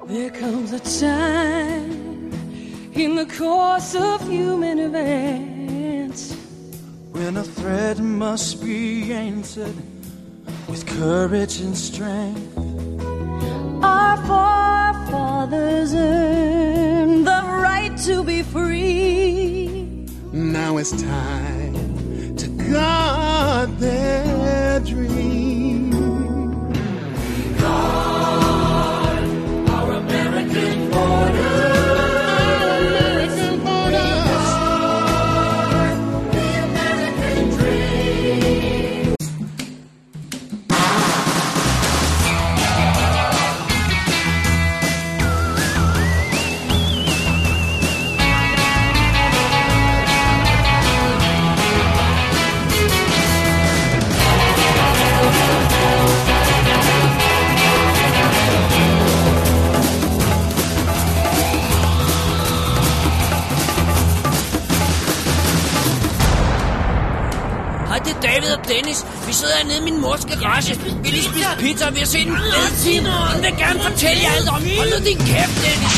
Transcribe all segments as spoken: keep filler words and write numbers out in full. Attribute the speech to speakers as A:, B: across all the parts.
A: There comes a time in the course of human events
B: when a threat must be answered with courage and strength.
A: Our forefathers earned the right to be free.
C: Now it's time to guard their dream.
B: Guard our American border.
C: American borders.
B: Guard the American dream.
D: Det er David og Dennis. Vi sidder hernede i min mors garage. Vi lige spise pizza, og vi har set en fed film. Han vil gerne fortælle jer alt om. Hold nu din kæft, Dennis.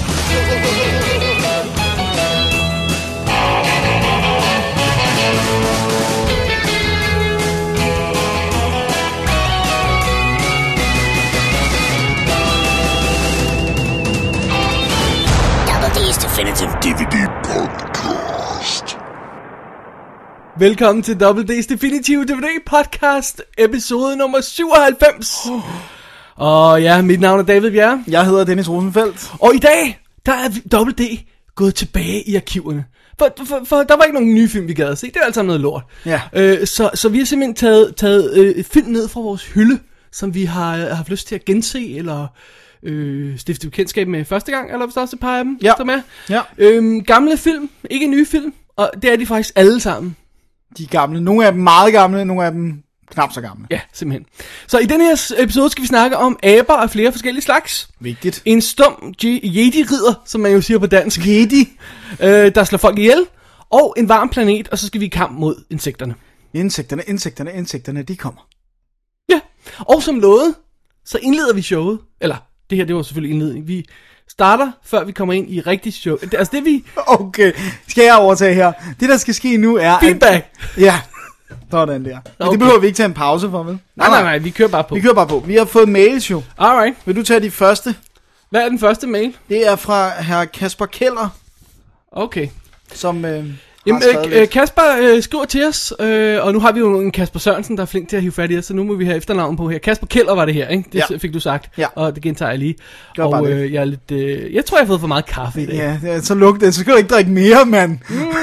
E: Double D's Definitive D V D Podcast.
F: Velkommen til Double D's Definitive D V D Podcast, episode nummer syvoghalvfems. Oh. Og ja, mit navn er David Bjerre.
B: Jeg hedder Dennis Rosenfeldt.
F: Og i dag, der er Double D gået tilbage i arkiverne. For, for, for der var ikke nogen nye film, vi gad at se. Det er alt sammen noget lort.
B: Ja.
F: Øh, så, så vi har simpelthen taget, taget øh, film ned fra vores hylde, som vi har haft lyst til at gense, eller øh, stifte bekendtskab med første gang, eller hvis der også et par af dem,
B: Ja.
F: som er.
B: Ja.
F: Øh, gamle film, ikke nye film, og det er de faktisk alle sammen.
B: De er gamle. Nogle af dem meget gamle, nogle af dem knap så gamle.
F: Ja, simpelthen. Så i denne her episode skal vi snakke om aber af flere forskellige slags.
B: Vigtigt.
F: En stum jedi-ridder, som man jo siger på dansk,
B: Jedi.
F: øh, der slår folk ihjel. Og en varm planet, og så skal vi i kamp mod insekterne.
B: Insekterne, insekterne, insekterne, de kommer.
F: Ja, og som lovet, så indleder vi showet. Eller, det her, det var selvfølgelig indledning. Vi starter, før vi kommer ind i rigtig show. Det, altså det vi...
B: Okay, skal jeg overtage her? Det der skal ske nu er...
F: Feedback!
B: At, ja, sådan der. Men
F: Okay.
B: det behøver vi ikke tage en pause for, vel?
F: Nej, nej, nej, vi kører bare på.
B: Vi kører bare på. Vi har fået mails jo.
F: Alright.
B: Vil du tage de første?
F: Hvad er den første mail?
B: Det er fra herr Kasper Keller,
F: Okay.
B: som øh,
F: Jamen,
B: har skrevet
F: øh,
B: lidt.
F: Kasper øh, skriver til os, øh, og nu har vi jo en Kasper Sørensen, der er flink til at hive fat i os, så nu må vi have efternavn på her. Kasper Keller var det her, ikke? Det
B: Ja.
F: fik du sagt,
B: Ja.
F: og det gentager jeg lige.
B: Gør bare
F: og
B: det.
F: øh, jeg er lidt, øh, jeg tror, jeg har fået for meget kaffe i dag.
B: Ja, det er, så luk det. Så skal du ikke drikke mere, mand.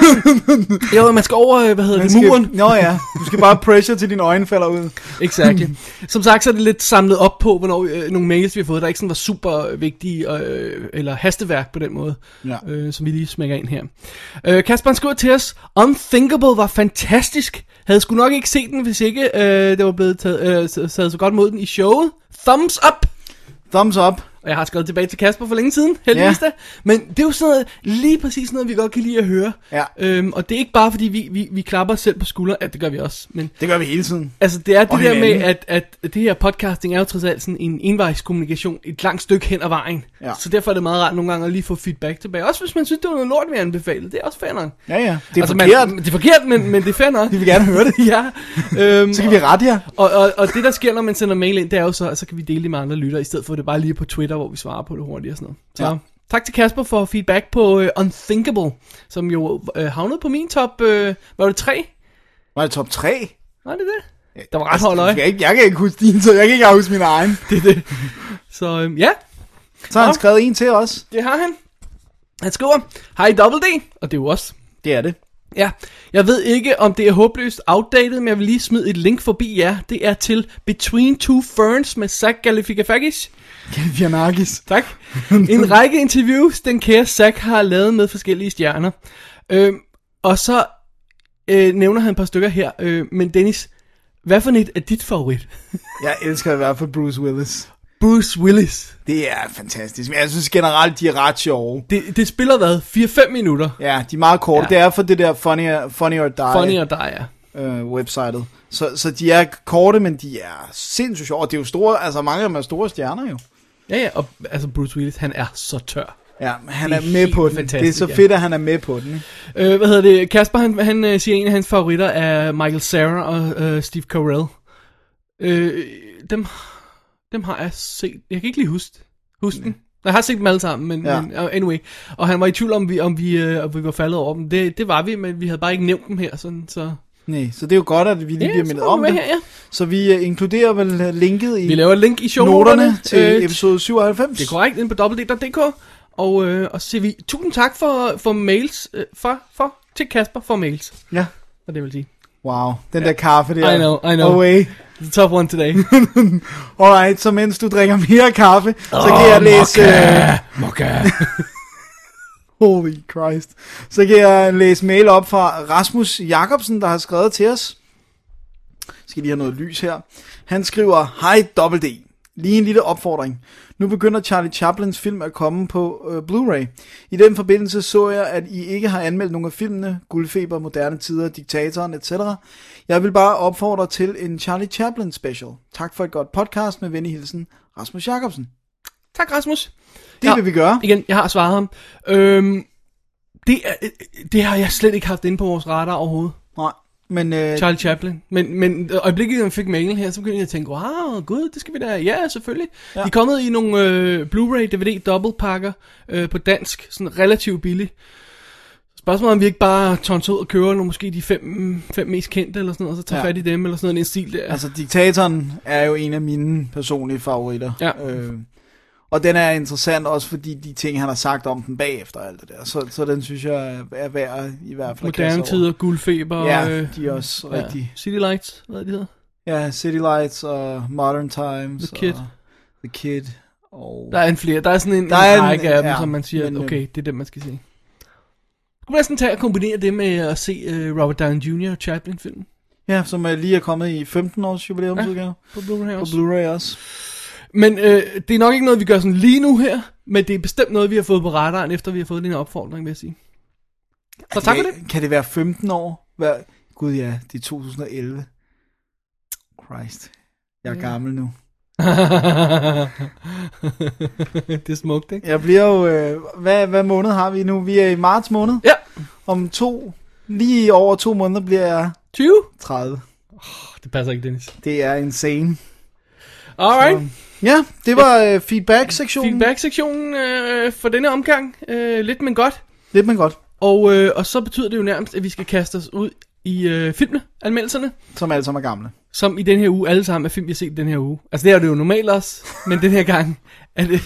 F: Jo, man skal over, øh, hvad hedder
B: Man
F: det,
B: skal,
F: muren.
B: Nå ja, du skal bare pressure til dine øjne falder ud.
F: Exactly. Som sagt, så er det lidt samlet op på, hvornår øh, nogle mails, vi har fået, der ikke sådan var super vigtige, øh, eller hastværk på den måde,
B: Ja.
F: øh, som vi lige smækker ind her. Øh, Kasper skriver til os, Unthinkable var fantastisk. Havde sgu nok ikke set den, hvis ikke øh, det var blevet taget, øh, taget så godt mod den i showet. Thumbs up!
B: Thumbs up.
F: Og jeg har skrevet tilbage til Kasper for længe siden, heldigvis
B: Ja.
F: da. Men det er jo sådan noget, lige præcis noget, vi godt kan lide at høre.
B: Ja.
F: Øhm, og det er ikke bare, fordi vi, vi, vi klapper os selv på skulderen. Ja, det gør vi også. Men
B: Det gør vi hele tiden.
F: altså, det er det
B: Og
F: der med,
B: hinanden.
F: at, at det her podcasting er jo trods alt sådan en envejskommunikation et langt stykke hen ad vejen.
B: Ja.
F: Så derfor er det meget rart nogle gange at lige få feedback tilbage. Også hvis man synes, det var noget lort, vi anbefalede. Det er også fair nok.
B: Ja, ja. Det er
F: altså,
B: forkert.
F: Man, det er forkert, men, men det er fair nok.
B: Vi vil gerne høre det.
F: ja. Øhm,
B: Så kan vi rette jer.
F: og, og, og det der sker, når man sender mail ind, det er jo så, at så kan vi dele det med andre lyttere, i stedet for at det bare lige på Twitter, hvor vi svarer på det hurtigt og sådan noget. Så
B: Ja.
F: tak til Kasper for feedback på uh, Unthinkable, som jo uh, havnede på min top, uh, var det tre?
B: Var det top tre?
F: Var det det? Der var ret holdt øje.
B: Jeg kan, ikke, jeg kan ikke huske din, så jeg kan ikke huske min egen.
F: Det er det. Så øhm, ja,
B: Så har han
F: Nå.
B: skrevet en til os.
F: det har han. Han skriver, hej Double D, og det er jo os.
B: Det er det.
F: Ja, jeg ved ikke, om det er håbløst outdated, men jeg vil lige smide et link forbi jer. Det er til Between Two Ferns med Zach Galifianakis.
B: Galifianakis.
F: Tak. En række interviews, den kære Zach har lavet med forskellige stjerner. Øhm, og så øh, nævner han et par stykker her. Øh, men Dennis, hvad for et er dit favorit?
B: Jeg elsker i hvert fald Bruce Willis.
F: Bruce Willis.
B: Det er fantastisk. Men jeg synes generelt, de er ret sjove.
F: Det, det spiller hvad? fire til fem minutter?
B: Ja, de er meget korte.
F: Ja.
B: Det er for det der Funny, funny or Die
F: Funny or Die, ja.
B: øh, websitet. Så, så de er korte, men de er sindssygt sjove. Og det er jo store, altså mange af dem er store stjerner jo.
F: Ja, ja, og altså Bruce Willis, han er så tør.
G: Ja, han
F: Det
G: er,
F: er
G: med
F: helt
G: på den.
F: fantastisk,
G: Det er så
F: ja.
G: fedt, at han er med på den. Ikke?
F: Øh, hvad hedder det? Kasper, han, han øh, siger, en af hans favoritter er Michael Cera og øh, Steve Carell. Øh, dem, dem har jeg set. Jeg kan ikke lige huske, huske den. Jeg har set dem alle sammen, men,
G: Ja.
F: men uh, anyway. Og han var i tvivl om, vi, om vi, uh, om vi var faldet over dem. Det, det var vi, men vi havde bare ikke nævnt dem her, sådan, så...
G: Nej, så det er jo godt, at vi lige
F: Ja,
G: bliver
F: så
G: mindet
F: kommer
G: om
F: vi
G: det.
F: med her, ja.
G: Så vi uh, inkluderer vel linket i
F: Vi laver et link i
G: noterne
F: shownoterne
G: til
F: øh,
G: episode syvoghalvfems.
F: Det er korrekt, inde på w w w punktum d k. Og, øh, og så siger vi tusind tak for, for mails, øh, for, for, til Kasper for mails.
G: Ja.
F: Og det vil sige.
G: Wow, den der kaffe der.
F: I know, I know.
G: Away.
F: The top one today.
G: Alright, så mens du drikker mere kaffe, så kan jeg læse... Uh,
F: Mokka.
G: Holy Christ. Så kan jeg læse mail op fra Rasmus Jacobsen, der har skrevet til os. Skal lige have noget lys her. Han skriver, hej Double D. Lige en lille opfordring. Nu begynder Charlie Chaplins film at komme på øh, Blu-ray. I den forbindelse så jeg, at I ikke har anmeldt nogle af filmene, Guldfeber, Moderne Tider, Diktatoren, et cetera. Jeg vil bare opfordre til en Charlie Chaplin special. Tak for et godt podcast med venlig hilsen, Rasmus Jacobsen.
F: Tak, Rasmus.
G: Det vil vi gøre.
F: Igen, jeg har svaret ham. Øhm, det, er, det har jeg slet ikke haft inde på vores radar overhovedet.
G: Nej, men... Øh,
F: Charlie Chaplin. Men, men øjeblikket, jeg fik mailen her, så begyndte jeg at tænke, wow, gud, det skal vi da. Ja, selvfølgelig. Ja. De er kommet i nogle øh, Blu-ray, D V D, dobbeltpakker øh, på dansk, sådan relativt billigt. Spørgsmålet er, om vi ikke bare tons ud og kører nogle, måske de fem, fem mest kendte, eller sådan noget, og så tager
G: Ja.
F: fat i dem, eller sådan noget, en stil der.
G: Altså, Diktatoren er jo en af mine personlige favoritter.
F: Ja.
G: Øh, og den er interessant også, fordi de ting, han har sagt om den bagefter og alt det der. Så, så den synes jeg er- er værd i hvert fald at kaste
F: Moderne
G: over.
F: Tider, Guldfeber.
G: Ja,
F: øh,
G: de er også
F: ja.
G: rigtig...
F: City Lights, hvad er det hedder?
G: Ja, City Lights og Modern Times.
F: The Kid.
G: Og The Kid. Og...
F: Der er en flere. Der er sådan en,
G: Der
F: en
G: er en-
F: række af dem,
G: ja,
F: som man siger,
G: men, øh,
F: okay, det er dem, man skal se. Du kunne næsten tage og kombinere det med at se uh, Robert Downey junior og Chaplin-filmen
G: Ja, som er lige er kommet i femten års jubilæumsudgave.
F: på Blu-ray
G: På
F: også.
G: Blu-ray også.
F: Men øh, det er nok ikke noget, vi gør sådan lige nu her, men det er bestemt noget, vi har fået på radaren, efter vi har fået den her opfordring, vil jeg sige. Så tak for det.
G: Kan det være femten år? Hvad? Gud ja, det er to tusind og elleve. Christ. Jeg er
F: Ja.
G: gammel nu.
F: Det er smukt, ikke?
G: Jeg bliver jo... Øh, hvad, hvad måned har vi nu? Vi er i marts måned.
F: Ja,
G: Om to... Lige over to måneder bliver jeg
F: tyve.
G: tredive.
F: Det passer ikke, Dennis.
G: Det er insane.
F: Alright.
G: Ja, det var øh, feedback-sektionen.
F: Feedback-sektionen øh, for denne omgang. Øh, lidt, men godt.
G: Lidt men godt.
F: Og, øh, og så betyder det jo nærmest, at vi skal kaste os ud i øh, filmene, anmeldelserne,
G: Som alle sammen er gamle.
F: som i den her uge alle sammen er film, vi har set den her uge. Altså det er det jo normalt også, men den her gang er det...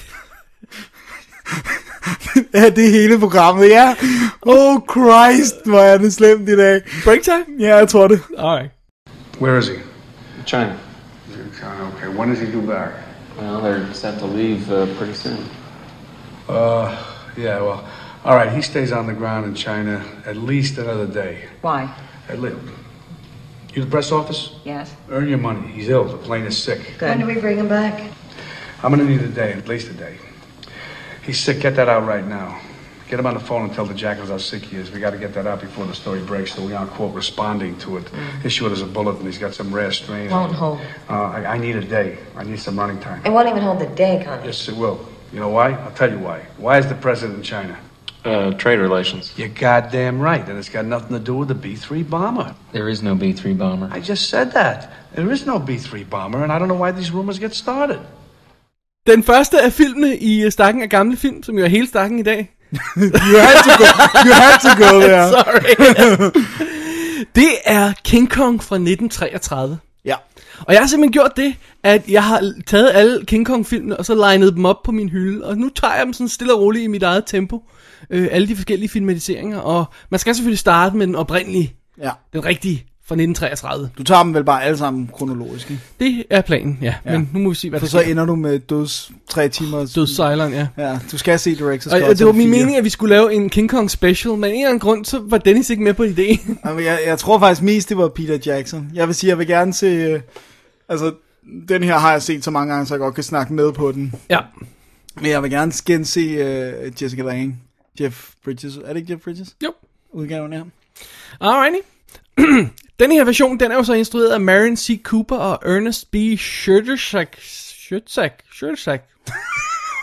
G: Ja, det er hele programmet, ja. Oh Christ, hvor er det slemt i dag.
F: Break time?
G: Ja, jeg tror det.
F: Alright.
H: Where is he?
I: China.
H: He's in China. Okay. When does he do back?
I: Well, they're set to leave uh, pretty soon.
H: Uh, yeah. Well, all right. He stays on the ground in China at least another day.
J: Why?
H: At least. You the press office?
J: Yes.
H: Earn your money. He's ill. The plane is sick.
J: Good.
K: When do we bring him back?
H: I'm gonna need a day, at least a day. He's sick. Get that out right now. Get him on the phone and tell the jackals how sick he is. We got to get that out before the story breaks, so we aren't quote responding to it. Mm. Issue it as a bulletin. He's got some rare strain.
K: Won't hold.
H: Uh, I, I need a day. I need some running time.
K: It won't even hold the day, Connie.
H: Yes, it will. You know why? I'll tell you why. Why is the president in China?
I: Uh, trade relations.
H: You're goddamn right, and it's got nothing to do with the B three bomber.
I: There is no B three bomber.
H: I just said that. There is no B three bomber, and I don't know why these rumors get started.
F: Den første af filmene i stakken af gamle film, som jo er hele stakken i dag.
G: You had to go, you had to go there.
F: Sorry. Det er King Kong fra nitten treogtredive.
G: Ja.
F: Og jeg har simpelthen gjort det, at jeg har taget alle King Kong-filmene, og så legnet dem op på min hylde. Og nu tager jeg dem sådan stille og roligt i mit eget tempo. Øh, alle de forskellige filmatiseringer. Og man skal selvfølgelig starte med den oprindelige,
G: Ja.
F: den rigtige fra nitten treogtredive.
G: Du tager dem vel bare alle sammen kronologisk, ikke?
F: Det er planen, ja.
G: Ja.
F: Men nu må vi se, hvad
G: For
F: der
G: så
F: sker.
G: ender du med døds tre timer.
F: Dødssejleren, ja.
G: Ja, du skal se Director's
F: Og,
G: Cut.
F: og det var
G: som
F: min
G: fire.
F: mening, at vi skulle lave en King Kong special, men af en eller anden grund, så var Dennis ikke med på ideen.
G: Jamen, Jeg, jeg tror faktisk mest, det var Peter Jackson. Jeg vil sige, jeg vil gerne se... Øh, altså, den her har jeg set så mange gange, så jeg godt kan snakke med på den.
F: Ja.
G: Men jeg vil gerne gense øh, Jessica Lange. Jeff Bridges. Er det ikke Jeff Bridges?
F: Jo.
G: Udgaven her.
F: Alrighty. Den her version, den er jo så instrueret af Marion C. Cooper og Ernest B. Schertzak. Schertzak. Schertzak.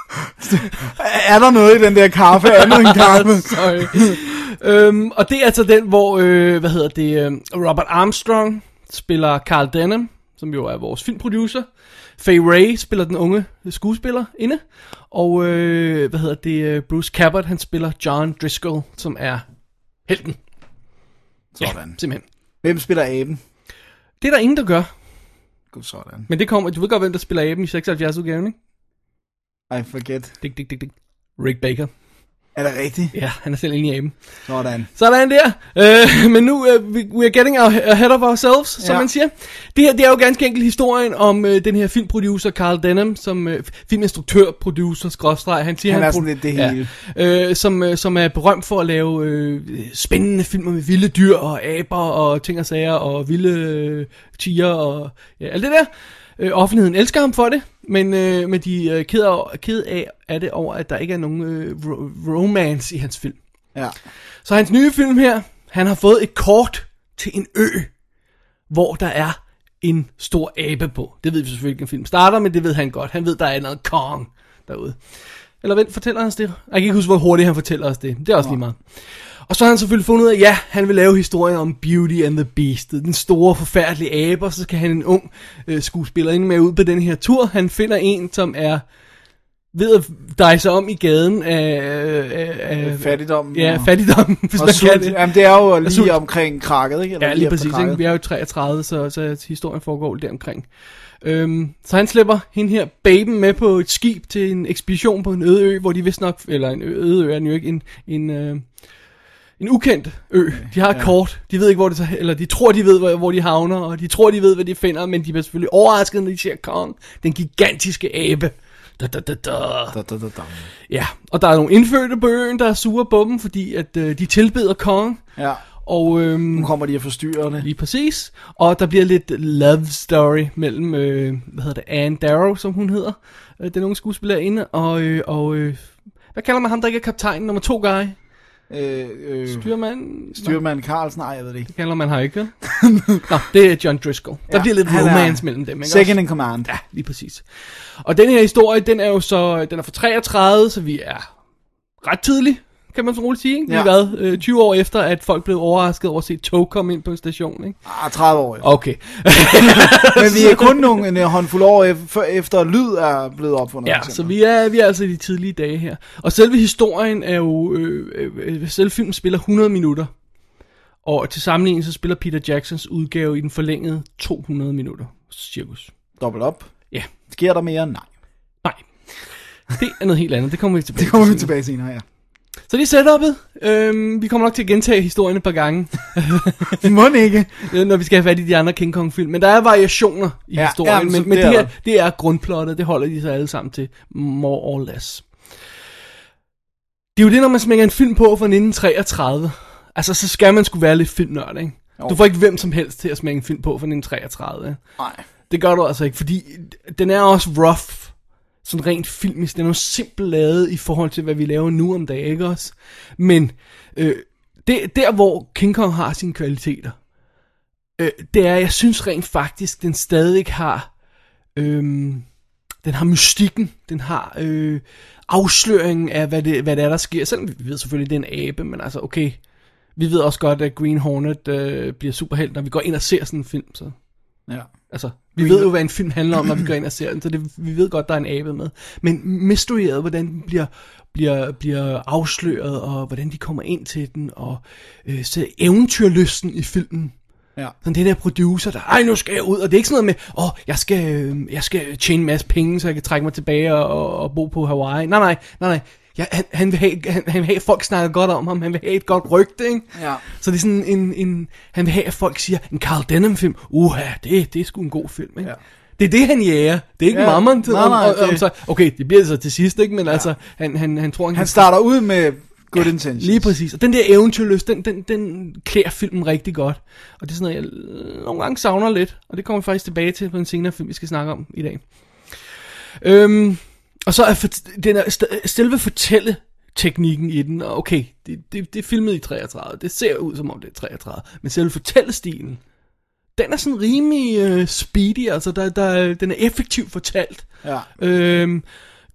G: Er der noget i den der kaffe, andet end kaffe?
F: Sorry. øhm, og det er altså den, hvor, øh, hvad hedder det, øh, Robert Armstrong spiller Carl Denham, som jo er vores filmproducer. Fay Wray spiller den unge skuespiller inde. Og, øh, hvad hedder det, Bruce Cabot, han spiller John Driscoll, som er helten.
G: Sådan.
F: Ja, simpelthen.
G: Hvem spiller aben?
F: Det er der ingen, der gør.
G: God sådan.
F: Men det kommer, du ved godt, hvem der spiller aben i seksoghalvfjerds udgaven, ikke?
G: I forget.
F: Dik, dik, dik, dik. Rick Baker.
G: Er det rigtigt?
F: Ja, han er selv inde i aben.
G: Sådan.
F: Sådan der. Uh, men nu, uh, we, we are getting ahead of ourselves, som ja. man siger. Det her, det er jo ganske enkelt historien om uh, den her filmproducer, Carl Denham, som uh, filminstruktør, producer, skråstreg. Han siger,
G: han,
F: han
G: er sådan lidt det hele.
F: Ja, uh, som, uh, som er berømt for at lave uh, spændende filmer med vilde dyr og aber og ting og sager og vilde uh, tiger og ja, alt det der. Øh, offentligheden elsker ham for det, men, øh, men de er ked af, ked af, af det over, at der ikke er nogen øh, ro- romance i hans film.
G: Ja.
F: Så hans nye film her, han har fået et kort til en ø, hvor der er en stor abe på. Det ved vi selvfølgelig ikke, en film starter, men det ved han godt. Han ved, der er noget Kong derude. Eller vent, fortæller han os det? Jeg kan ikke huske, hvor hurtigt han fortæller os det. Det er også lige meget. Og så har han selvfølgelig fundet ud af, at ja, han vil lave historien om Beauty and the Beast, den store forfærdelige abe, og så skal han en ung øh, skuespiller ind med ud på den her tur. Han finder en, som er ved at dejse om i gaden af... af, af
G: fattigdom.
F: Ja, fattigdom, hvis man
G: sult.
F: kan det.
G: Jamen, det er jo lige sult. Omkring krakket, ikke? Eller
F: ja, lige, lige præcis. Ikke? Vi er jo treogtredive, så, så historien foregår der omkring. Øhm, så han slipper hende her baben med på et skib til en ekspedition på en øde ø, hvor de vist nok... Eller en øde ø er den jo ikke en... en øh, En ukendt ø. De har et ja. kort. De ved ikke, hvor det så, eller de tror, de ved, hvor de havner, og de tror, de ved, hvad de finder, men de bliver selvfølgelig overrasket, når de ser Kong, den gigantiske abe. Da, da, da, da.
G: Da, da, da, da.
F: Ja, og der er nogle indfødte på øen, der er sure på dem, fordi at øh, de tilbeder Kong.
G: Ja.
F: Og øhm,
G: nu kommer de at forstyrre det.
F: Lige præcis. Og der bliver lidt love story mellem, øh, hvad hedder det, Anne Darrow, som hun hedder, øh, den unge skuespillerinde, og, øh, og øh, hvad kalder man ham, der ikke er kaptajn, nummer to guy?
G: Øh, øh,
F: Styrmand?
G: Styrmand Carlsen? Nej, jeg ved det ikke.
F: Det kalder man her ikke, vel? Nå, det er John Driscoll. Der ja, bliver lidt romance mellem dem, ikke?
G: Second in command.
F: Ja, lige præcis. Og den her historie, den er jo så, den er fra treogtredive, så vi er ret tidlig, kan man så roligt sige, ikke? Vi ja. har været øh, tyve år efter, at folk blev overrasket over at se tog komme ind på en station, ikke?
G: Ah, tredive år efter.
F: Okay.
G: Men vi er kun nogle en håndfuld år efter, efter lyd er blevet opfundet.
F: Ja, så vi er, vi er altså i de tidlige dage her. Og selve historien er jo, øh, øh, selve filmen spiller hundrede minutter. Og til sammenligning så spiller Peter Jacksons udgave i den forlængede to hundrede minutter, cirkus.
G: Dobbelt op?
F: Ja.
G: Sker der mere? Nej.
F: Nej. Det er noget helt andet, det kommer vi tilbage
G: til. Det kommer vi tilbage senere, ja.
F: Så det er setupet. Øhm, vi kommer nok til at gentage historien et par gange.
G: Må ikke.
F: Når vi skal have fat i de andre King Kong film. Men der er variationer i ja, historien. Ja, men men det, det her, det er grundplottet. Det holder de sig alle sammen til. More or less. Det er jo det, når man smækker en film på fra nitten treogtredive. Altså, så skal man sgu være lidt filmnørd, ikke? Jo. Du får ikke hvem som helst til at smække en film på fra nitten treogtredive.
G: Nej.
F: Det gør du altså ikke, fordi den er også rough. Sådan rent filmisk, det er noget simpelt lavet i forhold til, hvad vi laver nu om dagen, ikke også? Men øh, det, der, hvor King Kong har sine kvaliteter, øh, det er, jeg synes rent faktisk, den stadig har, øh, den har mystikken, den har øh, afsløringen af, hvad det, hvad det er, der sker. Selvom vi ved selvfølgelig, det er en abe, men altså, okay, vi ved også godt, at Green Hornet øh, bliver superhelt, når vi går ind og ser sådan en film, så...
G: Ja.
F: Altså, vi ved jo, hvad en film handler om, når vi går ind og ser den, så det, vi ved godt, der er en abe med. Men mysteriet, hvordan den bliver, bliver, bliver afsløret, og hvordan de kommer ind til den, og øh, så eventyrlysten i filmen.
G: Ja.
F: Sådan det der producer, der, ej, nu skal jeg ud, og det er ikke sådan noget med, åh, oh, jeg skal, jeg skal tjene en masse penge, så jeg kan trække mig tilbage og, og, og bo på Hawaii. Nej, nej, nej, nej. Ja, han, han, vil have, han, han vil have, at folk snakker godt om ham. Han vil have et godt rygte, ikke?
G: Ja.
F: Så det er sådan en, en... Han vil have, at folk siger, en Carl Denham-film, uha, det, det er sgu en god film, ikke? Ja. Det er det, han jager. Det er ikke ja. Mammon til
G: nej, nej,
F: om, om,
G: det...
F: så, okay, det bliver så til sidst, ikke? Men ja. altså, han, han, han tror... Han,
G: han starter ud med good ja, intentions.
F: Lige præcis. Og den der eventyrlyst, den, den, den klæder filmen rigtig godt. Og det er sådan noget, jeg nogle gange savner lidt. Og det kommer vi faktisk tilbage til på en senere film, vi skal snakke om i dag. Øhm, og så er for, den er selve fortælle teknikken i den, og okay, det, det, det er filmet i treogtredive, det ser ud som om det er treogtredive, men selve fortællestilen, den er sådan rimelig uh, speedy, altså der, der, den er effektivt fortalt.
G: Ja.
F: Øhm,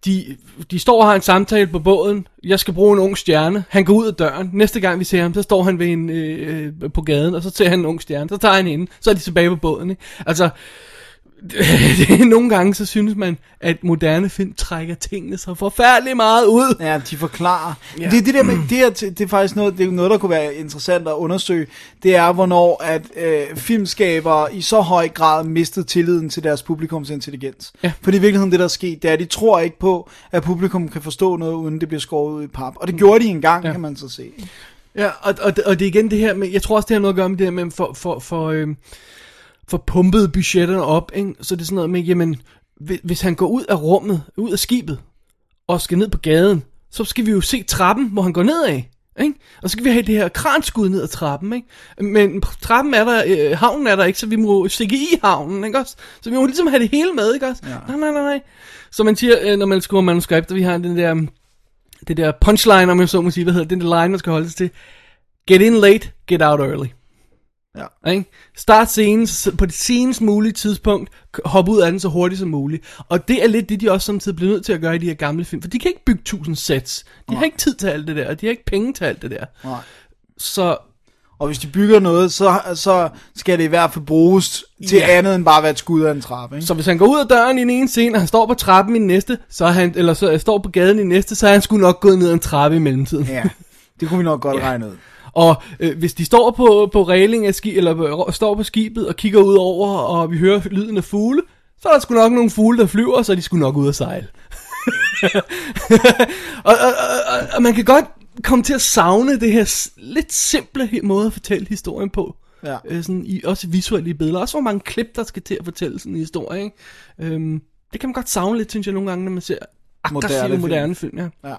F: de, de står og har en samtale på båden. Jeg skal bruge en ung stjerne. Han går ud af døren. Næste gang vi ser ham, så står han ved en, øh, på gaden, og så ser han en ung stjerne. Så tager han hende. Så er de tilbage på båden. Ikke? Altså, det, nogle gange så synes man, at moderne film trækker tingene så forfærdeligt meget ud.
G: Ja, de forklarer.
F: Ja.
G: Det, det, der med, det, er, det er faktisk noget, det er noget, der kunne være interessant at undersøge. Det er, hvornår at øh, filmskabere i så høj grad mistede tilliden til deres publikums intelligens.
F: Ja.
G: For i virkeligheden det, der er sket, det er, at de tror ikke på, at publikum kan forstå noget, uden det bliver skåret ud i pap. Og det gjorde de engang, ja. Kan man så se.
F: Ja, og, og, og det er igen det her med, jeg tror også, det har noget at gøre med det her med, for, for, for øh, for pumpede budgetterne op, ikke? Så det er sådan noget med, jamen, hvis han går ud af rummet, ud af skibet, og skal ned på gaden, så skal vi jo se trappen, hvor han går ned af, ikke? Og så skal vi have det her kranskud ned ad trappen, ikke? Men trappen er der, øh, havnen er der ikke, så vi må stikke i havnen, ikke også? Så vi må ligesom have det hele med, ikke også? Ja. Nej, nej, nej, nej. Så man siger, øh, når man skriver manuskripter, vi har den der, det der punchline, om jeg så må sige, hvad hedder den der line, man skal holde sig til. Get in late, get out early. Ja. Ikke? Start scenen på det senest mulige tidspunkt, hop ud af den så hurtigt som muligt. Og det er lidt det, de også samtidig bliver nødt til at gøre i de her gamle film. For de kan ikke bygge tusind sets. De Nej. har ikke tid til alt det der, og de har ikke penge til alt det der. Nej. Så...
G: Og hvis de bygger noget, så, så skal det i hvert fald bruges til ja. andet end bare at være et skud af en trappe. Ikke?
F: Så hvis han går ud af døren i den ene scene, og han står på trappen i den næste, så er han, eller så står på gaden i den næste, så er han sgu nok gået ned ad en trappe i mellemtiden.
G: Ja, det kunne vi nok godt ja. regne ud.
F: Og øh, hvis de står på, på railing af ski, eller øh, står på skibet og kigger ud over, og vi hører lyden af fugle, så er der sgu nok nogle fugle, der flyver, så er de sgu nok ud at sejle. og, og, og, og man kan godt komme til at savne det her lidt simple måde at fortælle historien på. Ja. Øh, sådan i, også visuelle billeder. Også hvor mange klip, der skal til at fortælle sådan en historie. Ikke? Øhm, det kan man godt savne lidt, synes jeg, nogle gange, når man ser aggressive moderne, moderne film. film ja. Ja.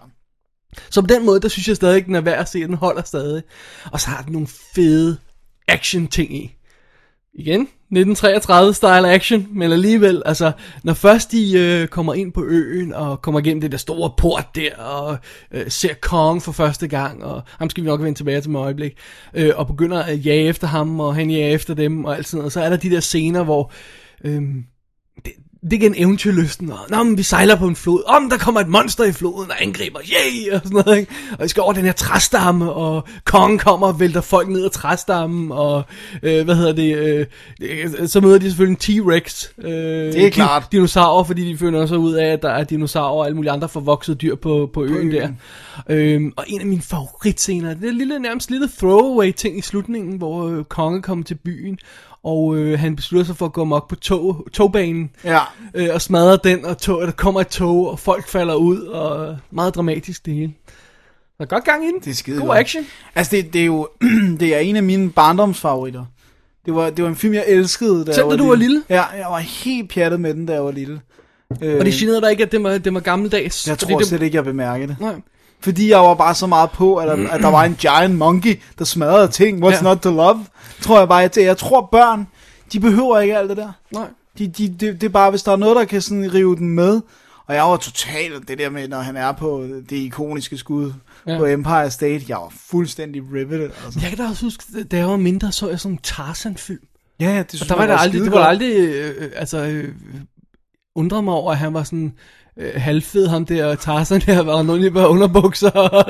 F: Så på den måde, der synes jeg stadig, at den er værd at se, den holder stadig. Og så har den nogle fede action-ting i. Igen, nitten treogtredive style action, men alligevel, altså, når først de øh, kommer ind på øen, og kommer igennem det der store port der, og øh, ser Kong for første gang, og ham skal vi nok vende tilbage til med øjeblik, øh, og begynder at jage efter ham, og han jager efter dem, og alt sådan noget, og så er der de der scener, hvor... Øh, det, Det er igen eventyrlysten, og nå, men vi sejler på en flod, om der kommer et monster i floden og angriber, yay, og sådan noget, ikke? Og vi skal over den her træstamme, og kongen kommer og vælter folk ned af træstammen, og øh, hvad hedder det, øh, så møder de selvfølgelig en T-Rex, øh,
G: det er klart.
F: Dinosaurer, fordi de finder så ud af, at der er dinosaurer og alle mulige andre forvoksede dyr på, på øen der. Øhm, og en af mine favoritscener, det er lille, nærmest lille throwaway ting i slutningen, hvor øh, kongen kommer til byen, og øh, han beslutter sig for at gå amok på tog, togbanen,
G: ja.
F: øh, og smadrer den, og tog, der kommer et tog, og folk falder ud, og meget dramatisk det hele. Der er godt gang i den.
G: Det er skide
F: god
G: godt.
F: action.
G: Altså det, det er jo det er en af mine barndomsfavoritter. Det var, det var en film, jeg elskede, da
F: Selv
G: jeg var
F: da du var lille?
G: Ja, jeg var helt pjattet med den, da jeg var lille.
F: Og det generede dig ikke, at det var, det var gammeldags?
G: Jeg tror
F: det...
G: slet ikke, jeg bemærkede det.
F: Nej.
G: Fordi jeg var bare så meget på, at der, at der var en giant monkey, der smadrede ting. What's ja. not to love? Tror jeg bare, jeg, jeg tror børn, de behøver ikke alt det der.
F: Nej.
G: De, de, de, det er bare, hvis der er noget, der kan sådan rive den med. Og jeg var totalt det der med, når han er på det ikoniske skud ja. på Empire State. Jeg var fuldstændig riveted. Altså.
F: Jeg kan da også huske, da jeg var mindre, så jeg sådan en Tarzan-film.
G: Ja, ja, det synes
F: og der var det aldrig, det var aldrig, øh, altså, øh, undrede mig over, at han var sådan øh, halvfed, ham der Tarzan der, var nogen i bare underbukser.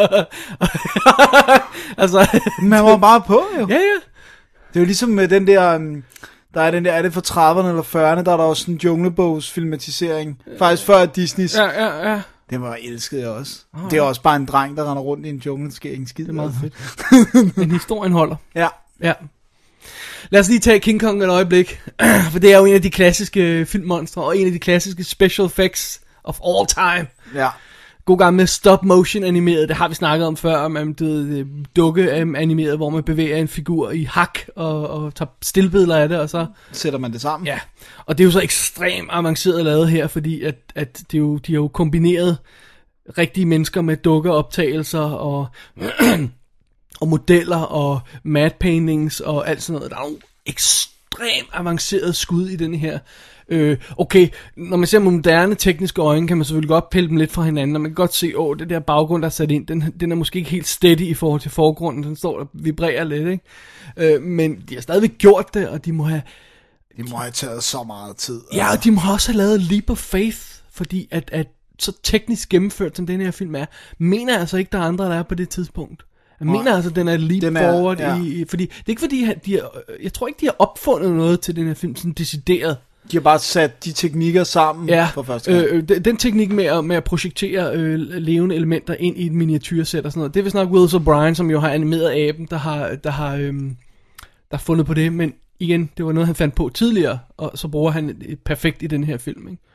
F: altså,
G: man var bare på, jo.
F: Ja, ja.
G: Det er jo ligesom med den der, der er den der, er det fra trediverne eller fyrrerne, der er der også sådan en junglebogs filmatisering. Faktisk før Disneys.
F: Ja, ja, ja.
G: Det var elsket jeg også. Oh, det er også bare en dreng, der render rundt i en jungle, det sker ingen skid.
F: Det er meget fedt. Men historien holder.
G: Ja.
F: Ja. Lad os lige tage King Kong et øjeblik, for det er jo en af de klassiske filmmonstre, og en af de klassiske special effects of all time.
G: Ja.
F: God gang med stop motion animeret, det har vi snakket om før, om det dukke animeret, hvor man bevæger en figur i hak og, og tager stillbilleder af det, og så
G: sætter man det sammen.
F: Ja, og det er jo så ekstremt avanceret lavet her, fordi at, at det er jo, de har jo kombineret rigtige mennesker med dukkeoptagelser og, og modeller og matte paintings og alt sådan noget. Der er nogle ekstremt avancerede skud i den her. Øh, okay, når man ser med moderne tekniske øjne, kan man selvfølgelig godt pille dem lidt fra hinanden, og man kan godt se, åh, det der baggrund, der er sat ind, den, den er måske ikke helt steady i forhold til forgrunden, den står og vibrerer lidt, ikke? Øh, men de har stadigvæk gjort det, og de må have...
G: De må have taget så meget tid.
F: Ja, og de må også have lavet leap of faith, fordi at, at så teknisk gennemført, som den her film er, mener jeg altså ikke, der er andre, der er på det tidspunkt. Jeg mener
G: Nej.
F: altså, den er leap
G: Den er-
F: forward
G: ja.
F: i, fordi, det er ikke fordi, de har, jeg tror ikke, de har opfundet noget til den her film, sådan decideret.
G: De har bare sat de teknikker sammen
F: Ja,
G: for første gang.
F: øh, den, den teknik med at, med at projektere øh, levende elementer ind i et miniatyrsæt og sådan noget, det er vist nok Wills O'Brien, som jo har animeret aben, der har, der har, øh, der har fundet på det, men igen, det var noget, han fandt på tidligere, og så bruger han det perfekt i den her film, ikke?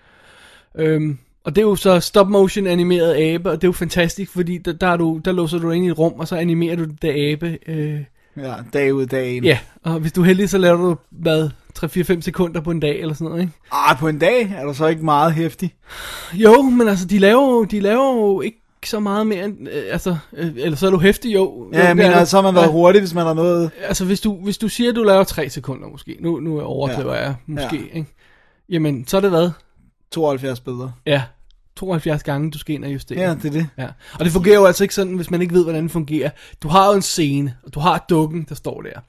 F: Øhm, og det er jo så stop motion animeret abe, og det er jo fantastisk, fordi der, der, er du, der låser du ind i et rum, og så animerer du det der abe. Øh,
G: Ja, dag ud, dag ind.
F: ja, og hvis du er heldig, så laver du, hvad, tre fire fem sekunder på en dag, eller sådan noget, ikke?
G: Ah, på en dag er du så ikke meget hæftig.
F: Jo, men altså, de laver jo, de laver jo ikke så meget mere, end, øh, altså, øh, eller så er du hæftig, jo.
G: Ja, jeg
F: jo,
G: mener,
F: er du-
G: så har man været
F: ja.
G: hurtig, hvis man har noget...
F: Altså, hvis du, hvis du siger, at du laver tre sekunder, måske, nu, nu overdriver
G: Ja.
F: jeg, måske,
G: Ja.
F: ikke? Jamen, så er det hvad?
G: tooghalvfjerds billeder.
F: Ja, tooghalvfjerds gange, du skal ind og justere.
G: Ja, det er det.
F: Ja. Og det fungerer jo altså ikke sådan, hvis man ikke ved, hvordan det fungerer. Du har jo en scene, og du har dukken, der står der.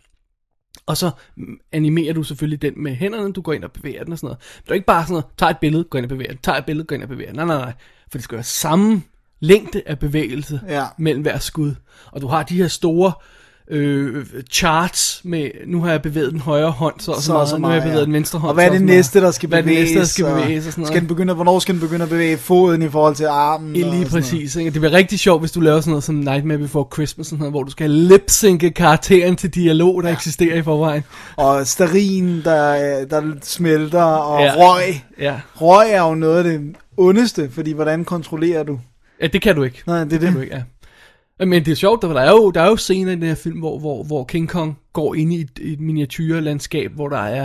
F: Og så mm, animerer du selvfølgelig den med hænderne, du går ind og bevæger den og sådan noget. Men det er ikke bare sådan noget, tager et billede, går ind og bevæger den, tager et billede, går ind og bevæger den. Nej, nej, nej. For det skal være samme længde af bevægelse
G: Ja.
F: mellem hver skud. Og du har de her store øh, charts med, nu har jeg bevæget den højre hånd, så, så, så meget, så nu har jeg bevæget
G: ja.
F: den venstre hånd.
G: Og hvad er
F: så
G: det
F: så meget.
G: næste, der skal
F: Hvad er det
G: bevæges?
F: næste, der skal
G: og
F: bevæges og sådan noget.
G: Skal den begynde, hvornår skal den begynde at bevæge foden i forhold til armen?
F: Ja,
G: og
F: lige
G: sådan
F: præcis. Ikke? Det bliver rigtig sjovt, hvis du laver sådan noget som Nightmare Before Christmas, sådan noget, hvor du skal lip-synke karakteren til dialog, der ja. eksisterer i forvejen.
G: Og stearin, der, der smelter, og
F: Ja.
G: ja. røg.
F: Ja.
G: Røg er jo noget af det ondeste, fordi hvordan kontrollerer du?
F: Ja, det kan du ikke.
G: Nej, det er
F: Det kan
G: det.
F: du ikke, ja. Men det er sjovt, der er jo, der er jo scener i den her film, hvor, hvor, hvor King Kong går ind i et, et miniatyrlandskab, hvor der er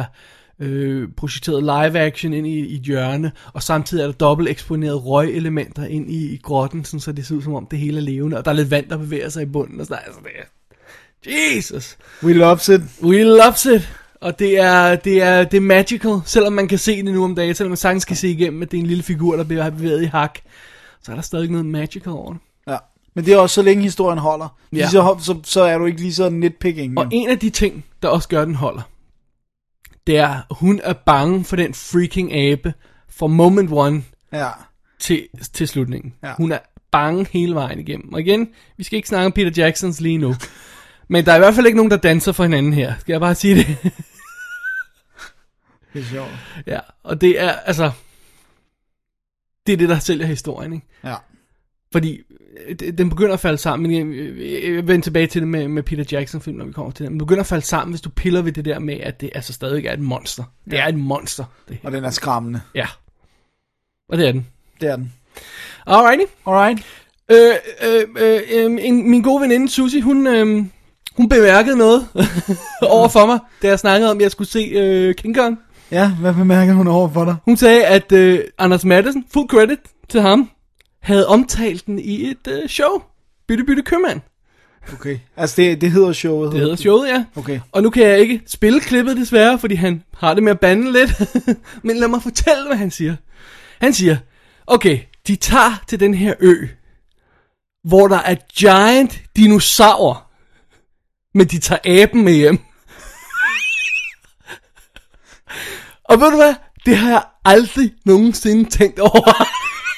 F: øh, projekteret live action ind i, i et hjørne, og samtidig er der dobbelt eksponerede røgelementer ind i, i grotten, sådan, så det ser ud som om det hele er levende, og der er lidt vand, der bevæger sig i bunden, og sådan, altså det er, Jesus,
G: We loves it.
F: we loves it, og det er, det er, det er magical, selvom man kan se det nu om dagen, selvom man sagtens kan se igennem, at det er en lille figur, der bliver bevæget i hak, så er der stadig noget magical over det.
G: Ja. Men det er også så længe historien holder.
F: Ja.
G: Lige så, så, så er du ikke lige så nitpicking.
F: Og en af de ting, der også gør, den holder, det er, at hun er bange for den freaking abe fra moment one
G: Ja.
F: til, til slutningen.
G: Ja.
F: Hun er bange hele vejen igennem. Og igen, vi skal ikke snakke om Peter Jacksons lige nu. Men der er i hvert fald ikke nogen, der danser for hinanden her. Skal jeg bare sige det?
G: Det er sjovt.
F: Ja, og det er, altså, det er det, der sælger historien, ikke?
G: Ja.
F: Fordi øh, det- den begynder at falde sammen. Men jeg, jeg, jeg vender tilbage til det med, med Peter Jackson-film, når vi kommer til det. Men den begynder at falde sammen, hvis du piller ved det der med, at det altså stadig er et monster. Det
G: Ja.
F: er et monster, det her.
G: Og den er skræmmende.
F: Ja. Og det er den.
G: Det er den.
F: Alrighty.
G: Alright.
F: Øh, øh, øh, øh, en, min gode veninde, Susie, hun, øh, hun bemærkede noget over for mig, da jeg snakkede om, at jeg skulle se øh, King Kong.
G: Ja, hvad bemærker hun over for dig?
F: Hun sagde, at øh, Anders Madsen, fuld credit til ham, havde omtalt den i et øh, show. Bytte Bytte Købmand.
G: Okay. Altså, det, det hedder showet.
F: Det hedder showet, ja.
G: Okay.
F: Og nu kan jeg ikke spille klippet desværre, fordi han har det med at bande lidt. Men lad mig fortælle, hvad han siger. Han siger, okay, de tager til den her ø, hvor der er giant dinosaurer, men de tager aben med hjem. Og ved du hvad? Det har jeg aldrig nogensinde tænkt over.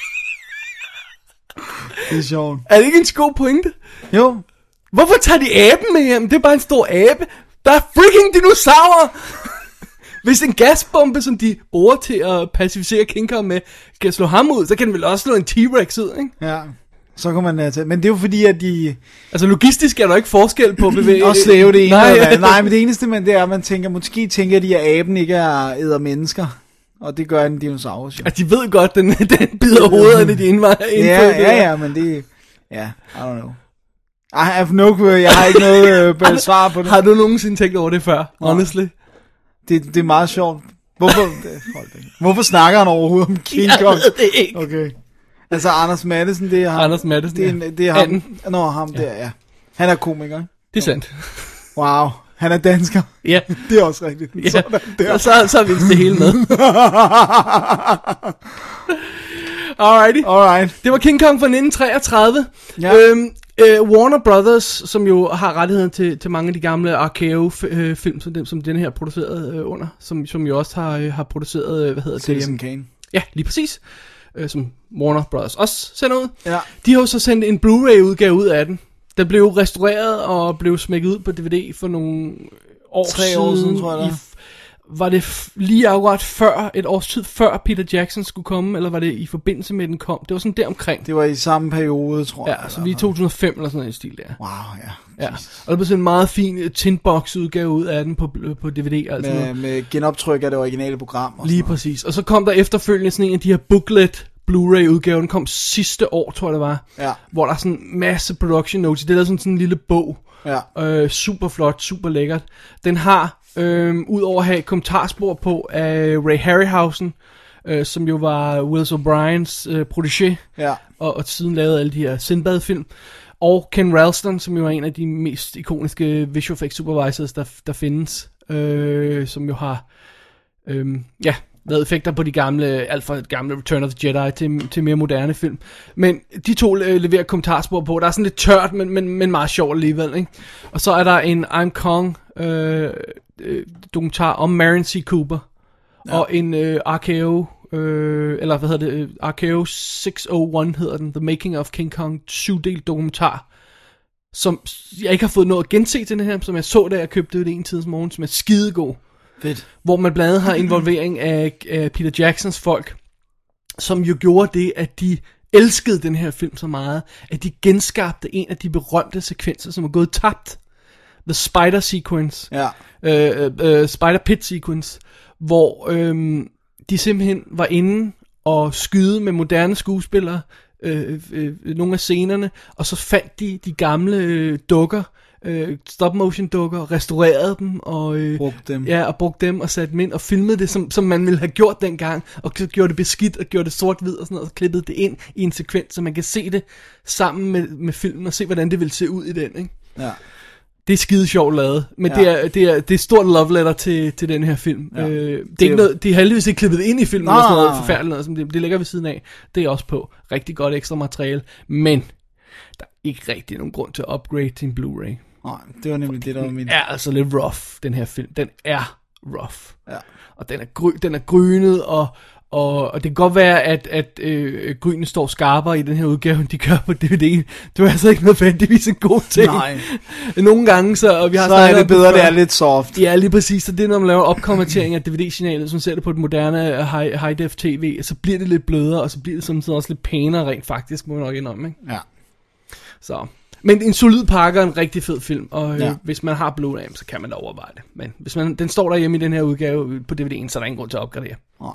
G: Det er sjovt.
F: Er det ikke en god pointe?
G: Jo.
F: Hvorfor tager de aben med hjem? Det er bare en stor abe. Der er freaking dinosaurer. Hvis en gasbombe, som de bruger til at pacificere King Kong med, kan slå ham ud, så kan den vel også slå en T-Rex ud, ikke?
G: Ja. Så kan man uh, tage. Men det er jo fordi, at de...
F: Altså logistisk er der ikke forskel på bevæge...
G: Også slæve det ene.
F: Nej.
G: Nej. Eller, nej, men det eneste, man, det er, at man tænker, måske tænker de, at aben ikke er æder mennesker. Og det gør en dinosaurus jo.
F: At de ved godt, den, den bider hovederne, de indvejer.
G: Ja, ja, ja, men det... Ja, I don't know. I have no clue. Jeg har ikke noget øh, svar på det.
F: Har du nogensinde tænkt over det før, honestly?
G: Det, det er meget sjovt. Hvorfor, det, hold det. Hvorfor snakker han overhovedet om King
F: Jeg
G: Kong?
F: ved det ikke.
G: Okay. Altså Anders Madsen, det er ham.
F: Anders Madsen,
G: det er,
F: ja.
G: det er ham.
F: Anden.
G: Nå, ham der, ja. Han er komiker.
F: Det er sandt.
G: Wow. Han er dansker.
F: Ja.
G: Det er også rigtigt.
F: Ja.
G: Sådan der.
F: Så, så, så er vi det hele med. Alrighty.
G: Alright.
F: Det var King Kong fra nitten treogtredive.
G: Ja.
F: Øhm, øh, Warner Brothers, som jo har rettigheden til, til mange af de gamle R K O-film, som, den, som den her produceret øh, under, som, som jo også har, øh, har produceret, øh, hvad hedder
G: Citizen
F: det?
G: Kane.
F: Ja, lige præcis. øh, som Warner Brothers også sender ud.
G: Ja.
F: De har jo så sendt en Blu-ray udgave ud af den. Den blev restaureret og blev smækket ud på D V D for nogle år
G: Tre
F: siden.
G: år siden, tror jeg
F: i, Var det f- lige akkurat før, et års tid før Peter Jackson skulle komme, eller var det i forbindelse med den kom? Det var sådan der omkring.
G: Det var i samme periode, tror jeg.
F: Ja, så lige to tusind og fem eller sådan en stil der.
G: Wow, ja.
F: Ja. Og der blev sådan en meget fin tinbox udgave ud af den på, på D V D. Altså
G: med, med genoptryk af det originale program. Og
F: lige præcis. Og så kom der efterfølgende sådan en af de her booklet Blu-ray udgaven. Den kom sidste år, tror jeg det var.
G: Ja.
F: Hvor der er sådan en masse production notes. Det er sådan, sådan en lille bog.
G: Ja.
F: Øh, super flot, super lækkert. Den har, øh, udover at have kommentarspor på af Ray Harryhausen, øh, som jo var Willis O'Briens øh, protégé,
G: ja.
F: og, og siden lavede alle de her Sinbad-film, og Ken Ralston, som jo er en af de mest ikoniske visual effects supervisors, der, der findes, øh, som jo har øh, ja, lavet effekter på de gamle, alt fra gamle Return of the Jedi til, til mere moderne film. Men de to øh, leverer kommentarspor på. Der er sådan lidt tørt, men, men, men meget sjovt alligevel, ikke? Og så er der en I'm Kong øh, øh, dokumentar om Marion C. Cooper, ja. Og en øh, R K O, øh, eller hvad hedder det, R K O seks nul et hedder den, The Making of King Kong, syv-del dokumentar, som jeg ikke har fået noget at gense til den her, som jeg så, da jeg købte det en tids morgen, som er skidegod.
G: Fedt.
F: Hvor man blandt andet har involvering af, af Peter Jacksons folk, som jo gjorde det, at de elskede den her film så meget, at de genskabte en af de berømte sekvenser, som er gået tabt. The Spider Sequence.
G: Ja.
F: Øh, øh, Spider Pit Sequence. Hvor øh, de simpelthen var inde og skyde med moderne skuespillere øh, øh, nogle af scenerne, og så fandt de de gamle øh, dukker, øh, stop motion dukker, restaurerede dem og øh,
G: brugte dem.
F: Ja, og brugte dem og satte dem ind og filmede det som som man ville have gjort dengang, og gjorde det beskidt og gjorde det sort-hvid og sådan noget, og klippede det ind i en sekvens, så man kan se det sammen med med filmen og se hvordan det ville se ud i den, ikke?
G: Ja.
F: Det er skide sjovt lavet, men
G: ja.
F: det er det er det er stort love letter til til den her film.
G: Ja.
F: Øh, det er ikke noget, det er heldigvis ikke klippet ind i filmen
G: Nå,
F: eller sådan noget
G: nå, nå.
F: forfærdeligt noget, som det, det ligger ved siden af. Det er også på rigtig godt ekstra materiale, men der er ikke rigtig nogen grund til at upgrade til en Blu-ray.
G: Nej, det var nemlig det der var min.
F: Den er altså lidt rough, den her film. Den er rough.
G: Ja.
F: Og den er gry, den er grynet og Og, og det kan godt være, at, at øh, grynen står skarpere i den her udgave, end de gør på D V D. Det er altså ikke nødvendigvis en god ting.
G: Nej.
F: Nogle gange, så... Og vi har
G: så er det bedre, det er lidt soft.
F: Ja, lige præcis. Så det er, når man laver opkonvertering af D V D-signalet, som ser det på et moderne high, high-def tv, så bliver det lidt blødere, og så bliver det samtidig også lidt pænere rent faktisk, må man nok indrømme, ikke?
G: Ja.
F: Så... Men en solid pakke og en rigtig fed film, og øh,
G: ja.
F: hvis man har Blu-ray, så kan man da overveje det. Men hvis man, den står derhjemme i den her udgave på D V D'en, så er der ingen grund til at opgradere.
G: Nej.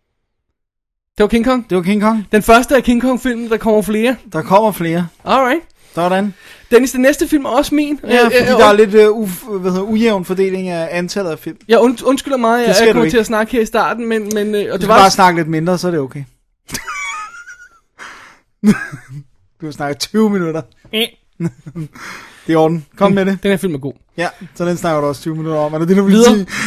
F: Det var King Kong?
G: Det var King Kong.
F: Den første af King Kong-filmen, der kommer flere?
G: Der kommer flere.
F: Alright.
G: Sådan.
F: Dennis, den næste film er også min.
G: Ja, fordi øh, øh, der er lidt uh, uf, hvad hedder, ujævn fordeling af antallet af film.
F: Jeg und, undskylder meget, jeg, jeg kommer
G: ikke.
F: til at snakke her i starten, men... men øh, og
G: du
F: det
G: var
F: var
G: bare snakke lidt mindre, så er det okay. Du har snakket tyve minutter. Det er orden. Kom
F: den,
G: med det.
F: Den her film er god.
G: Ja, så den snakker du også tyve minutter om. Er det det, du vil
F: Videre.
G: sige?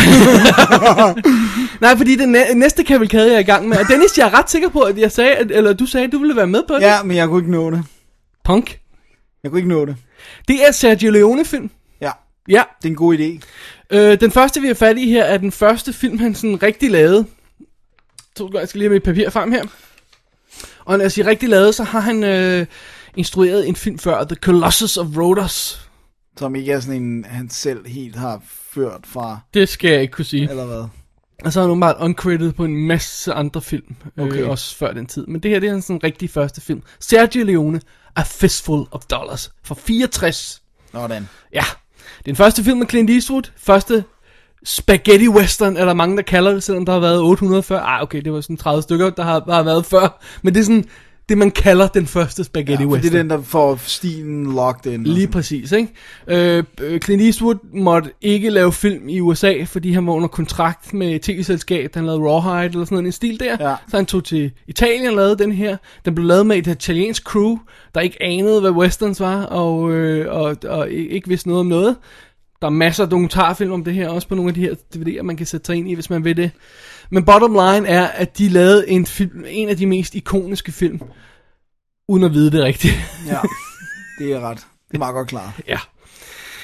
F: Nej, fordi den næ- næste kavalkade, jeg er i gang med. Og Dennis, jeg er ret sikker på, at jeg sagde, at, eller du sagde, at du ville være med på det.
G: Ja, men jeg kunne ikke nå det.
F: Punk.
G: Jeg kunne ikke nå det.
F: Det er Sergio Leone-film.
G: Ja.
F: Ja.
G: Det er en god idé.
F: Øh, den første, vi har fat i her, er den første film, han sådan rigtig lavede. Så jeg skal lige have mit papir frem her. Og når jeg siger rigtig lavet, så har han øh, instrueret en film før, The Colossus of Rhodos.
G: Som ikke er sådan en, han selv helt har ført fra...
F: Det skal jeg ikke kunne sige.
G: Eller hvad?
F: Og så er han normalt uncredited på en masse andre film, okay. øh, også før den tid. Men det her, det er sådan en rigtig første film. Sergio Leone, A Fistful of Dollars, fra fireogtres.
G: Sådan.
F: Ja, det er den første film med Clint Eastwood. Første spaghetti western, er der mange, der kalder det, selvom der har været otte hundrede før. Ah, okay, det var sådan tredive stykker, der har, der har været før. Men det er sådan det, man kalder den første spaghetti
G: ja,
F: western.
G: det er den, der får stilen locked in.
F: Lige præcis, ikke? Øh, Clint Eastwood måtte ikke lave film i U S A, fordi han var under kontrakt med et tv-selskab, han lavede Rawhide eller sådan noget, en stil der.
G: Ja.
F: Så han tog til Italien og lavede den her. Den blev lavet med et italiensk crew, der ikke anede, hvad westerns var, og, øh, og, og ikke vidste noget om noget. Der er masser af dokumentarfilm om det her, også på nogle af de her D V D'er, man kan sætte sig ind i, hvis man vil det. Men bottom line er, at de lavede en, film, en af de mest ikoniske film, uden at vide det rigtigt.
G: Ja, det er ret. Det er meget godt klart.
F: Ja.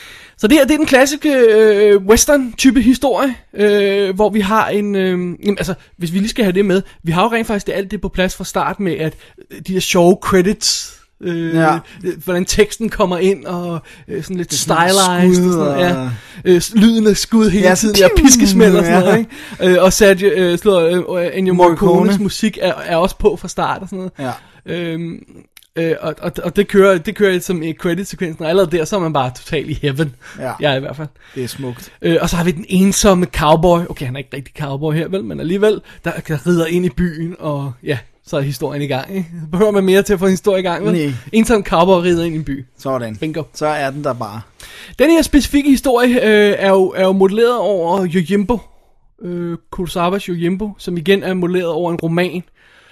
F: Så det her, det er den klassiske øh, western-type historie, øh, hvor vi har en... Øh, jamen, altså, hvis vi lige skal have det med, vi har jo rent faktisk det, alt det på plads fra start med, at de der show credits... Øh, ja. Hvordan teksten kommer ind og øh, sådan lidt stylized og sådan, ja, øh, lyden af skud hele ja, tiden, ja, piskesmæld og sådan ja. noget, ikke? Øh, og Sergio øh, slår øh, Ennio Morricones musik er, er også på fra start og sådan noget. Ja. Øhm, øh, og, og, og det kører det kører som i credit-sekvensen, og allerede der så er man bare totalt i heaven. Ja. Ja, i hvert fald. Det er smukt. Øh, og så har vi den ensomme cowboy. Okay, han er ikke rigtig cowboy her, vel, men alligevel der, der rider ind i byen og ja. Så er historien i gang, ikke? Behøver man mere til at få historien i gang, vel? Nej. En sådan cowboy rider ind i en by. Sådan. Bingo. Så er den der bare. Den her specifikke historie øh, er, jo, er jo modelleret over Yojimbo. Øh, Kurosawas Yojimbo, som igen er modelleret over en roman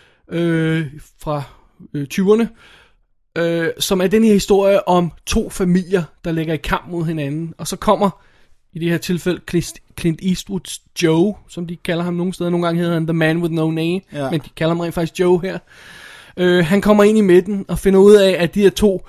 F: øh, fra øh, tyverne. Øh, som er den her historie om to familier, der ligger i kamp mod hinanden. Og så kommer, i det her tilfælde, Clint Eastwoods Joe, som de kalder ham nogle steder. Nogle gange hedder han The Man With No Name, ja. Men de kalder ham rent faktisk Joe her. Øh, han kommer ind i midten og finder ud af, at de her to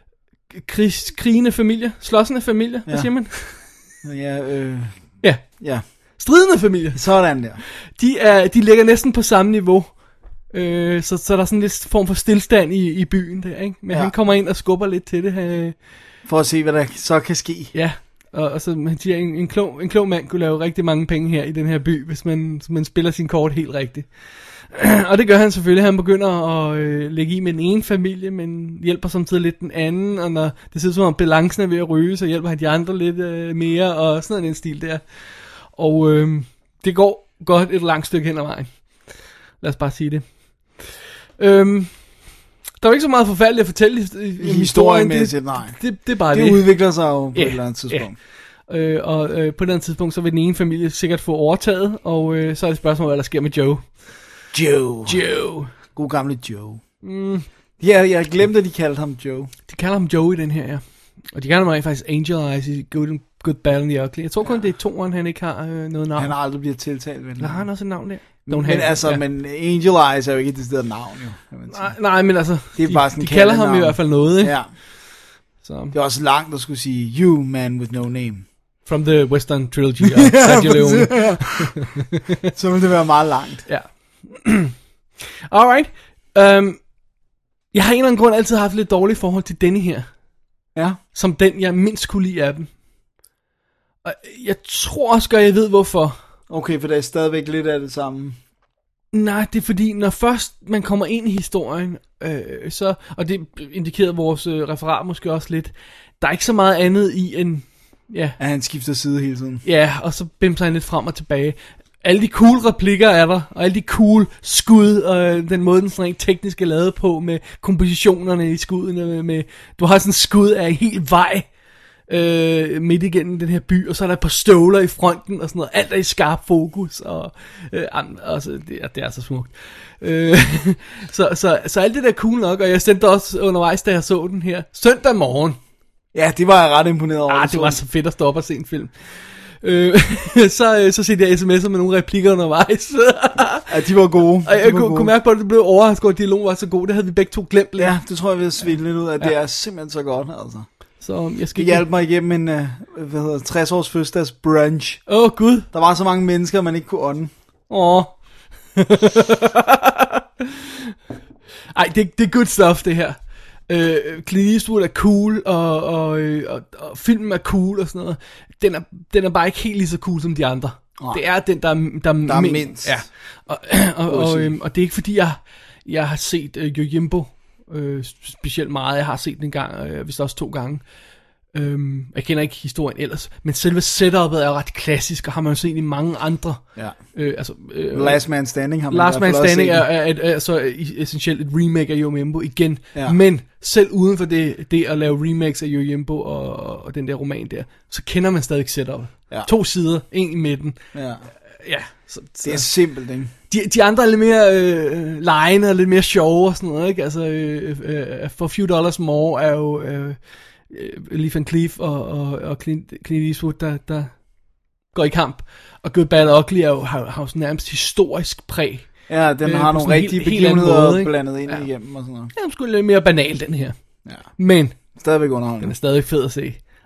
F: krigs, krigende familier, slåsende familier, ja. Hvad siger man? Ja, øh... ja. Ja. Stridende familier. Sådan der. De, er, de ligger næsten på samme niveau. Øh, så, så der er sådan lidt form for stillstand i, i byen der, ikke? Men ja. Han kommer ind og skubber lidt til det. Øh... For at se, hvad der så kan ske. Ja. Og, og så man siger, en, en, klog, en klog mand kunne lave rigtig mange penge her i den her by, hvis man, man spiller sin kort helt rigtigt. Og det gør han selvfølgelig. Han begynder at øh, lægge i med den ene familie, men hjælper samtidig lidt den anden. Og når det ser ud som om balancen er ved at ryge, så hjælper han de andre lidt øh, mere, og sådan en stil der. Og øh, det går godt et langt stykke hen ad vejen. Lad os bare sige det. Øhm, der er ikke så meget forfærdeligt at fortælle i, i, i historien. Det, nej. Det, det er bare det. Det udvikler sig jo på yeah, et eller andet tidspunkt. Yeah. Øh, og øh, på et eller andet tidspunkt, så vil den ene familie sikkert få overtaget, og øh, så er det spørgsmål, hvad der sker med Joe. Joe. Joe. God gamle Joe. Mm. Ja, jeg glemte, at de kaldte ham Joe. De kalder ham Joe i den her, ja. Og de kalder ham faktisk Angel Eyes i Good, Good Bad and the Ugly. Jeg tror kun, ja. Det er toeren, han ikke har øh, noget navn. Han har aldrig bliver tiltalt ved det. Har han også et navn der? Men, men altså, ja. Men Angel Eyes er jo ikke det stedet navn, jo. Nej, nej, men altså, det er de, bare sådan de kalder ham navn. I hvert fald noget, ikke? Ja. Så. Det er også langt at skulle sige, You Man With No Name. From the Western Trilogy of Sergio Leone. Så vil det være meget langt. Ja. Alright. Um, jeg har en eller anden grund altid haft lidt dårligt forhold til denne her. Ja. Som den, jeg mindst kunne lide af dem. Og jeg tror også, at jeg ved hvorfor. Okay, for der er stadigvæk lidt af det samme. Nej, det er fordi, når først man kommer ind i historien, øh, så, og det indikerede vores øh, referat måske også lidt, der er ikke så meget andet i end, ja. At han skifter side hele tiden. Ja, og så bimser han lidt frem og tilbage. Alle de cool replikker er der, og alle de cool skud, og den måde, den sådan rent teknisk er lavet på, med kompositionerne i skuddene, med, med du har sådan en skud af en hel vej, øh, midt igennem den her by, og så er der et par støvler i fronten, og sådan noget, alt er i skarp fokus, og øh, altså, det, er, det er så smukt. Øh, så, så, så alt det der er cool nok, og jeg sendte også undervejs, da jeg så den her, søndag morgen. Ja, det var jeg ret imponeret over. Ah, det var så fedt at stoppe og se en film. Øh, så, så sendte jeg sms'er med nogle replikker undervejs. Ja, de var gode. Og jeg kunne, kunne mærke på, at det blev overrasket, at dialogen var så god. Det havde vi begge to glemt lidt. Ja, det tror jeg, vi har svidt lidt ud af. Ja. Det er simpelthen så godt, altså. Så jeg skal hjælpe mig igennem en uh, hvad hedder, tres års fødselsdags brunch. Åh, oh, gud. Der var så mange mennesker, man ikke kunne ånde. Åh. Ej, det, det er good stuff, det her. Øh, Clint Eastwood er cool, og, og, og, og filmen er cool og sådan noget. Den er, den er bare ikke helt lige så cool som de andre. Oh. Det er den, der, der, der er mindst. mindst. Ja. Og, og, og, og, øhm, og det er ikke fordi, jeg, jeg har set øh, Yojimbo øh, specielt meget. Jeg har set den en gang, øh, vist også to gange. Øhm, jeg kender ikke historien ellers, men selve setupet er ret klassisk, og har man jo set i mange andre. Ja. Øh, altså, øh, Last Man Standing har man Last Man Standing er, er, er, er så essentielt et remake af Yojimbo igen, ja. Men selv uden for det, det at lave remakes af Yojimbo og, og den der roman der, så kender man stadig setupet. Ja. To sider, en i midten. Ja. Ja, så, så, det er simpelt, ikke? De, de andre er lidt mere øh, legende og lidt mere sjove og sådan noget, ikke? Altså, øh, øh, For Few Dollars More er jo Øh, Lee Van Cleef og, og, og Clint, Clint Eastwood, der, der går i kamp. Og Good Bad Ugly er jo, har, har jo sådan nærmest historisk præg. Ja, den øh, har nogle rigtige begivenheder blandet ind ja. Igennem og sådan noget. Ja, den skulle lidt mere banal, den her. Ja. Men stadigvæk underholdende. Den er stadig fed at se.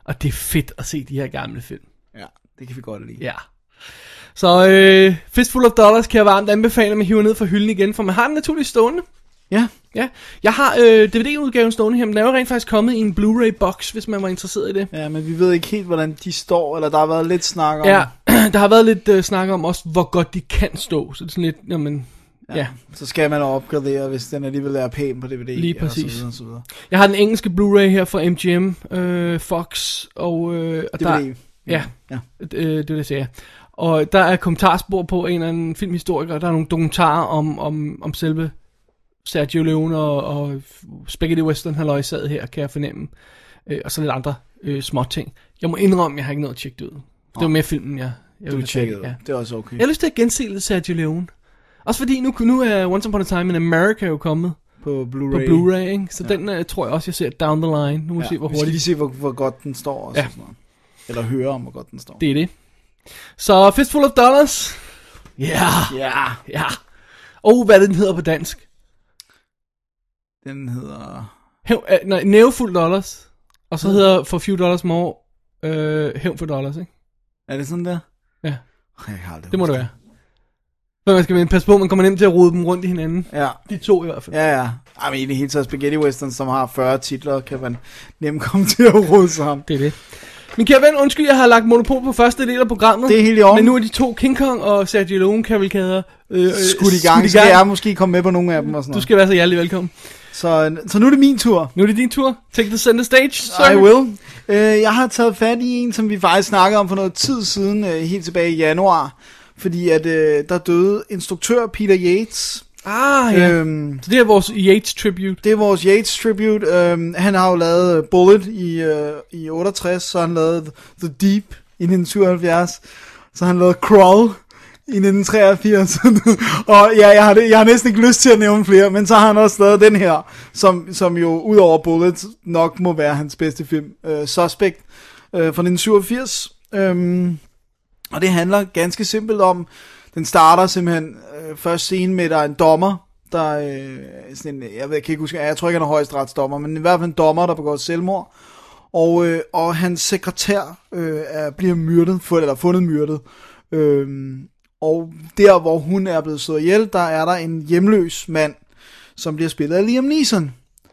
F: Og det er fedt at se de her gamle film.
G: Ja, det kan vi godt lide.
F: Ja. Så øh, Fistful of Dollars kan jeg varmt anbefale, at man hiver ned fra hylden igen, for man har den naturligt stående.
G: Ja.
F: Ja. Jeg har øh, D V D-udgaven stående her, men den er jo rent faktisk kommet i en Blu-ray-box, hvis man var interesseret i det.
G: Ja, men vi ved ikke helt, hvordan de står, eller der har været lidt snak om.
F: Ja, der har været lidt øh, snak om også, hvor godt de kan stå. Så det er sådan lidt, jamen, ja. ja.
G: Så skal man opgradere, hvis den alligevel er pæn på D V D.
F: Lige præcis.
G: Og så videre, og så videre.
F: Jeg har den engelske Blu-ray her fra M G M, øh, Fox, og, øh, og
G: D V D.
F: der... Ja, ja. Øh, det er det, jeg siger. Og der er kommentarspor på en eller anden filmhistoriker, der er nogle dokumentarer om, om, om selve Sergio Leone og, og Spaghetti Western halløjsaget her, kan jeg fornemme. Øh, og så lidt andre øh, små ting. Jeg må indrømme, jeg har ikke noget at tjekke det ud. Det var mere filmen, jeg... jeg
G: du tjekkede ja. Det er også okay.
F: Jeg har lyst til at gense lidt Sergio Leone. Også fordi nu, nu er Once Upon a Time in America jo kommet.
G: På Blu-ray.
F: På Blu-ray, ikke? Så ja. den uh, tror jeg også, jeg ser down the line. Nu må vi
G: ja,
F: se, hvor
G: vi
F: hurtigt.
G: skal lige se, hvor, hvor godt den står også. Ja. Eller høre om, hvor godt den står.
F: Det er det. Så Fistful of Dollars. Ja.
G: Yeah.
F: Ja. Yeah. Ja. Yeah. Og hvad den hedder på dansk?
G: Den hedder...
F: Hæv, uh, nej, Nævefuld Dollars. Og så hedder For Few Dollars More uh, Hævn for Dollars, ikke?
G: Er det sådan der?
F: Ja.
G: Jeg har
F: det må det være. Men man skal passe på, man kommer nemt til at rode dem rundt i hinanden.
G: Ja.
F: De to i hvert fald.
G: Ja, ja. Ej, men i det hele taget Spaghetti Western, som har fyrre titler, kan man nemt komme til at rode sammen.
F: Det er det. Men kære ven, undskyld, jeg har lagt monopol på første del af programmet.
G: Det er helt i orden.
F: Men nu er de to King Kong og Sergio Leone kavalkader øh,
G: skudt i gang. Skal jeg måske komme med på nogle af dem og sådan noget.
F: Du skal være så hjertelig velkommen.
G: Så, så nu er det min tur.
F: Nu er det din tur. Take the center stage,
G: sir. I will. Uh, jeg har taget fat i en, som vi faktisk snakkede om for noget tid siden, uh, helt tilbage i januar. Fordi at uh, der døde instruktør Peter Yates.
F: Ah, ja. Øhm, så det er vores Yates tribute.
G: Det er vores Yates tribute. Øhm, han har jo lavet Bullet i, øh, i otteogtres, så han lavet The Deep i nitten syvoghalvfjerds, så han lavet Crawl i nitten treogfirs. Og ja, jeg har, det, jeg har næsten ikke lyst til at nævne flere, men så har han også lavet den her, som, som jo ud over Bullet nok må være hans bedste film, øh, Suspect, øh, fra nitten syvogfirs. Øhm, og det handler ganske simpelt om, den starter simpelthen øh, først scene med, der er en dommer, der øh, sådan en, jeg, ved, jeg kan ikke huske, jeg tror ikke, han er højesteretsdommer, men i hvert fald en dommer, der begår selvmord, og, øh, og hans sekretær øh, er, bliver myrdet, eller fundet myrdet, øh, og der, hvor hun er blevet slået ihjel, der er der en hjemløs mand, som bliver spillet af Liam Neeson,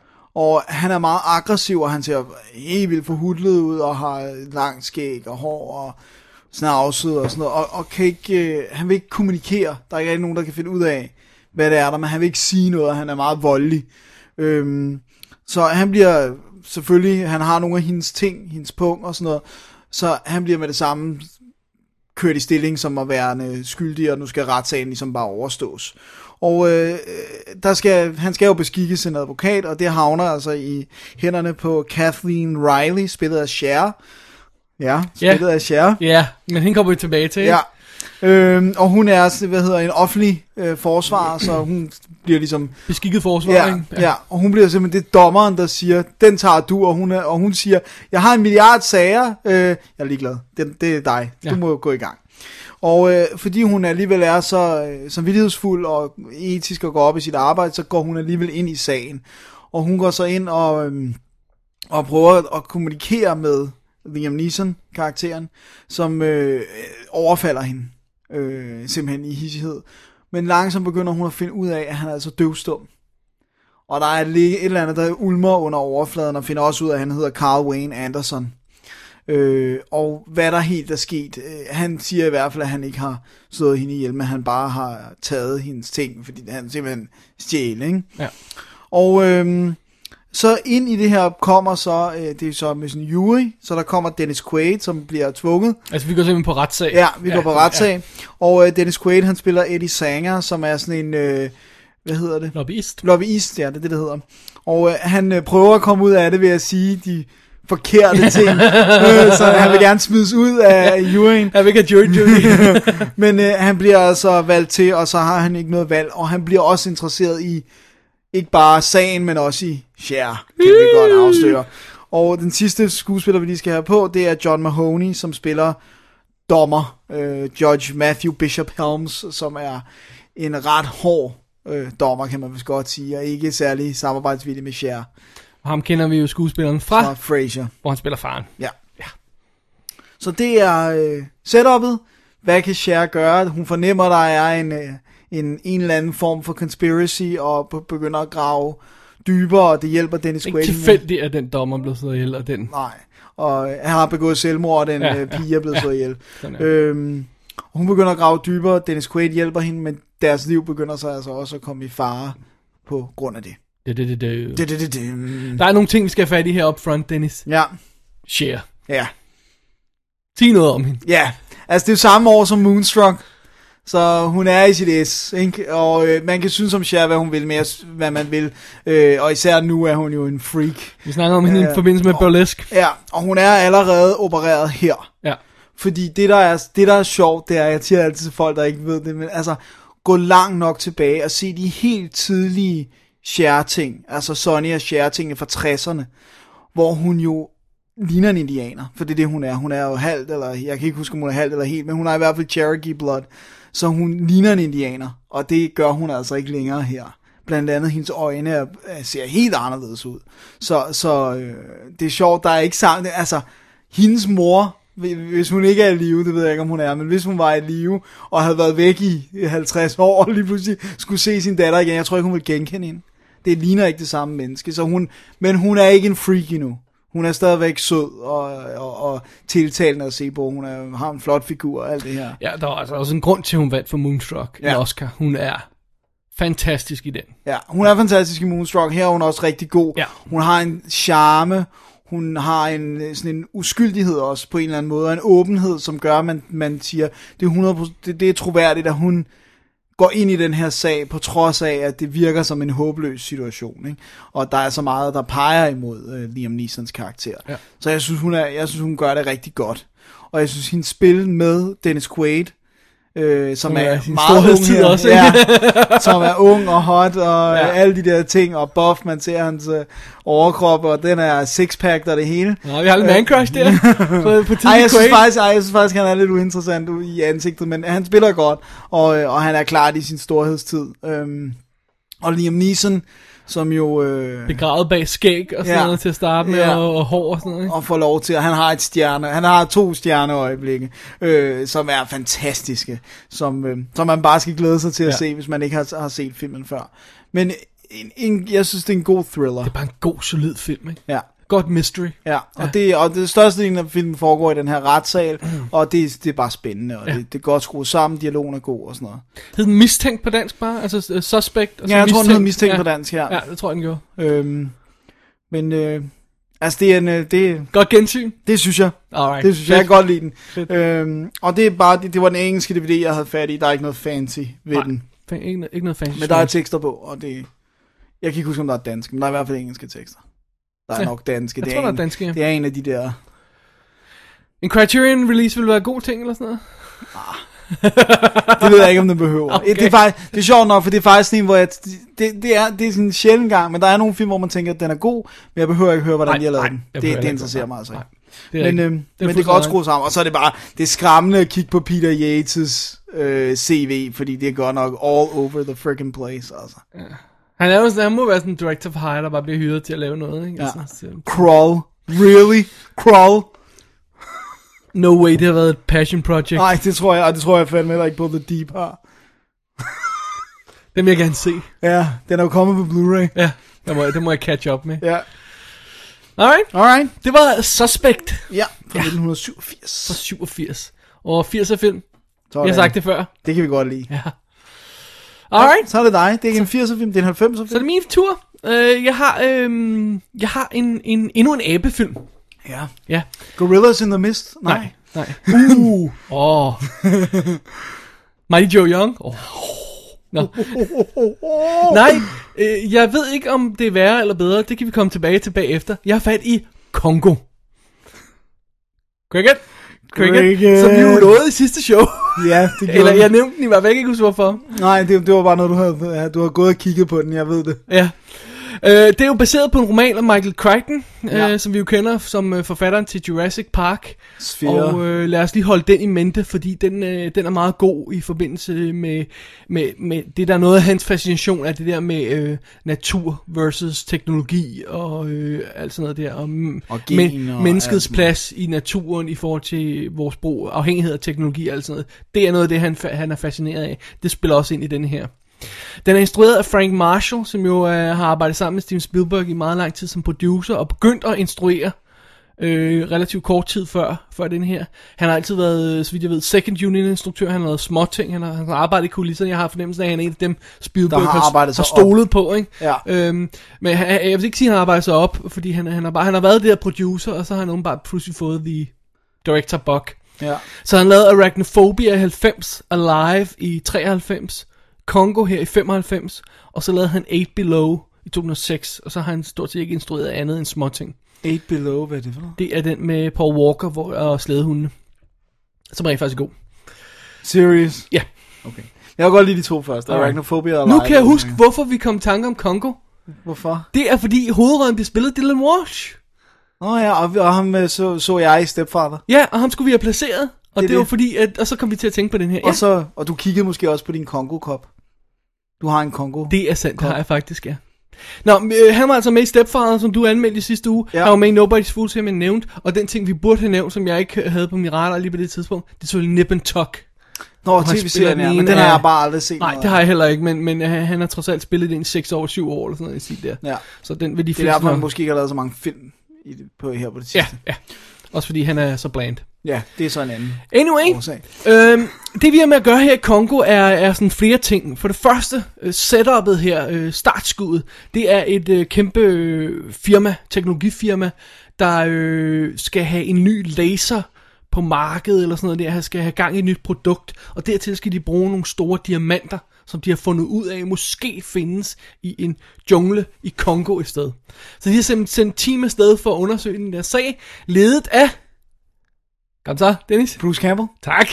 G: og han er meget aggressiv, og han ser helt vildt forhudlet ud, og har langt skæg og hår, og snavset og sådan noget, og, og kan ikke, øh, han vil ikke kommunikere. Der er ikke rigtig nogen, der kan finde ud af, hvad det er der, men han vil ikke sige noget, og han er meget voldelig. Øhm, så han bliver selvfølgelig, han har nogle af hendes ting, hendes punkt og sådan noget, så han bliver med det samme kørt i stilling som at være skyldig, og nu skal retssagen ligesom bare overstås. Og øh, der skal, han skal jo beskikkes en advokat, og det havner altså i hænderne på Kathleen Riley, spillet af Cher. Ja, spillet yeah. af Cher.
F: Ja, yeah, men hende kommer vi tilbage til.
G: Ja, øhm, og hun er, hvad hedder, en offentlig øh, forsvarer, så hun bliver ligesom...
F: Beskikket forsvarer,
G: ja,
F: ikke?
G: Ja. ja, og hun bliver simpelthen det dommeren, der siger, den tager du, og hun, er, og hun siger, jeg har en milliard sager, øh, jeg er ligeglad, det, det er dig, du ja. må gå i gang. Og øh, fordi hun alligevel er så øh, samvittighedsfuld og etisk og går op i sit arbejde, så går hun alligevel ind i sagen. Og hun går så ind og, øh, og prøver at kommunikere med Liam Neeson-karakteren, som øh, overfalder hende, øh, simpelthen i hissighed. Men langsomt begynder hun at finde ud af, at han er altså døvstum. Og der er et eller andet, der ulmer under overfladen, og finder også ud af, at han hedder Carl Wayne Anderson. Øh, og hvad der helt er sket, øh, han siger i hvert fald, at han ikke har slået hende ihjel, men han bare har taget hendes ting, fordi han simpelthen stjæl, ikke?
F: Ja.
G: Og øh, så ind i det her kommer så, øh, det er så med sådan en jury, så der kommer Dennis Quaid, som bliver tvunget.
F: Altså vi går simpelthen på retssag.
G: Ja, vi ja, går på retssag. Ja. Og øh, Dennis Quaid, han spiller Eddie Sanger, som er sådan en, øh, hvad hedder det?
F: Lobbyist.
G: Lobbyist, ja, det er det, det hedder. Og øh, han øh, prøver at komme ud af det ved at sige de forkerte ting, øh, så han vil gerne smides ud af juryen.
F: Han vil ikke have jury jury.
G: Men øh, han bliver altså valgt til, og så har han ikke noget valg, og han bliver også interesseret i ikke bare sagen, men også i Cher, kan vi godt afsløre. Og den sidste skuespiller, vi lige skal have på, det er John Mahoney, som spiller dommer, øh, Judge Matthew Bishop Helms, som er en ret hård øh, dommer, kan man vist godt sige, og ikke særlig samarbejdsvillig med Cher.
F: Og ham kender vi jo skuespilleren fra,
G: fra Frasier,
F: hvor han spiller faren.
G: Ja.
F: Ja.
G: Så det er øh, setup'et. Hvad kan Cher gøre? Hun fornemmer, der er en, øh, en, en eller anden form for conspiracy, og begynder at grave dybere, og det hjælper Dennis Quaid.
F: Ikke tilfældigt, at den dommer blev slået ihjel, og den...
G: Nej, og han har begået selvmord, og den ja, øh, pige er blevet ja, slået ihjel. Øhm, og hun begynder at grave dybere, Dennis Quaid hjælper hende, men deres liv begynder så altså også at komme i fare på grund af det.
F: Det, det, det, det.
G: Det, det, det, det.
F: Der er nogle ting, vi skal have fat i her up front, Dennis.
G: Ja.
F: Cher.
G: Ja.
F: Sig noget om hende.
G: Ja, altså det er jo samme år som Moonstruck, så hun er i sit S, ikke? Og øh, man kan synes om Cher, hvad hun vil, mere hvad man vil, øh, og især nu er hun jo en freak.
F: Vi snakker om hende øh, i forbindelse med burlesque.
G: Ja, og hun er allerede opereret her.
F: Ja.
G: Fordi det der, er, det, der er sjovt, det er, jeg siger altid til folk, der ikke ved det, men altså, gå langt nok tilbage og se de helt tidlige Cher-ting, altså Sonny og Cher-tingene fra tresserne, hvor hun jo ligner en indianer, for det er det, hun er. Hun er jo halvt, eller jeg kan ikke huske, om hun er halvt eller helt, men hun er i hvert fald Cherokee blood, så hun ligner en indianer, og det gør hun altså ikke længere her. Blandt andet hendes øjne er, ser helt anderledes ud. Så, så øh, det er sjovt, der er ikke sammen, altså, hendes mor, hvis hun ikke er i live, det ved jeg ikke, om hun er, men hvis hun var i live, og havde været væk i halvtreds år, og lige pludselig skulle se sin datter igen, jeg tror ikke, hun ville genkende hende. Det ligner ikke det samme menneske, så hun, men hun er ikke en freak endnu. Hun er stadigvæk sød og, og, og tiltalende at se på. Hun er, har en flot figur og alt det her.
F: Ja, der er altså også en grund til, at hun vandt for Moonstruck ja. i Oscar. Hun er fantastisk i den.
G: Ja, hun er fantastisk i Moonstruck. Her er hun også rigtig god.
F: Ja.
G: Hun har en charme. Hun har en, sådan en uskyldighed også på en eller anden måde. Og en åbenhed, som gør, at man, man siger, det er, hundrede procent, det, det er troværdigt, at hun går ind i den her sag, på trods af, at det virker som en håbløs situation, ikke? Og der er så meget, der peger imod øh, Liam Neesons karakter. Ja. Så jeg synes, hun er, jeg synes, hun gør det rigtig godt. Og jeg synes, hendes spil med Dennis Quaid, øh, som, som er, er meget ung her, også, ja, som er ung og hot, og ja. alle de der ting, og buff, man ser hans øh, overkrop, og den er sixpack og det hele.
F: Nå, vi har lidt man crush der.
G: på ej, jeg synes faktisk, ej, jeg synes faktisk, han er lidt uinteressant i ansigtet, men han spiller godt, og, og han er klart i sin storhedstid. Øhm, og Liam Neeson, som jo... Øh,
F: begravet bag skæg og sådan ja, noget til at starte med, ja, og, og hår og sådan noget. Ikke?
G: Og får lov til, han har et stjerne, han har to stjerneøjeblikke, øh, som er fantastiske, som, øh, som man bare skal glæde sig til at ja. se, hvis man ikke har, har set filmen før. Men en, en, jeg synes, det er en god thriller.
F: Det er bare en god, solid film, ikke?
G: Ja.
F: Godt mystery.
G: Ja, og, ja. Det, og det største del af filmen foregår i den her retssal, mm. og det, det er bare spændende, og ja. det, det er godt skruet sammen, dialogen er god og sådan noget.
F: Hed den mistænkt på dansk bare? Altså uh, suspect? Og
G: ja, jeg
F: mistænkt.
G: tror den hed mistænkt ja. på dansk, ja.
F: Ja, det tror jeg den gjorde.
G: Øhm, men, øh, altså det er en... Det,
F: godt gensyn?
G: Det synes jeg.
F: Alright.
G: Det synes jeg, jeg kan godt lide den. Øhm, og det er bare, det, det var den engelske D V D, jeg havde fat i, der er ikke noget fancy ved
F: Nej,
G: den.
F: F- ikke, ikke noget fancy.
G: Men der er tekster på, og det... Jeg kan ikke huske, om der er dansk, men der er i hvert fald engelske tekster. Der er ja. nok danske.
F: Jeg
G: det,
F: tror,
G: er en,
F: der er danske, ja.
G: det er en af de der...
F: En Criterion release vil være god ting, eller sådan noget?
G: Ah. Det ved jeg ikke, om den behøver. Okay. Det, er faktisk, det er sjovt nok, for det er faktisk sådan en, hvor jeg... Det, det, er, det er sådan en sjælden gang, men der er nogle film, hvor man tænker, at den er god, men jeg behøver ikke høre, hvordan nej, de har lavet den. Det, det interesserer mig altså ikke. Det men, øhm, det men det er godt skruet sammen, og så er det bare... Det er skræmmende at kigge på Peter Yates' øh, C V, fordi det er godt nok all over the freaking place, altså. Ja.
F: Han, er jo, han må være sådan en director for hire, der bare bliver hyret til at lave noget, ikke?
G: Ja.
F: Altså,
G: Crawl. Really? Crawl?
F: No way, det har været et passion project.
G: Nej, det tror jeg, og det tror jeg fandme heller ikke på The Deep har.
F: Det vil jeg gerne se.
G: Ja, den er jo kommet på Blu-ray.
F: Ja, det må, det må jeg catch up med.
G: Ja.
F: Alright.
G: Alright.
F: Det var Suspect.
G: Ja, fra ja. nitten syvogfirs.
F: Fra syvogfirs. Og firs'er film.
G: Sådan.
F: Jeg har sagt det før.
G: Det kan vi godt lide.
F: Ja. Alright.
G: Så er det dig. Det er ikke en firs'er film, det er en halvfemser film.
F: Så er det min tur. Uh, jeg har, uh, jeg har en, en, endnu en abefilm.
G: Ja.
F: Ja.
G: Gorillas in the Mist? Nej.
F: Nej. nej. Uh. Åh. oh. Mighty Joe Young? Åh. Oh. No. Nej, øh, jeg ved ikke, om det er værre eller bedre. Det kan vi komme tilbage til bagefter. Jeg har fat i Congo. Cricket? Cricket? Cricket. Som vi jo nåede i sidste show.
G: Ja, det gjorde
F: Eller jeg nævnte den i hvert fald ikke, huske hvorfor.
G: Nej, det, det var bare noget, du havde, du har gået og kigget på den, jeg ved det.
F: Ja. Uh, det er jo baseret på en roman af Michael Crichton,
G: Ja.
F: uh, som vi jo kender som uh, forfatteren til Jurassic Park.
G: Sphere.
F: Og uh, lad os lige holde den i mente, fordi den, uh, den er meget god i forbindelse med, med, med det, der er noget af hans fascination af det der med uh, natur versus teknologi og uh, alt sådan noget der. Og,
G: Og
F: men,
G: gener og
F: menneskets
G: alt.
F: plads i naturen i forhold til vores brug, afhængighed af teknologi og alt sådan noget. Det er noget af det, han, han er fascineret af. Det spiller også ind i denne her. Den er instrueret af Frank Marshall, som jo uh, har arbejdet sammen med Steven Spielberg i meget lang tid som producer, og begyndt at instruere øh, relativt kort tid før, før den her. Han har altid været, så vidt jeg ved, second unit instruktør, han har lavet småting, han har, han har arbejdet i kulisserne, jeg har fornemmelsen af, at han er en af dem, Spielberg
G: Der har
F: har,
G: arbejdet
F: har
G: sig
F: stolet
G: op.
F: på, ikke?
G: Ja.
F: Øhm, men han, jeg vil ikke sige, at han har arbejdet sig op, fordi han, han, har, bare, han har været det der producer, og så har han åbenbart pludselig fået the director bug.
G: Ja.
F: Så han lavede Arachnophobia i halvfems, Alive i treoghalvfems, Congo her i femoghalvfems, og så lavede han eight Below i to tusind og seks, og så har han stort set ikke instrueret andet end småting.
G: eight Below, hvad er det for noget?
F: Det er den med Paul Walker hvor, og slædehundene, som rent faktisk er god.
G: Serious?
F: Ja.
G: Okay. Jeg kan godt lide de to første,
F: Alright.
G: Arachnophobia og
F: Nu
G: Live.
F: kan jeg huske, hvorfor vi kom i tanke om Congo.
G: Hvorfor?
F: Det er fordi hovedrollen bliver spillet af Dylan Walsh.
G: Åh oh, ja, og, og ham øh, så, så jeg i Stepfather.
F: Ja, og ham skulle vi have placeret. Og
G: Det er
F: det, det var
G: det.
F: fordi, at, og så kom vi til at tænke på den her. Ja,
G: Og, så, og du kiggede måske også på din Congo-kop. Du har en Congo.
F: det er sandt, det har jeg faktisk, ja. Nå, øh, han var altså med i Stepfather, som du anmeldte i sidste uge.
G: Ja.
F: Han var med i Nobody's Fool, som jeg nævnte. Og den ting, vi burde have nævnt, som jeg ikke havde på min radar lige på det tidspunkt, det er selvfølgelig Nip and Tuck.
G: Nå,
F: han spiller
G: tv-serien
F: den
G: er,
F: ene
G: men den har
F: af-
G: jeg bare aldrig set.
F: Nej,
G: noget
F: det
G: af.
F: har jeg heller ikke, men, men han, han har trods alt spillet det i seks år, syv år, eller sådan noget i stil der.
G: Ja.
F: Så den vil de
G: Det er derfor,
F: fleste
G: han
F: nok-
G: måske ikke har lavet så mange film i det, på, her på det
F: Ja,
G: sidste.
F: ja. Også fordi han er så bland.
G: Ja, det er så en anden
F: Anyway,
G: årsag.
F: øhm, det vi har med at gøre her i Congo er, er sådan flere ting. For det første, øh, setup'et her, øh, startskuddet, det er et øh, kæmpe øh, firma, teknologifirma, der øh, skal have en ny laser på markedet, eller sådan noget der, skal have gang i et nyt produkt, og dertil skal de bruge nogle store diamanter, som de har fundet ud af, måske findes i en jungle i Congo et sted. Så de har simpelthen sendt team afsted for at undersøge den der sag, ledet af... Kom så, Dennis.
G: Bruce Campbell.
F: Tak.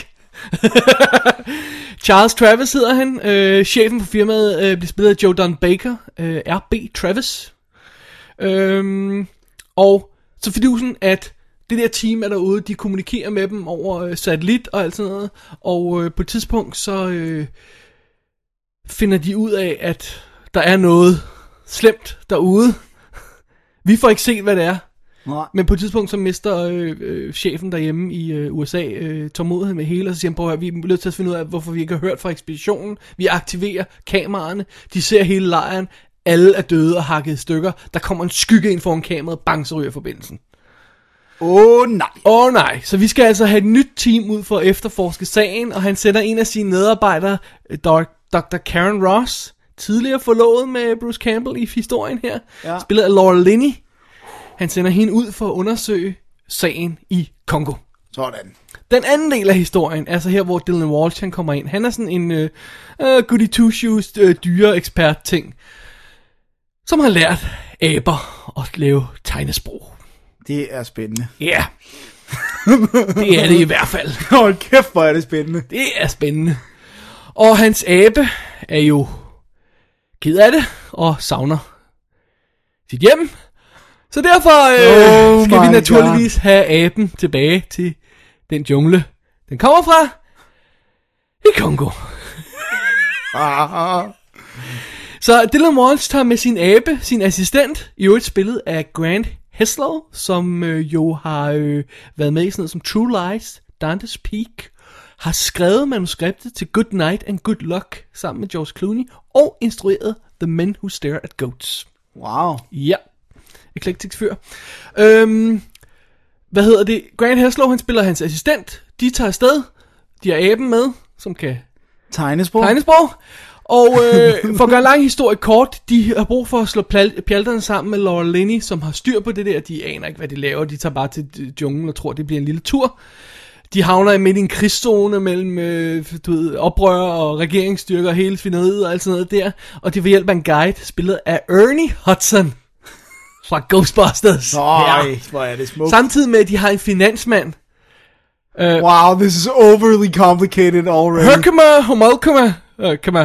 F: Charles Travis hedder han. Øh, chefen for firmaet øh, bliver spillet af Joe Don Baker. Øh, R B Travis. Øhm, og så fidusen, at det der team er derude, de kommunikerer med dem over øh, satellit og alt sådan noget. Og øh, på et tidspunkt, så øh, finder de ud af, at der er noget slemt derude. Vi får ikke set, hvad det er.
G: Nej.
F: Men på et tidspunkt så mister øh, øh, chefen derhjemme i øh, U S A øh, tålmodighed med hele, og så siger han, prøv at høre, vi er nødt til at finde ud af, hvorfor vi ikke har hørt fra ekspeditionen. Vi aktiverer kameraerne, de ser hele lejren, alle er døde og hakket i stykker, der kommer en skygge ind foran kameraet, bang, så ryger forbindelsen.
G: Åh oh, nej.
F: Åh oh, nej, så vi skal altså have et nyt team ud for at efterforske sagen, og han sender en af sine medarbejdere, doktor Karen Ross, tidligere forlovet med Bruce Campbell i historien her,
G: Ja.
F: spillet af Laura Linney. Han sender hende ud for at undersøge sagen i Congo.
G: Sådan.
F: Den anden del af historien, altså her hvor Dylan Walsh han kommer ind, han er sådan en uh, uh, goody two shoes uh, dyre ekspert ting, som har lært aber at lave tegnesprog.
G: Det er spændende.
F: Ja, yeah. Det er det i hvert fald.
G: Hold kæft, hvor er det spændende.
F: Det er spændende. Og hans abe er jo ked af det og savner sit hjem. Så derfor øh,
G: Oh
F: skal vi
G: my
F: naturligvis have aben tilbage til den jungle, den kommer fra, i Congo. Så Dylan Walsh tager med sin abe, sin assistent, i øvrigt spillet af Grant Heslov, som øh, jo har øh, været med i sådan noget som True Lies, Dante's Peak, har skrevet manuskriptet til Good Night and Good Luck sammen med George Clooney, og instrueret The Men Who Stare at Goats.
G: Wow.
F: Ja, eklektisk fyr. Øhm, hvad hedder det? Grant Heslov, han spiller hans assistent. De tager afsted. De har aben med, som kan
G: Tegnesprog.
F: tegnesprog. Og øh, for at gøre en lang historie kort, de har brug for at slå pal- pjalterne sammen med Laura Linney, som har styr på det der. De aner ikke, hvad de laver. De tager bare til junglen og tror, det bliver en lille tur. De havner midt i en krigszone mellem øh, du ved, oprør og regeringsstyrker og hele svineriet og alt sådan noget der. Og de får hjælp af en guide, spillet af Ernie Hudson fra Ghostbusters.
G: Øj,
F: Ja.
G: hvor er det smukt.
F: Samtidig med, at de har en finansmand. Øh,
G: Wow, this is overly complicated already.
F: Herkimer Homolkema, uh, Kama,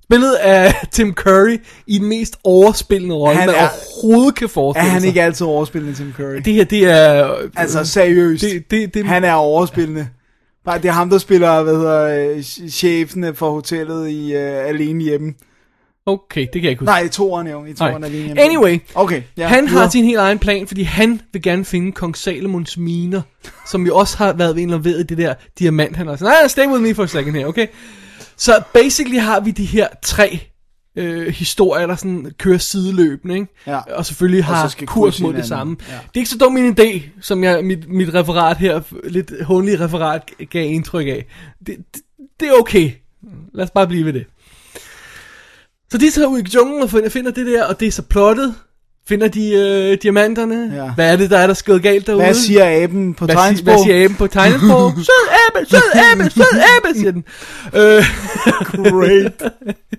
F: Spillet af Tim Curry i den mest overspillende rolle, man
G: er,
F: overhovedet kan forestille sig.
G: Er han ikke altid overspillende, Tim Curry?
F: Det her, det er...
G: Altså seriøst.
F: Det, det, det,
G: han er overspillende. Det er ham, der spiller, hvad hedder, chefen for hotellet i uh, Alene Hjemme.
F: Okay, det kan jeg ikke huske.
G: Nej, i toeren jo. I toeren Alene Hjemme.
F: Anyway,
G: okay, ja,
F: han har
G: ja.
F: sin helt egen plan, fordi han vil gerne finde Kong Salomons miner, som jo også har været involveret i det der diamant, han har sagt, nej, stay with me for a second her, okay? Så basically har vi de her tre øh, historier, der sådan kører sideløbende, ikke?
G: Ja.
F: Og selvfølgelig har
G: og
F: kurs mod det samme.
G: Ja.
F: Det er ikke så dum min idé, som jeg, mit, mit referat her, lidt håndelig referat, gav indtryk af. Det, det, det er okay. Lad os bare blive ved det. Så de tager ud i junglen og finder, finder det der, og det er så plottet. Finder de øh, diamanterne.
G: Ja.
F: Hvad er det, der er der skød galt derude?
G: Hvad siger aben på
F: hvad
G: tegnsprog?
F: Hvad siger aben på tegnsprog? Sød abe, sød abe, sød abe, siger den. Øh.
G: Great.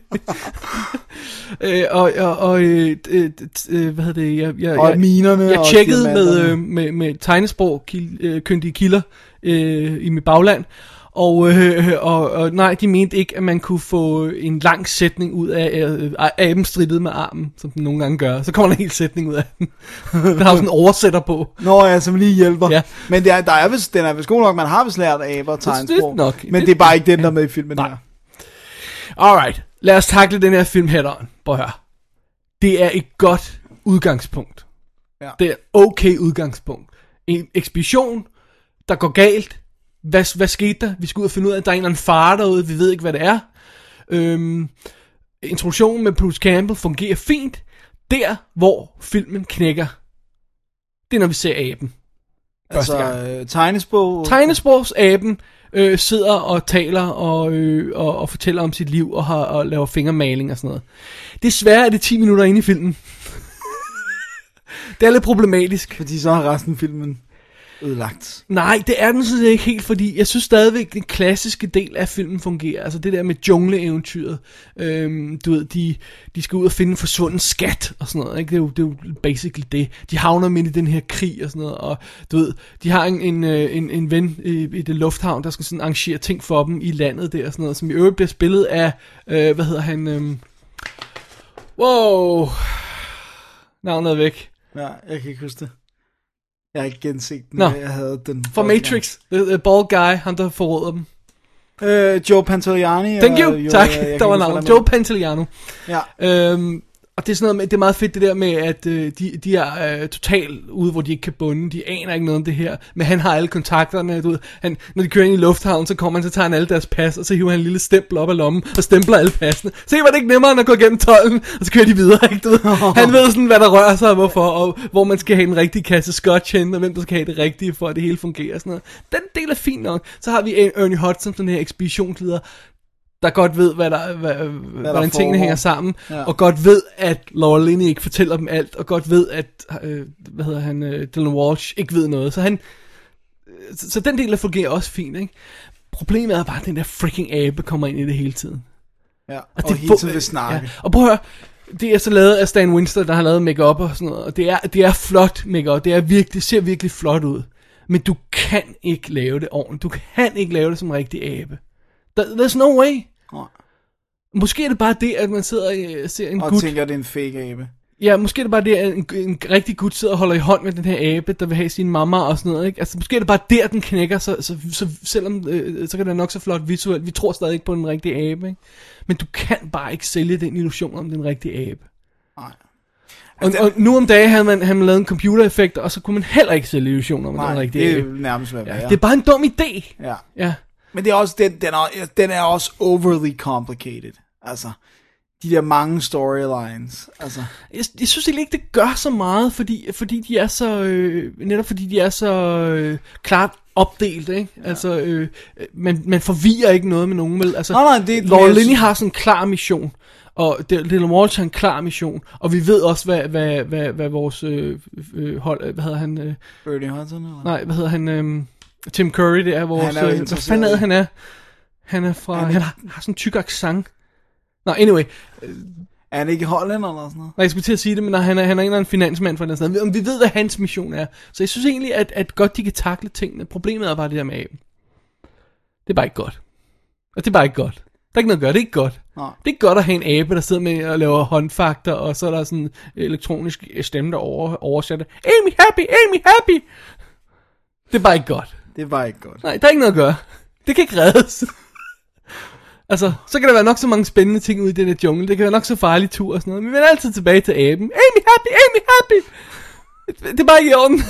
F: øh, og og, og øh, øh, hvad hedder det? Jeg, jeg,
G: og minerne
F: jeg
G: og
F: tjekkede med, øh, med, med tegnesprog, kil, øh, kyndige kilder øh, i mit bagland. Og, øh, og, og nej, de mente ikke, at man kunne få en lang sætning ud af øh, aben strittet med armen, som den nogle gange gør. Så kommer der en hel sætning ud af den. Der har sådan en oversætter på.
G: Nå ja, som lige hjælper.
F: Ja.
G: Men det er, der er vist, den er vist god nok, man har vist lært aber og tegnsprog.
F: Nok.
G: Men det, det er bare ikke den, der er med i filmen
F: nej.
G: her.
F: Alright, lad os takle den her film head on. Prøv at høre. Det er et godt udgangspunkt.
G: Ja.
F: Det er okay udgangspunkt. En ekspedition, der går galt. Hvad, hvad skete der? Vi skal ud og finde ud af, at der er en eller anden far derude, vi ved ikke, hvad det er. Øhm, introduktionen med Bruce Campbell fungerer fint. Der, hvor filmen knækker, det er, når vi ser aben.
G: Altså, øh, tegnesprog...
F: Tegnesprogsaben øh, sidder og taler og, øh, og, og fortæller om sit liv og, har, og laver fingermaling og sådan noget. Desværre er det ti minutter inde i filmen. Det er lidt problematisk.
G: Fordi så har resten af filmen ødelagt.
F: Nej, det er den sådan ikke helt, fordi jeg synes stadigvæk, den klassiske del af filmen fungerer. Altså det der med jungleeventyret. Øhm, du ved, de, de skal ud og finde en forsvunden skat og sådan noget. Ikke? Det, er jo, det er jo basically det. De havner midt i den her krig og sådan noget. Og du ved, de har en, en, en, en ven i, i det lufthavn, der skal sådan arrangere ting for dem i landet der og sådan noget. Som i øvrigt bliver spillet af, øh, hvad hedder han? Øhm, wow. Navnet er væk.
G: Ja, jeg kan ikke huske det. Jeg har ikke genset den,
F: Nå.
G: jeg havde den.
F: For Matrix, the, the bald guy, han der forråder dem.
G: Uh, Joe Pantoliano.
F: Thank you,
G: jo,
F: tak,
G: jeg, jeg
F: der var navnet. Joe Pantoliano.
G: Ja.
F: Øhm, og det er sådan noget med, det er meget fedt det der med, at øh, de, de er øh, totalt ude, hvor de ikke kan bunde. De aner ikke noget om det her. Men han har alle kontakterne. Du ved, han, når de kører ind i lufthavnen, så kommer han, så tager han alle deres pas, og så hiver han en lille stempel op af lommen, og stempler alle passene. Se, var det ikke nemmere, end at gå igennem tolden, og så kører de videre, ikke? Du ved, han ved sådan, hvad der rører sig, og hvorfor, og hvor man skal have en rigtig kasse scotch hen, og hvem der skal have det rigtige, for at det hele fungerer og sådan noget. Den del er fint nok. Så har vi Ernie Hudson, den her ekspeditionsleder, der godt ved, hvad der, hvad, hvad hvordan tingene foregår. Hænger sammen, ja. Og godt ved, at Laura Linney ikke fortæller dem alt, og godt ved, at, øh, hvad hedder han, øh, Dylan Walsh ikke ved noget. Så han, øh, så, så den del der fungerer også fint, ikke? Problemet er bare, at den der freaking abe kommer ind i det hele tiden.
G: Ja, og,
F: og
G: det hele tiden vil snakke. Ja.
F: Og prøv at høre, det er så lavet af Stan Winston, der har lavet make-up og sådan noget, og det er, det er flot make-up, det, er virkelig, det ser virkelig flot ud. Men du kan ikke lave det ordentligt, du kan ikke lave det som en rigtig abe. There's no way.
G: Nej.
F: Måske er det bare det, at man sidder og ser en
G: og
F: gut.
G: Og tænker, at det er en fake abe.
F: Ja, måske er det bare det, at en, en rigtig gut sidder og holder i hånd med den her abe, der vil have sin mamma og sådan noget, ikke? Altså, måske er det bare der, den knækker, så, så, så selvom, øh, så kan det nok så flot visuelt. Vi tror stadig ikke på den rigtige abe, ikke? Men du kan bare ikke sælge den illusion om den rigtige abe.
G: Nej.
F: Og, og nu om dagen havde man, havde man lavet en computereffekt, og så kunne man heller ikke sælge illusioner om
G: Nej,
F: den rigtige abe.
G: det er nærmest hvad
F: ja, det er bare en dum idé.
G: Ja.
F: Ja.
G: Men det er også, den, den, er, den er også overly complicated. Altså, de der mange storylines. Altså.
F: Jeg, jeg synes egentlig ikke, det gør så meget, fordi, fordi de er så, øh, netop fordi de er så øh, klart opdelt, ikke? Ja. Altså, øh, man, man forvirrer ikke noget med nogen, vel? Altså,
G: nej, nej, det,
F: Laura Linney har sådan en klar mission, og Dylan Walsh har en klar mission, og vi ved også, hvad, hvad, hvad, hvad vores øh, øh, hold, hvad hedder han? Øh,
G: Ernie Hudson, eller?
F: Nej, hvad hedder han? Øh, Tim Curry, det er vores...
G: Han er
F: øh, hvad fanden er det, han er? Han er fra... Han, er, han har, har sådan en tyk accent. Nå, anyway.
G: Er han ikke hollænder eller sådan noget?
F: Nej, jeg skulle til at sige det, men han er, han er en eller anden finansmand for den sådan noget. Vi ved, hvad hans mission er. Så jeg synes egentlig, at, at godt de kan takle tingene. Problemet er bare det der med aben. Det er bare ikke godt. Og det er bare ikke godt. Der er ikke noget at gøre, det er ikke godt.
G: Nej.
F: Det er godt at have en abe, der sidder med og laver håndfakter, og så er der sådan en elektronisk stemme, der over, oversætter. Amy happy, Amy happy! Det er bare ikke godt.
G: Det er bare ikke godt.
F: Nej, der er ikke noget at gøre. Det kan ikke reddes. Altså, så kan der være nok så mange spændende ting ude i den her jungle. Det kan være nok så farlig tur og sådan noget. Men vi vender altid tilbage til aben. Amy happy, Amy happy! Det er bare ikke i orden.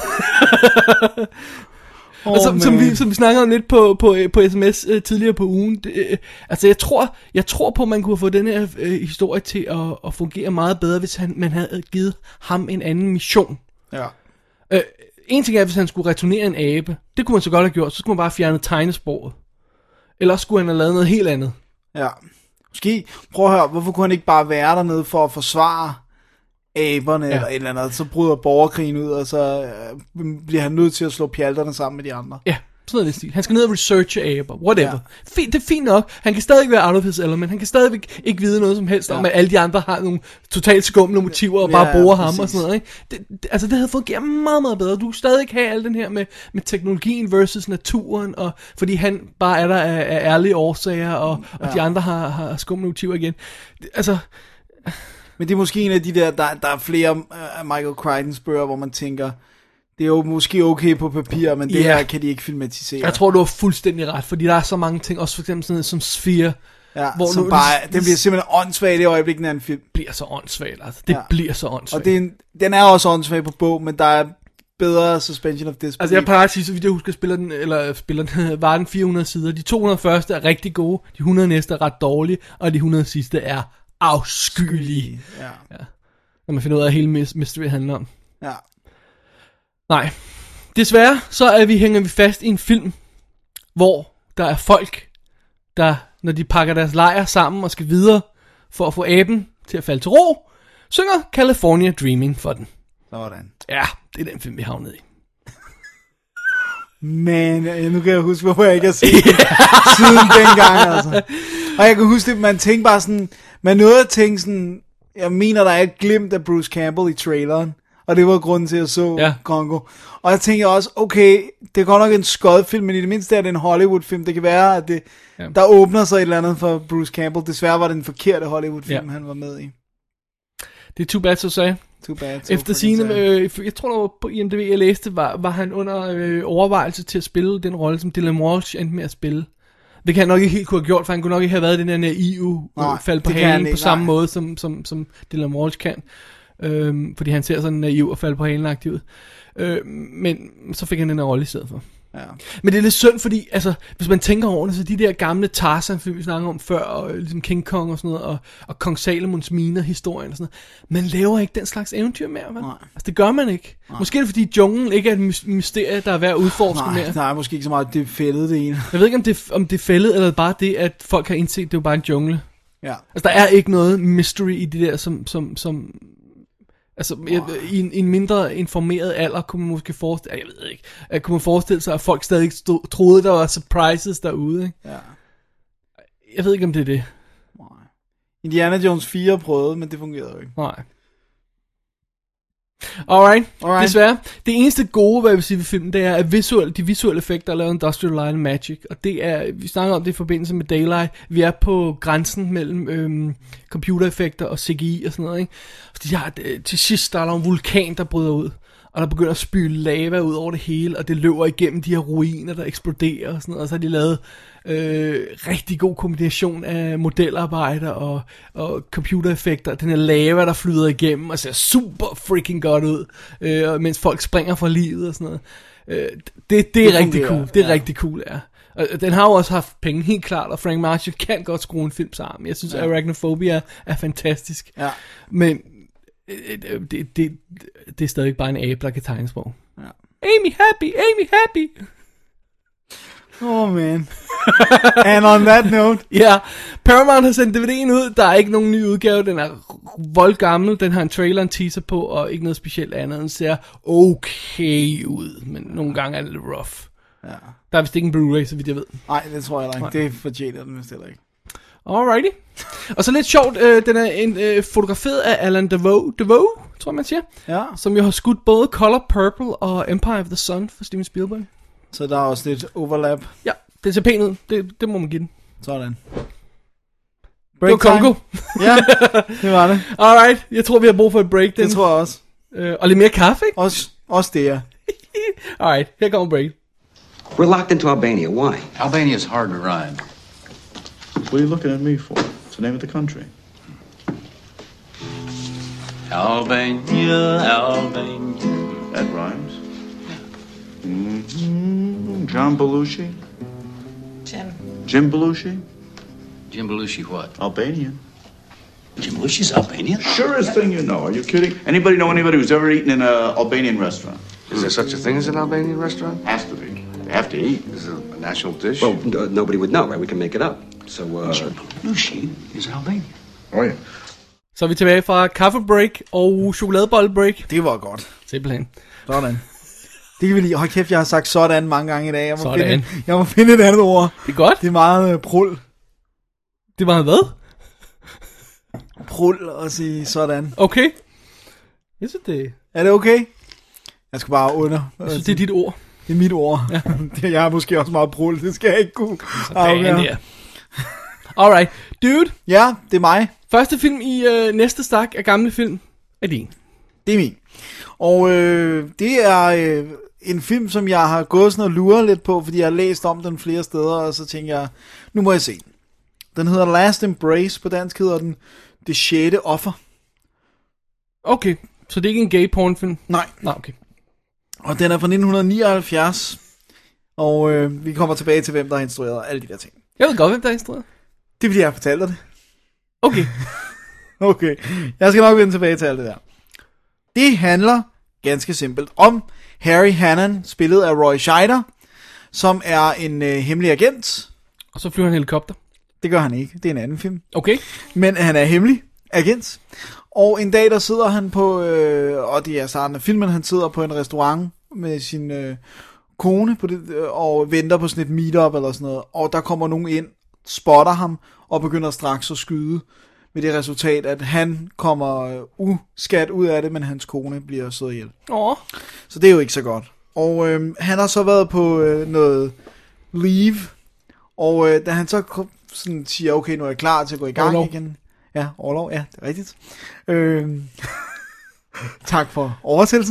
F: Oh, og som, som, vi, som vi snakkede om lidt på, på, på sms uh, tidligere på ugen. Det, uh, altså, jeg tror, jeg tror på, at man kunne få den her uh, historie til at, at fungere meget bedre, hvis han, man havde givet ham en anden mission.
G: Ja.
F: Uh, en ting er, hvis han skulle returnere en abe. Det kunne man så godt have gjort. Så skulle man bare fjerne tegnesporet. Eller også skulle han have lavet noget helt andet.
G: Ja. Måske, prøv at høre, hvorfor kunne han ikke bare være dernede for at forsvare aberne, ja. Eller et eller andet, så bryder borgerkrigen ud, og så øh, bliver han nødt til at slå pjalterne sammen med de andre.
F: Ja, sådan noget stil. Han skal ned og researche aber, whatever. Ja. Fint, det er fint nok. Han kan stadig være out of his element. Han kan stadig ikke vide noget som helst, ja. Om at alle de andre har nogle totalt skumle motiver, og bare ja, bruger ja, ham og sådan noget. Ikke? Det, det, altså, det havde fungeret meget, meget bedre. Du kan stadig ikke have alt den her med, med teknologien versus naturen, og, fordi han bare er der af, af ærlige årsager, og, ja. Og de andre har, har skumle motiver igen. Det, altså...
G: Men det er måske en af de der, der, der er flere uh, Michael Crichtons bøger, hvor man tænker, det er jo måske okay på papir, men det yeah. her kan de ikke filmatisere.
F: Jeg tror, du har fuldstændig ret, fordi der er så mange ting, også for eksempel sådan noget som Sphere.
G: Ja, hvor som nu, bare, det, den bliver simpelthen åndssvagt i det øjeblik, når en film
F: bliver så åndssvagt, altså. Det ja. Bliver så åndssvagt.
G: Og det er en, den er også åndssvagt på bog, men der er bedre suspension of disbelief.
F: Altså jeg plejer at sige, så vidt jeg husker, spiller den, eller spiller den, var den fire hundrede sider. De to hundrede første er rigtig gode, de hundrede næste er ret dårlige, og de hundrede sidste er afskyelige. Ja. Ja. Når man finder ud af, at hele mystery handler om.
G: Ja.
F: Nej. Desværre, så er vi, hænger vi fast i en film, hvor der er folk, der, når de pakker deres lejr sammen og skal videre, for at få aben til at falde til ro, synger California Dreaming for den.
G: Sådan.
F: Ja, det er den film, vi havnede i.
G: Men nu kan jeg huske, hvorfor jeg ikke har set den siden dengang, altså. Og jeg kan huske det, man tænkte bare sådan, man nåede at tænke sådan, jeg mener, der er et glimt af Bruce Campbell i traileren, og det var grunden til, at jeg så ja. Congo. Og jeg tænkte også, okay, det er godt nok en skodfilm, men i det mindste er det en Hollywood-film. Det kan være, at det, ja. Der åbner sig et eller andet for Bruce Campbell. Desværre var det en forkerte Hollywood-film, ja. Han var med i.
F: Det er too bad to say.
G: Too bad.
F: Efter sine, øh, jeg tror der var på I M D B, jeg læste, var, var han under øh, overvejelse til at spille den rolle, som Dylan Walsh endte med at spille. Det kan han nok ikke helt kunne have gjort, for han kunne nok ikke have været den der naive øh, fald på halen på samme nej. Måde, som, som, som Dylan Walsh kan. Øhm, fordi han ser sådan naiv og falder på halen-agtig ud. Øh, men så fik han den her rolle i stedet for.
G: Ja.
F: Men det er lidt synd, fordi altså, hvis man tænker over det, så de der gamle Tarzan-film, vi snakker om før, og ligesom King Kong og sådan noget, og, og Kong Salomons Miner-historien og sådan noget, man laver ikke den slags eventyr mere, vel? Altså det gør man ikke. Nej. Måske er det fordi junglen ikke er et mysterie, der er værd at udforske
G: nej,
F: mere.
G: Nej, måske ikke så meget, det er fældet det ene.
F: Jeg ved ikke, om det, om det er fældet, eller bare det, at folk har indset, det er jo bare en jungle.
G: Ja.
F: Altså der er ikke noget mystery i det der, som... som, som altså, jeg, i, en, i en mindre informeret alder kunne man måske forestille, jeg ved ikke, at kunne man forestille sig, at folk stadig stod, troede, der var surprises derude, ikke?
G: Ja.
F: Jeg ved ikke, om det er det.
G: Nej. Indiana Jones fire prøvede, men det fungerede jo ikke.
F: Nej. Alright,
G: Alright.
F: Desværre. Det eneste gode, hvad jeg vil sige ved filmen, det er, at visuelle, de visuelle effekter er lavet Industrial Light and Magic. Og det er, vi snakker om det i forbindelse med Daylight. Vi er på grænsen mellem øhm, computereffekter og C G I og sådan noget, ikke? Fordi ja, til sidst der er der en vulkan, der bryder ud. Og der begynder at spyle lava ud over det hele, og det løber igennem de her ruiner, der eksploderer og sådan noget. Og så har de lavet øh, rigtig god kombination af modelarbejder og, og computereffekter. Den her lava, der flyder igennem og ser super freaking godt ud, øh, mens folk springer fra livet og sådan noget. Øh, det, det, det er det rigtig cool. Det er ja. rigtig cool, ja. Og den har jo også haft penge, helt klart, og Frank Marshall kan godt skrue en film sammen. Jeg synes, ja. Arachnophobia er fantastisk.
G: Ja.
F: Men Det, det, det, det er stadig bare en abe, der kan tegnes på.
G: Ja.
F: Amy happy, Amy happy.
G: Oh man. And on that note.
F: Ja, yeah. Paramount har sendt D V D'en ud. Der er ikke nogen ny udgave. Den er voldgammel. Den har en trailer, en teaser på, og ikke noget specielt andet. Den ser okay ud, men nogle gange er det lidt rough.
G: Ja.
F: Der er vist ikke en Blu-ray, så vidt jeg ved.
G: Nej, det tror jeg ikke. Det fortjener den vist heller ikke.
F: Alrighty. Og så lidt sjovt, øh, den er en, øh, fotograferet af Alan Devoe, Devoe, tror jeg man siger,
G: ja.
F: Som jo har skudt både Color Purple og Empire of the Sun for Steven Spielberg.
G: Så der er også lidt overlap.
F: Ja, det ser pænt ud, det, det må man give den.
G: Sådan.
F: Det var Congo.
G: Ja, det var det.
F: Alright, jeg tror vi har brug for et break. Den.
G: Det tror jeg også.
F: Øh, og lidt mere kaffe, ikke?
G: Også, også det, ja.
F: Alright, her kommer break.
J: We're locked into Albania. Why?
L: Albania's hard to ride.
B: What are you looking at me for? It's the name of the country.
L: Albania, Albania.
B: That rhymes. Mm-hmm. John Belushi?
K: Jim.
B: Jim Belushi?
L: Jim Belushi what?
B: Albanian.
L: Jim Belushi's Albanian?
B: Surest thing you know. Are you kidding? Anybody know anybody who's ever eaten in an Albanian restaurant?
H: Is there such a thing as an Albanian restaurant?
B: Has to be. They have to eat.
H: Is it a national dish?
J: Well, n- nobody would know, right? We can make it up. So, uh...
L: Jim Belushi is Albanian.
B: Oh, yeah.
F: Så er vi tilbage fra kaffebreak og chokoladebollebreak.
G: Det var godt.
F: Simpelthen.
G: Sådan. Det kan vi lige. Hold kæft, jeg har sagt sådan mange gange i dag. Jeg må,
F: Sådan.
G: finde, jeg må finde et andet ord.
F: Det er godt.
G: Det er meget uh, prul.
F: Det var hvad?
G: Prul at sige sådan.
F: Okay. Jeg synes det...
G: Er det okay? Jeg skal bare under.
F: Jeg synes det er dit ord.
G: Det er mit ord. Ja. Det, jeg har måske også meget prul. Det skal jeg ikke kunne.
F: Sådan der. Alright. Dude.
G: Ja, det er mig.
F: Første film i øh, næste stak af gamle film er din.
G: Det er min. Og øh, det er øh, en film, som jeg har gået sådan og luret lidt på, fordi jeg har læst om den flere steder, og så tænker jeg, nu må jeg se den. Den hedder Last Embrace, på dansk hedder den Det sjette offer.
F: Okay, så det er ikke en gay porn film?
G: Nej.
F: Nej, okay.
G: Og den er fra nitten nioghalvfjerds, og øh, vi kommer tilbage til, hvem der har instrueret alle de der ting.
F: Jeg ved godt, hvem der har instrueret.
G: Det er fordi, jeg har fortalt dig det.
F: Okay.
G: Okay, jeg skal nok vende tilbage til alt det der. Det handler ganske simpelt om Harry Hannon, spillet af Roy Scheider, som er en øh, hemmelig agent.
F: Og så flyver han helikopter.
G: Det gør han ikke, det er en anden film.
F: Okay.
G: Men han er hemmelig agent. Og en dag der sidder han på, øh, og det er starten af filmen, han sidder på en restaurant med sin øh, kone på det, øh, og venter på sådan et meet-up eller sådan noget. Og der kommer nogen ind, spotter ham og begynder straks at skyde. Med det resultat, at han kommer uskat ud af det, men hans kone bliver slået ihjel.
F: Åh.
G: Så det er jo ikke så godt. Og øh, han har så været på øh, noget leave, og øh, da han så kom, sådan siger, okay, nu er jeg klar til at gå i gang
F: Orlov.
G: igen. Ja, orlov, ja, det er rigtigt. Øh, tak for oversættelsen.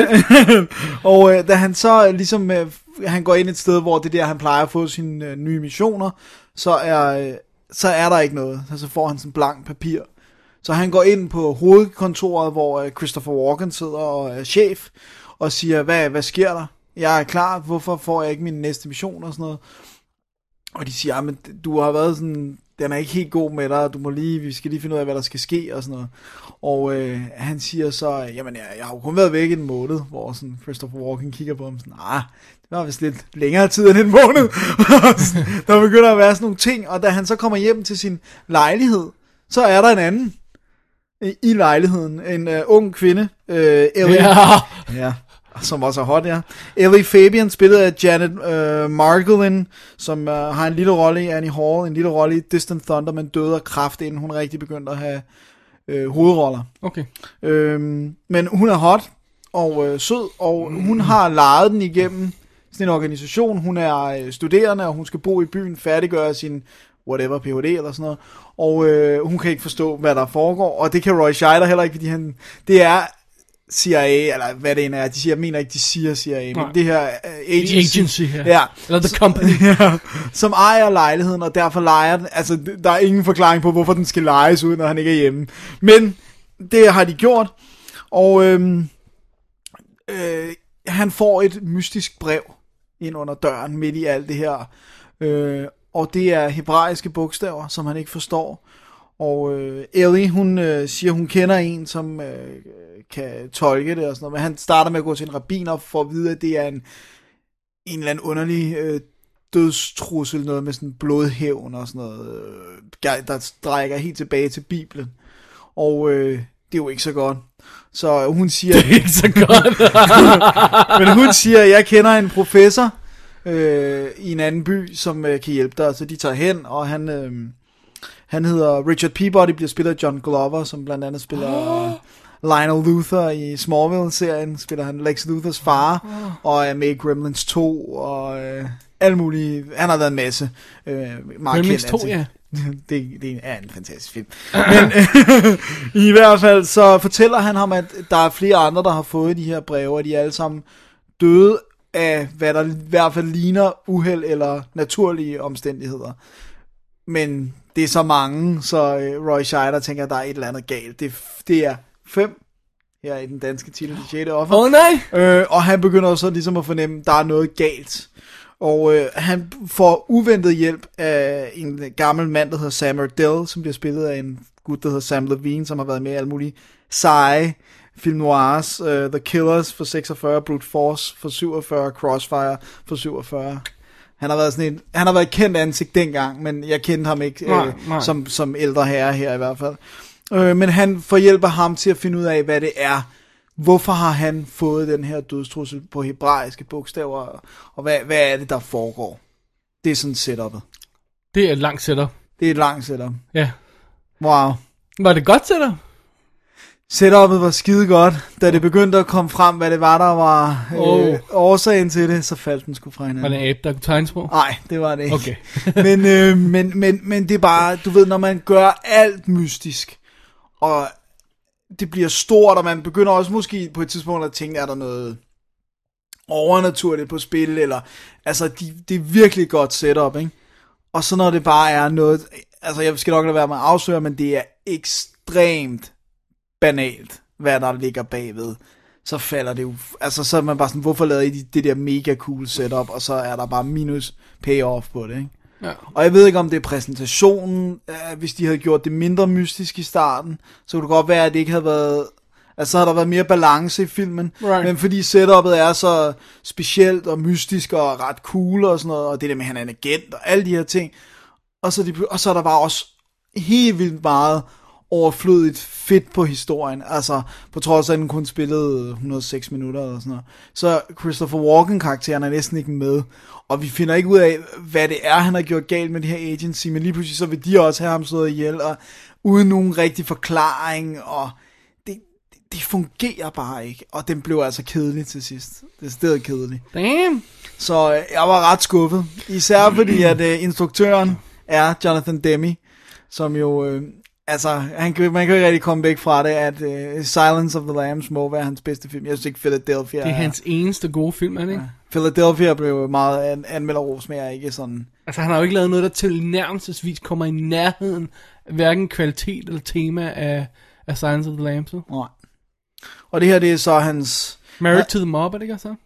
G: Og øh, da han så ligesom, øh, han går ind et sted, hvor det er der, han plejer at få sine øh, nye missioner, så er... Øh, så er der ikke noget. Så får han sådan blank papir. Så han går ind på hovedkontoret, hvor Christopher Walken sidder og er chef, og siger, hvad, hvad sker der? Jeg er klar, hvorfor får jeg ikke min næste mission og sådan noget? Og de siger, men du har været sådan, den er ikke helt god med dig, du må lige, vi skal lige finde ud af, hvad der skal ske og sådan noget. Og øh, han siger så, jamen jeg, jeg har jo kun været væk en måned, hvor sådan Christopher Walken kigger på ham sådan, ah, det var vist lidt længere tid end en måned. Der begynder at være sådan nogle ting, og da han så kommer hjem til sin lejlighed, så er der en anden i lejligheden, en uh, ung kvinde, uh, Ellie,
F: ja.
G: ja, som også er hot, ja. Ellie Fabian, spillet af Janet uh, Margolin, som uh, har en lille rolle i Annie Hall, en lille rolle i Distant Thunder, men døde af kræft, inden hun rigtig begyndte at have uh, hovedroller.
F: Okay.
G: Øhm, men hun er hot og uh, sød, og hun har lejet den igennem sådan en organisation. Hun er uh, studerende, og hun skal bo i byen, færdiggøre sin whatever, P H D eller sådan noget. Og øh, hun kan ikke forstå, hvad der foregår, og det kan Roy Scheider heller ikke, fordi han, det er C I A, eller hvad det end er, de siger, jeg mener ikke, de siger C I A, men
F: Nej.
G: det her uh, agency,
F: The agency her.
G: Ja.
F: Eller the company.
G: Ja, som ejer lejligheden, og derfor lejer den, altså der er ingen forklaring på, hvorfor den skal lejes ud, når han ikke er hjemme. Men det har de gjort, og øhm, øh, han får et mystisk brev ind under døren, midt i alt det her, øh, og det er hebraiske bogstaver, som han ikke forstår. Og øh, Ellie, hun øh, siger, hun kender en, som øh, kan tolke det og sådan noget, men han starter med at gå til en rabbiner for at vide, at det er en, en eller anden underlig øh, dødstrussel, noget med sådan blodhævn og sådan noget, øh, der strækker helt tilbage til Bibelen. Og øh, det er jo ikke så godt. Så hun siger...
F: Det er ikke så godt.
G: Men hun siger, jeg kender en professor øh, i en anden by, som øh, kan hjælpe dig. Så de tager hen, og han... Øh, Han hedder Richard Peabody, bliver spillet af John Glover, som blandt andet spiller oh. Lionel Luthor i Smallville-serien. Spiller han Lex Luthors far, oh. og er med i Gremlins to, og øh, alle mulige... Han har været en masse. Øh,
F: Gremlins to, ja.
G: det, det er en fantastisk film. Men øh, i hvert fald så fortæller han ham, at der er flere andre, der har fået de her breve, og de er alle sammen døde af, hvad der i hvert fald ligner uheld eller naturlige omstændigheder. Men det er så mange, så øh, Roy Scheider tænker, at der er et eller andet galt. Det, det er fem her i den danske titel, det sjette offer.
F: Åh oh, nej!
G: Øh, og han begynder så ligesom at fornemme, at der er noget galt. Og øh, han får uventet hjælp af en gammel mand, der hedder Sam Erdell, som bliver spillet af en gut, der hedder Sam Levine, som har været med i alle mulige seje film noirs. Uh, The Killers for seksogfyrre, Brute Force for syvogfyrre, Crossfire for syvogfyrre. Han har været sådan en, han har været et kendt ansigt dengang, men jeg kendte ham ikke
F: nej,
G: øh,
F: nej.
G: Som, som ældre herre her i hvert fald. Øh, men han får hjælp af ham til at finde ud af, hvad det er. Hvorfor har han fået den her dødstrussel på hebraiske bogstaver, og hvad, hvad er det, der foregår? Det er sådan setupet.
F: Det er et langt setup.
G: Det er et langt setup.
F: Ja.
G: Wow.
F: Var det godt setup?
G: Setupet var skide godt. Da det begyndte at komme frem, hvad det var, der var øh, oh. årsagen til det, så faldt den sgu fra hinanden.
F: Var det en abe, der kunne tegnsprog?
G: Nej, det var det ikke.
F: Okay.
G: men, øh, men, men, men det er bare, du ved, når man gør alt mystisk, og det bliver stort, og man begynder også måske på et tidspunkt at tænke, er der noget overnaturligt på spil, eller, altså, de, det er virkelig godt setup, ikke? Og så når det bare er noget, altså, jeg skal nok lade være med at afsløre, men det er ekstremt banalt, hvad der ligger bagved, så falder det jo, altså, så er man bare sådan, hvorfor lavede I det, det der mega cool setup, og så er der bare minus payoff på det, ikke?
F: Ja.
G: Og jeg ved ikke, om det er præsentationen, øh, hvis de havde gjort det mindre mystisk i starten, så kunne det godt være, at det ikke havde været, altså så havde der været mere balance i filmen,
F: right.
G: Men fordi setupet er så specielt og mystisk og ret cool og sådan noget, og det der med, at han er en agent og alle de her ting, og så, de, og så er der bare også helt vildt meget overflødigt fedt på historien, altså på trods af, at den kun spillede et hundrede og seks minutter eller sådan noget. Så Christopher Walken-karakteren er næsten ikke med, og vi finder ikke ud af, hvad det er, han har gjort galt med det her agency, men lige pludselig så vil de også have ham slået ihjel, og uden nogen rigtig forklaring, og det, det, det fungerer bare ikke, og den blev altså kedelig til sidst. Det er stedet kedelig.
F: Damn!
G: Så øh, jeg var ret skuffet, især fordi, at øh, instruktøren er Jonathan Demme, som jo... Øh, Altså, han, man kan jo ikke rigtig komme væk fra det, at uh, Silence of the Lambs må være hans bedste film. Jeg synes ikke, Philadelphia
F: det er hans eneste gode film, er det ikke?
G: Ja. Philadelphia blev meget an- anmelderros, men jeg er ikke sådan...
F: Altså, han har jo ikke lavet noget, der tilnærmelsesvis kommer i nærheden, hverken kvalitet eller tema af, af Silence of the Lambs.
G: Nej. Og det her, det er så hans...
F: Married ja. to the Mob, er det ikke så?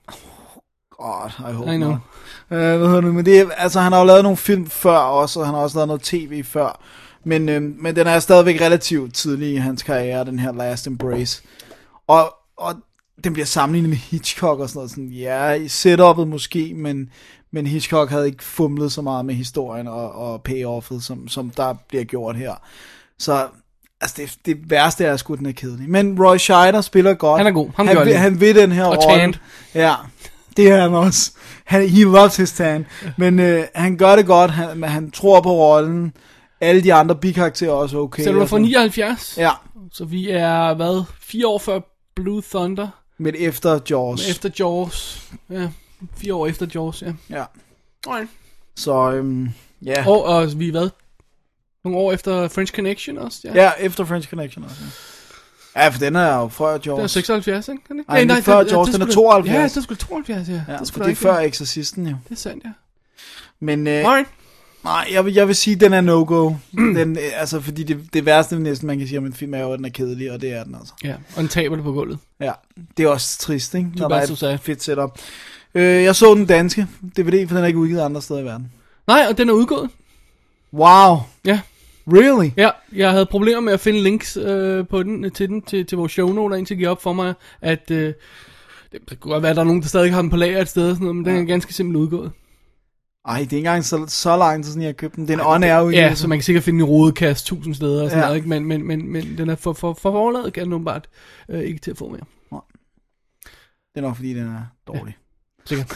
G: God, I hope
F: I know.
G: not. Uh, hvad hedder det? Men det er, altså, han har jo lavet nogle film før også, og han har også lavet noget tv før. Men, øh, men den er stadigvæk relativt tidlig i hans karriere, den her Last Embrace. Og, og den bliver sammenlignet med Hitchcock og sådan noget. Sådan, ja, i setupet måske, men, men Hitchcock havde ikke fumlet så meget med historien og, og payoffet, som, som der bliver gjort her. Så altså det, det værste er sgu, den er kedelig. Men Roy Scheider spiller godt.
F: Han er god. Han,
G: han, vil, han vil den her
F: og
G: rolle.
F: tanned.
G: Ja, det er han også. Han, he loves his tan. Men øh, han gør det godt. Han, han tror på rollen. Alle de andre bikarakterer er også okay.
F: Så du var fra nioghalvfjerds?
G: Ja.
F: Så vi er, hvad, fire år før Blue Thunder?
G: Men efter Jaws.
F: Men efter Jaws. Ja, fire år efter Jaws, ja.
G: Ja.
F: Okay.
G: Så, øhm, ja.
F: Og, og vi er hvad? Nogle år efter French Connection også?
G: Ja, ja efter French Connection også, ja. Ja, for den er jo før Jaws.
F: Den er seksoghalvfjerds, ikke? Den er,
G: nej, nej, før Jaws, den er tooghalvfjerds.
F: Ja, den skulle tooghalvfjerds, ja.
G: Ja,
F: det
G: for det er før Exorcisten, jo.
F: Det er sandt, ja.
G: Men, øh,
F: right.
G: nej, jeg vil, jeg vil sige, at den er no-go. Den, altså, fordi det, det værste næsten, man kan sige om en film, er jo, at den er kedelig, og det er den altså.
F: Ja, og den taber det på gulvet.
G: Ja, det er også trist, ikke?
F: Når der er et
G: fedt setup. Øh, jeg så den danske D V D, for den er ikke udgivet andre steder i verden.
F: Nej, og den er udgået.
G: Wow.
F: Ja.
G: Really?
F: Ja, jeg havde problemer med at finde links øh, på den, til den, til, til vores shownoter, indtil jeg op for mig, at øh, det kan godt være, at der er nogen, der stadig har den på lager et sted, sådan noget, men den er ganske simpelt udgået.
G: Ej, det er ikke engang så, så langt, sådan jeg har købt den. Det er en on-air udgivelse.
F: Ja, så man kan sikkert finde en rodekast tusind steder og sådan
G: ja.
F: noget, ikke? Men, men, men, men den er for, for, for forladet, kan den åbenbart øh, ikke til at få mere.
G: Nej. Det er nok, fordi den er dårlig.
F: Ja, sikkert.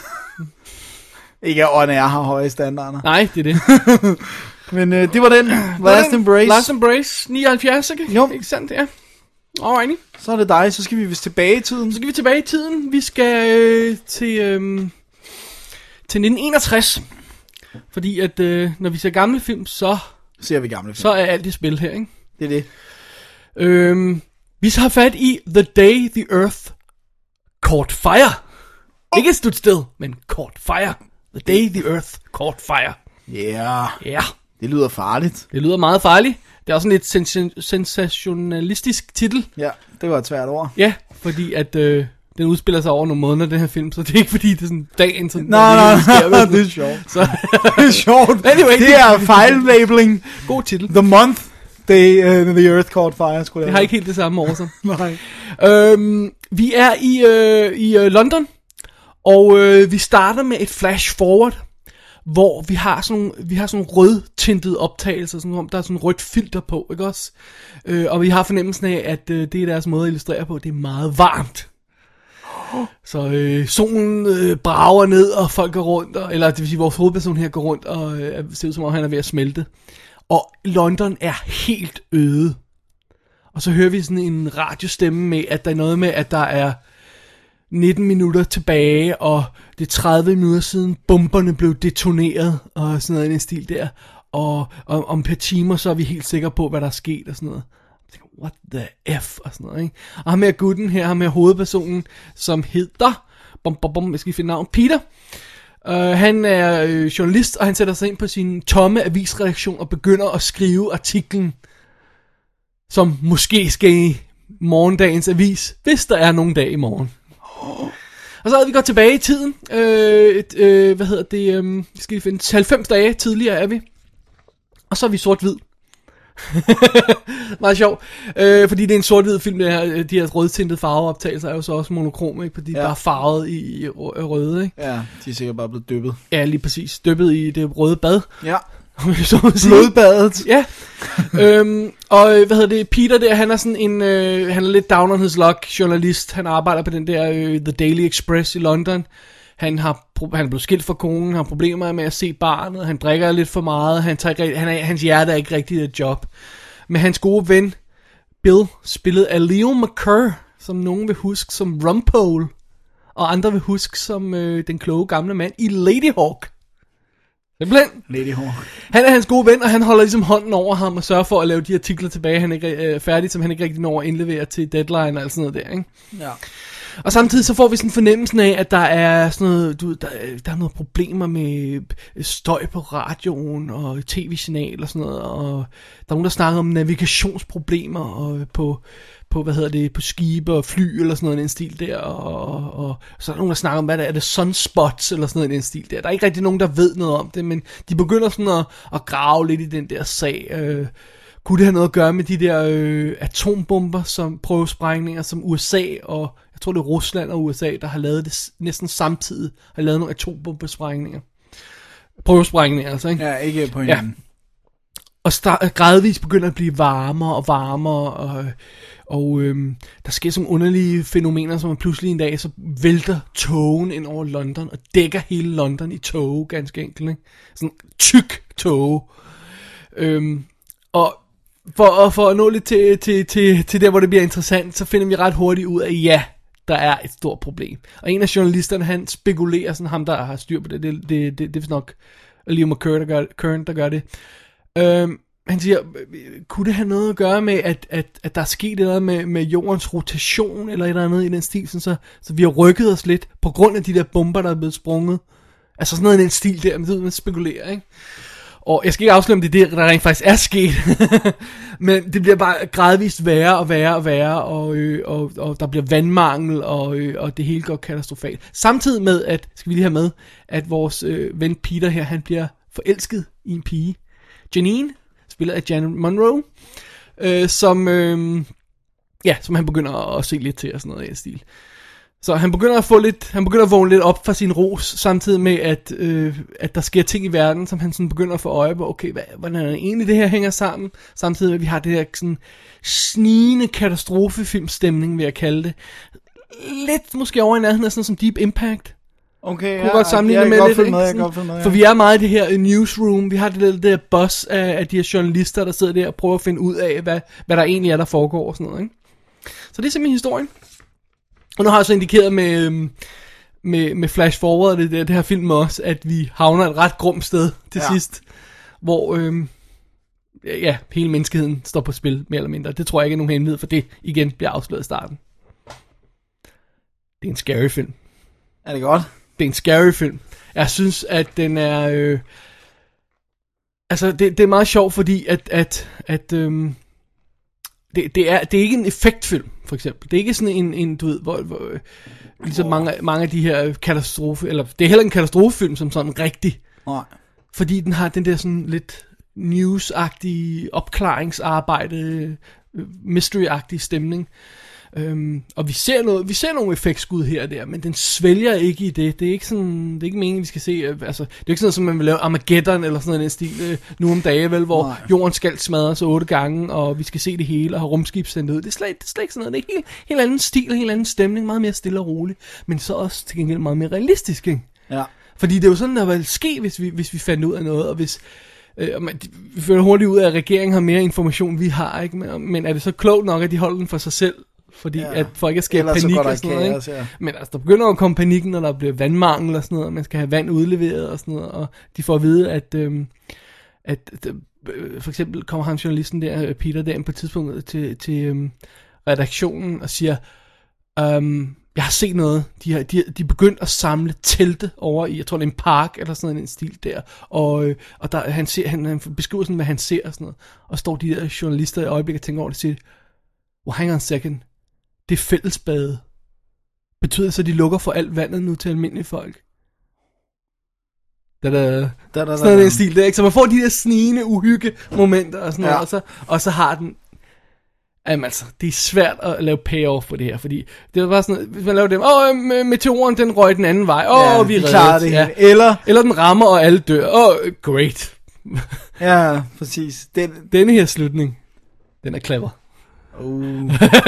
G: Ikke at on-air har høje standarder.
F: Nej, det er det.
G: Men øh, det var den. Last Embrace.
F: Last Embrace, nioghalvfjerds, ikke?
G: Jo.
F: Ikke sandt, ja. Alrighty.
G: Så er det dig, så skal vi vist tilbage i tiden.
F: Så skal vi tilbage i tiden. Vi skal øh, til, øh, til nitten enogtres. Fordi at øh, når vi ser gamle film, så
G: ser vi gamle film.
F: Så er alt i spil her, ikke?
G: Det er det.
F: Øhm, vi har fat i The Day the Earth Caught Fire. Oh. Ikke stod still, men Caught Fire. The Day the Earth Caught Fire.
G: Ja. Yeah.
F: Ja. Yeah.
G: Det lyder farligt.
F: Det lyder meget farligt. Det er også en lidt sens- sensationalistisk titel.
G: Ja, det var et svært ord.
F: Ja, fordi at øh, den udspiller sig over nogle måneder, den her film, så det er ikke fordi, det er sådan dagen, sådan...
G: Nej, nej, nej, det er sjovt.
F: Så,
G: det er sjovt. Anyway, det er fejl-labeling.
F: God titel.
G: The Month Day uh, the Earth Caught Fire, skulle
F: det
G: jeg
F: har ikke helt det samme år, så.
G: Nej.
F: Øhm, vi er i, øh, i øh, London, og øh, vi starter med et flash forward, hvor vi har sådan nogle, vi har sådan nogle rødtintede optagelser, sådan om der er sådan rødt filter på, ikke også? Øh, og vi har fornemmelsen af, at øh, det er deres måde at illustrere på, det er meget varmt. Så øh, solen øh, brager ned, og folk går rundt, og, eller det vil sige, vores hovedperson her går rundt, og øh, ser ud som om han er ved at smelte. Og London er helt øde. Og så hører vi sådan en radiostemme med, at der er noget med, at der er nitten minutter tilbage, og det er tredive minutter siden bomberne blev detoneret, og sådan noget i den stil der. Og, og om per timer, så er vi helt sikre på, hvad der er sket, og sådan noget. What the F, og sådan noget, ikke? Og ham her gutten her, ham her hovedpersonen, som hedder, bom, bom, bom, jeg skal finde navn, Peter. Uh, han er øh, journalist, og han sætter sig ind på sin tomme avisredaktion og begynder at skrive artiklen, som måske skal i morgendagens avis, hvis der er nogen dag i morgen. Og så er vi gået tilbage i tiden. Øh, et, øh, hvad hedder det? Øh, skal vi finde halvfems dage tidligere er vi. Og så er vi sort-hvid. Meget sjov. Øh, fordi det er en sort-hvid film, det her, de her rødtintede farveoptagelser er jo så også monokrome, ikke? Fordi de ja. bare er farvet i, i røde, ikke?
G: Ja, de er sikkert bare blevet dyppet.
F: Ja, lige præcis. Dyppet i det røde bad.
G: Ja.
F: Blodbadet. Ja. øhm, og hvad hedder det, Peter der, han er sådan en, øh, han er lidt down on his luck journalist. Han arbejder på den der øh, The Daily Express i London. Han har han er blevet skilt fra konen, han har problemer med at se barnet, han drikker lidt for meget, han tager, han er, hans hjerte er ikke rigtig et job. Men hans gode ven Bill, spillet af Leo McCurr, som nogen vil huske som Rumpole, og andre vil huske som øh, den kloge gamle mand i Ladyhawke. Simpelthen.
G: Ladyhawke.
F: Han er hans gode ven, og han holder ligesom hånden over ham og sørger for at lave de artikler tilbage, han er ikke øh, færdig, som han ikke rigtig når at indlevere til deadline og sådan noget der, ikke?
G: Ja.
F: Og samtidig så får vi sådan en fornemmelse af, at der er sådan noget, du, der, der er noget problemer med støj på radioen og tv-signal og sådan noget, og der er nogen, der snakker om navigationsproblemer og på, på, hvad hedder det, på skibe og fly eller sådan noget i den stil der, og, og, og så er der nogen, der snakker om, hvad der er, er det sunspots eller sådan noget i den stil der. Der er ikke rigtig nogen, der ved noget om det, men de begynder sådan at, at grave lidt i den der sag. Øh, kunne det have noget at gøre med de der øh, atombomber, som prøvesprængninger, som U S A og jeg tror det er Rusland og U S A, der har lavet det næsten samtidig, har lavet nogle atombombesprængninger. Prøvesprængninger altså, ikke?
G: Ja, ikke på hinanden. Ja.
F: Og start, gradvist begynder at blive varmere og varmere, og, og øhm, der sker sådan underlige fænomener, som pludselig en dag, så vælter togen ind over London, og dækker hele London i tåge, ganske enkelt, ikke? Sådan tyk tåge. Øhm, og for, for at nå lidt til, til, til, til der, hvor det bliver interessant, så finder vi ret hurtigt ud af, ja, der er et stort problem. Og en af journalisterne, han spekulerer, sådan ham, der har styr på det, det, det, det, det er nok Leo McCurr, der gør, Curran, der gør det. Øhm, han siger, kunne det have noget at gøre med, at, at, at der er sket noget med, med jordens rotation, eller et eller andet i den stil, sådan så, så vi har rykket os lidt, på grund af de der bomber, der er blevet sprunget. Altså sådan noget i den stil der, men det man spekulerer, ikke? Og jeg skal ikke afsløre, om det er det, der rent faktisk er sket. Men det bliver bare gradvist værre og værre og værre, og, øh, og, og der bliver vandmangel, og, øh, og det hele går katastrofalt. Samtidig med, at, skal vi lige have med, at vores øh, ven Peter her, han bliver forelsket i en pige. Janine, spillet af Janet Monroe, øh, som, øh, ja, som han begynder at se lidt til, og sådan noget i stil. Så han begynder at få lidt, han begynder at vågne lidt op fra sin ros, samtidig med, at, øh, at der sker ting i verden, som han sådan begynder at få øje på. Okay, hvad, hvordan er det egentlig, det her hænger sammen? Samtidig med, at vi har det her sådan snigende katastrofefilmstemning, vil jeg kalde det. Lidt måske over i nærheden af sådan som Deep Impact.
G: Okay,
F: kunne
G: ja,
F: godt sammenligne
G: jeg
F: med
G: godt
F: lidt,
G: følge med, jeg
F: sådan,
G: godt følge med, ja.
F: For vi er meget i det her newsroom, vi har det der, det der boss af, af de her journalister, der sidder der og prøver at finde ud af, hvad, hvad der egentlig er, der foregår og sådan noget, ikke? Så det er simpelthen historien. Og nu har jeg så indikeret med, med, med flash forward, det, det her film også, at vi havner et ret grumt sted til ja. sidst, hvor, øhm, ja, hele menneskeheden står på spil, mere eller mindre. Det tror jeg ikke er nogen hemmelighed, for det igen bliver afsløret i starten. Det er en scary film.
G: Er det godt?
F: Det er en scary film. Jeg synes, at den er... Øh, altså, det, det er meget sjovt, fordi at... at, at øhm, det, det, er, det er ikke en effektfilm, for eksempel. Det er ikke sådan en, en du ved, hvor... hvor ligesom mange, mange af de her katastrofe... Eller, det er heller en katastrofefilm som sådan rigtig.
G: Nej.
F: Fordi den har den der sådan lidt news-agtige opklaringsarbejde, mystery-agtige stemning. Øhm, og vi ser noget, vi ser nogle effektskud her og der, men den svælger ikke i det. Det er ikke sådan, det er ikke meningen, vi skal se. Altså, det er ikke sådan noget, som man vil lave Armageddon eller sådan noget i den stil øh, nu om dage, vel, hvor Nej. jorden skal smadres otte gange, og vi skal se det hele og have rumskib sendt ud. Det er slet, det er slet ikke sådan noget. Det er helt, helt anden stil og helt anden stemning, meget mere stille og rolig, men så også til gengæld meget mere realistisk, ikke?
G: Ja.
F: Fordi det er jo sådan, der ville ske, hvis vi, hvis vi fandt ud af noget, og hvis... Øh, man, vi finder hurtigt ud af, at regeringen har mere information, vi har, ikke? Men, men er det så klogt nok, at de holder den for sig selv? Fordi ja. at folk ikke skabe panik og sådan noget, ikke? Ja. Men altså, der begynder at komme panikken, når der bliver vandmangel og sådan noget, og man skal have vand udleveret og sådan noget, og de får at vide, at, øhm, at øh, for eksempel kommer han journalisten der, Peter, der på et tidspunkt til, til øhm, redaktionen og siger, øhm, jeg har set noget, de har, de, de er begyndt at samle telte over i, jeg tror det er en park, eller sådan noget, en stil der, og, øh, og der, han, ser, han, han beskriver sådan, hvad han ser og sådan noget, og står de der journalister i øjeblikket og tænker over det og siger, well, hang on a second, det er fællesbade. Betyder det så, at de lukker for alt vandet nu til almindelige folk? Da, da, da, da, da, sådan noget stil der, ikke? Så man får de der snigende uhygge momenter og sådan noget, ja. og, så, og så har den... Jamen altså, det er svært at lave payoff på det her, fordi det er bare sådan, hvis man laver dem, åh, oh, meteoren den røg den anden vej, åh, oh,
G: ja,
F: vi
G: redder det. Ja. Eller...
F: Eller den rammer, og alle dør, åh, oh, great.
G: Ja, præcis. Den...
F: Denne her slutning, den er clever.
G: Uh.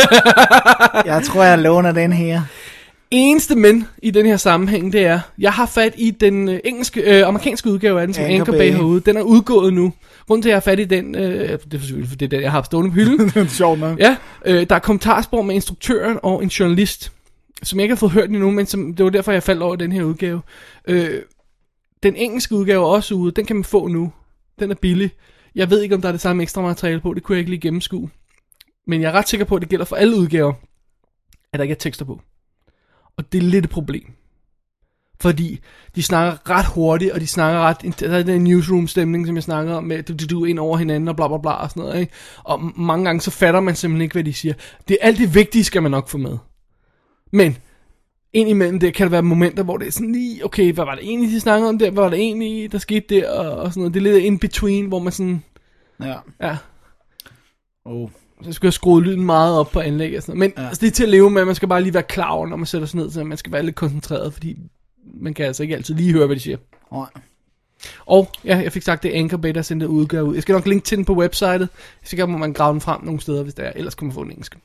G: Jeg tror, jeg låner den her.
F: Eneste men i den her sammenhæng, det er, jeg har fat i den øh, engelske, øh, amerikanske udgave af den, som Anchor, Anchor Bay, Bay herude. Den er udgået nu. Grunden til, at jeg har fat i den, øh, det er selvfølgelig, for det er den, jeg har stående på hylden.
G: Det er sjovt nok.
F: Ja, øh, der er kommentarspor med instruktøren og en journalist, som jeg ikke har fået hørt endnu, men som, det var derfor, jeg faldt over den her udgave. Øh, den engelske udgave er også ude, den kan man få nu. Den er billig. Jeg ved ikke, om der er det samme ekstra materiale på, det kunne jeg ikke lige gennemskue. Men jeg er ret sikker på, at det gælder for alle udgaver, at der ikke er tekster på. Og det er lidt et problem. Fordi de snakker ret hurtigt, og de snakker ret... Der er den newsroom-stemning, som jeg snakker om, med du, du, du ind over hinanden og bla bla bla og sådan noget, ikke? Og mange gange så fatter man simpelthen ikke, hvad de siger. Det er alt det vigtige, skal man nok få med. Men indimellem det kan der være momenter, hvor det er sådan lige, okay, hvad var det egentlig, de snakkede om der? Hvad var det egentlig, der skete der? Og, og sådan noget. Det er lidt in-between, hvor man sådan...
G: Ja.
F: Ja.
G: Oh.
F: Så skal jeg skrue lyden meget op på anlæg og sådan noget. Men ja. altså, det er til at leve med, man skal bare lige være klar over, når man sætter sig ned, så man skal være lidt koncentreret, fordi man kan altså ikke altid lige høre, hvad de siger.
G: Nej.
F: Og ja, jeg fik sagt, det er Anchor Bay, der sendte udgave ud. Jeg skal nok linke til den på websitet, så må man grave den frem nogle steder, hvis der er, ellers kan man få den engelsk.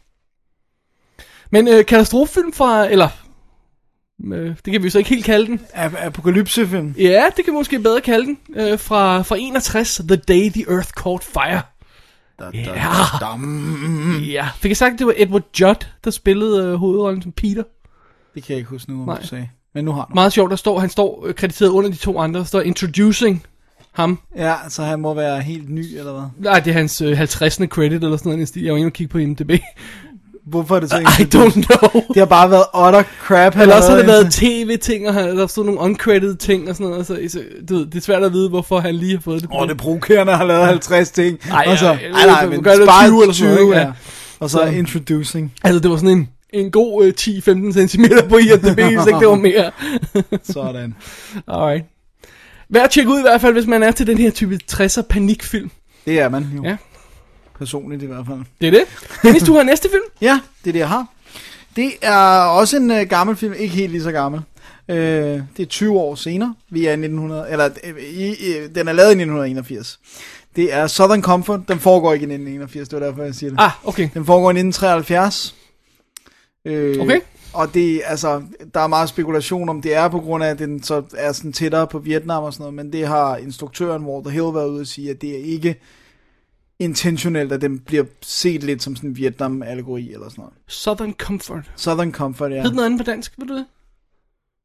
F: Men øh, katastrofefilm fra, eller øh, det kan vi så ikke helt kalde den.
G: Apokalypsefilm.
F: Ja, det kan vi måske bedre kalde den. Øh, fra, fra enogtres, The Day the Earth Caught Fire.
G: Da, da,
F: ja.
G: da, da.
F: Ja, fik jeg sagt, at det var Edward Judd, der spillede øh, hovedrollen som Peter?
G: Det kan jeg ikke huske nu, om du sagde. Men nu har du.
F: Meget sjovt, der står, han står øh, krediteret under de to andre, der står Introducing ham.
G: Ja, så han må være helt ny, eller hvad?
F: Nej, det er hans øh, halvtredsende credit, eller sådan noget. Jeg var inde og kigge på I M D B.
G: Hvorfor er det så
F: I don't know.
G: Det har bare været utter crap.
F: Eller også har det været tv-ting, og der stod nogle uncredited ting og sådan noget. Så, så, du ved, det er svært at vide, hvorfor han lige har fået det.
G: Åh, oh, det provokerende har lavet halvtreds ting.
F: Ej,
G: og så,
F: ja,
G: ej, nej, men
F: gør det tyve eller sådan noget. Ja.
G: Og så, så introducing.
F: Altså, det var sådan en, en god øh, ti til femten centimeter på I M D B, hvis ikke det var mere.
G: Sådan.
F: Alright. Værd at tjekke ud i hvert fald, hvis man er til den her type tresser panikfilm.
G: Det er man jo.
F: Ja.
G: Personligt i hvert fald.
F: Det er det. Dennis, du har næste film?
G: Ja, det er det, jeg har. Det er også en uh, gammel film, ikke helt lige så gammel. Uh, det er tyve år senere. Vi er i nitten hundrede, eller uh, i, uh, den er lavet i nitten enogfirs. Det er Southern Comfort. Den foregår ikke i nitten enogfirs, det var derfor, jeg siger det.
F: Ah, okay.
G: Den foregår i nitten treoghalvfjerds. Uh,
F: okay.
G: Og det, altså, der er meget spekulation om, det er på grund af, at den så er sådan tættere på Vietnam og sådan noget, men det har instruktøren Walter Hill været ude at sige, at det er ikke intentionelt, at den bliver set lidt som sådan en Vietnam-allegori eller sådan noget.
F: Southern Comfort.
G: Southern Comfort, ja.
F: Hed den noget andet på dansk, ved du det?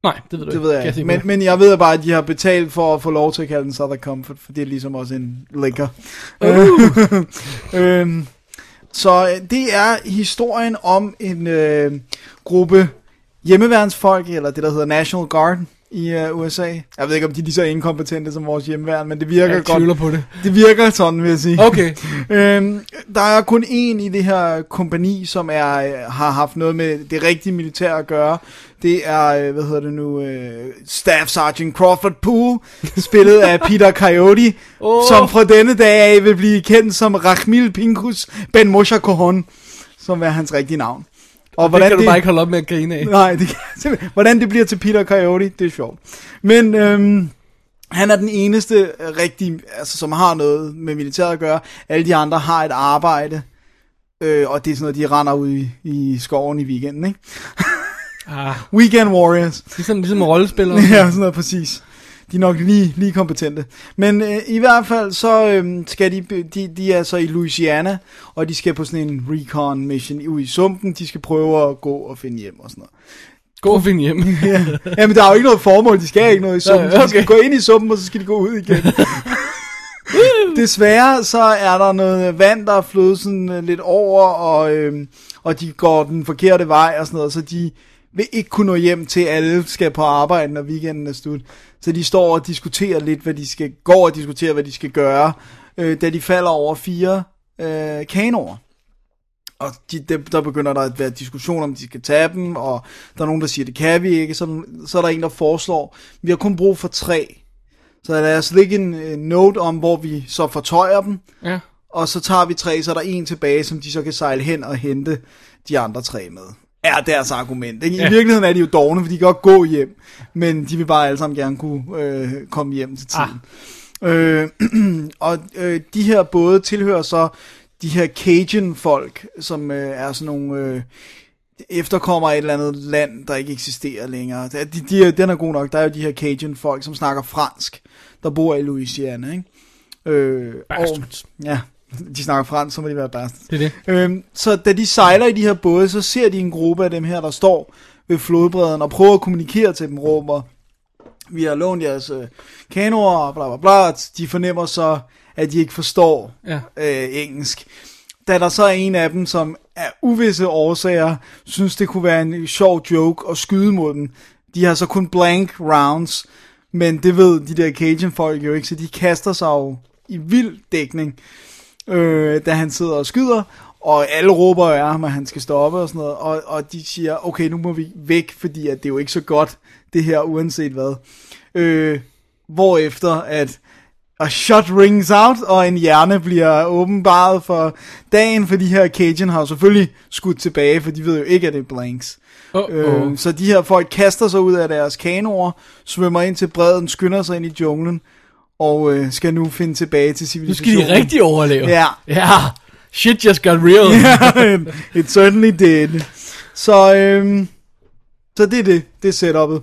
F: Nej, det ved du
G: det
F: ikke.
G: ved jeg ikke. Men, men jeg ved bare, at de har betalt for at få lov til at kalde den Southern Comfort, for det er ligesom også en liquor. Uh. øhm, så det er historien om en øh, gruppe hjemmeværnsfolk, eller det der hedder National Guard i uh, U S A. Jeg ved ikke, om de er lige så inkompetente som vores hjemmeværn, men det virker
F: jeg
G: godt.
F: Jeg på det.
G: Det virker sådan, vil jeg sige.
F: Okay.
G: øhm, der er kun en i det her kompagni, som er har haft noget med det rigtige militær at gøre. Det er, hvad hedder det nu, uh, Staff Sergeant Crawford Poole, spillet af Peter Coyote, oh. som fra denne dag af vil blive kendt som Rachmil Pinkus Ben Moshe Cohon, som er hans rigtige navn.
F: Og det kan du det, bare ikke holde op med at grine af.
G: Nej, det kan, hvordan det bliver til Peter Coyote, det er sjovt. Men øhm, han er den eneste rigtig, altså, som har noget med militæret at gøre. Alle de andre har et arbejde, øh, og det er sådan noget, de render ud i, i skoven i weekenden, ikke?
F: Ah.
G: Weekend Warriors.
F: Ligesom, ligesom rollespillere.
G: Ja, sådan noget, præcis. De er nok lige, lige kompetente. Men øh, i hvert fald, så øh, skal de, de, de er så i Louisiana, og de skal på sådan en recon mission ud i sumpen. De skal prøve at gå og finde hjem og sådan noget.
F: Gå og finde hjem?
G: Ja. Jamen, der er jo ikke noget formål. De skal ikke noget i sumpen. Okay. De skal gå ind i sumpen, og så skal de gå ud igen. Desværre, så er der noget vand, der er flået sådan lidt over, og, øh, og de går den forkerte vej og sådan noget, så de vil ikke kunne nå hjem til, alle skal på arbejde, når weekenden er slut. Så de står og diskuterer lidt, hvad de skal, går og diskuterer, hvad de skal gøre, øh, da de falder over fire øh, kanoer. Og de, de, der begynder der at være diskussion om, de skal tage dem, og der er nogen, der siger, det kan vi ikke. Så, så er der en, der foreslår, vi har kun brug for tre. Så lad os lægge en, en note om, hvor vi så fortøjer dem.
F: Ja.
G: Og så tager vi tre, så er der en tilbage, som de så kan sejle hen og hente de andre tre med. Er deres argument. Ikke? I ja. virkeligheden er de jo dovne, for de kan godt gå hjem, men de vil bare alle sammen gerne kunne øh, komme hjem til tiden. Ah. Øh, og øh, de her både tilhører så de her Cajun-folk, som øh, er sådan nogle øh, efterkommer af et eller andet land, der ikke eksisterer længere. De, de, den er god nok. Der er jo de her Cajun-folk, som snakker fransk, der bor i Louisiana. Ikke? Øh,
F: Bastards.
G: Og, ja. De snakker fransk, så må de være bastards.
F: Det er det.
G: Øhm, så da de sejler i de her både, så ser de en gruppe af dem her, der står ved flodbredden og prøver at kommunikere til dem, råber, vi har lånt jeres øh, kanoer og bla bla bla. De fornemmer så, at de ikke forstår
F: ja.
G: øh, engelsk. Da der så er en af dem, som af uvisse årsager synes, det kunne være en sjov joke at skyde mod dem. De har så kun blank rounds, men det ved de der Cajun-folk jo ikke, så de kaster sig jo i vild dækning, øh, da han sidder og skyder, og alle råber af ham, at han skal stoppe og sådan noget, og, og de siger, okay, nu må vi væk, fordi at det er jo ikke så godt, det her, uanset hvad. Øh, hvorefter at a shot rings out, og en hjerne bliver åbenbaret for dagen, for de her Cajun har selvfølgelig skudt tilbage, for de ved jo ikke, at det er blanks. Uh-oh. Øh, så de her folk kaster sig ud af deres kanoer, svømmer ind til bredden, skynder sig ind i junglen, og øh, skal nu finde tilbage til civilisationen.
F: Nu skal de rigtig overleve.
G: Ja.
F: Ja. Shit just got real.
G: Yeah, it, it certainly did. Så, øhm, så det er det. Det er setup'et.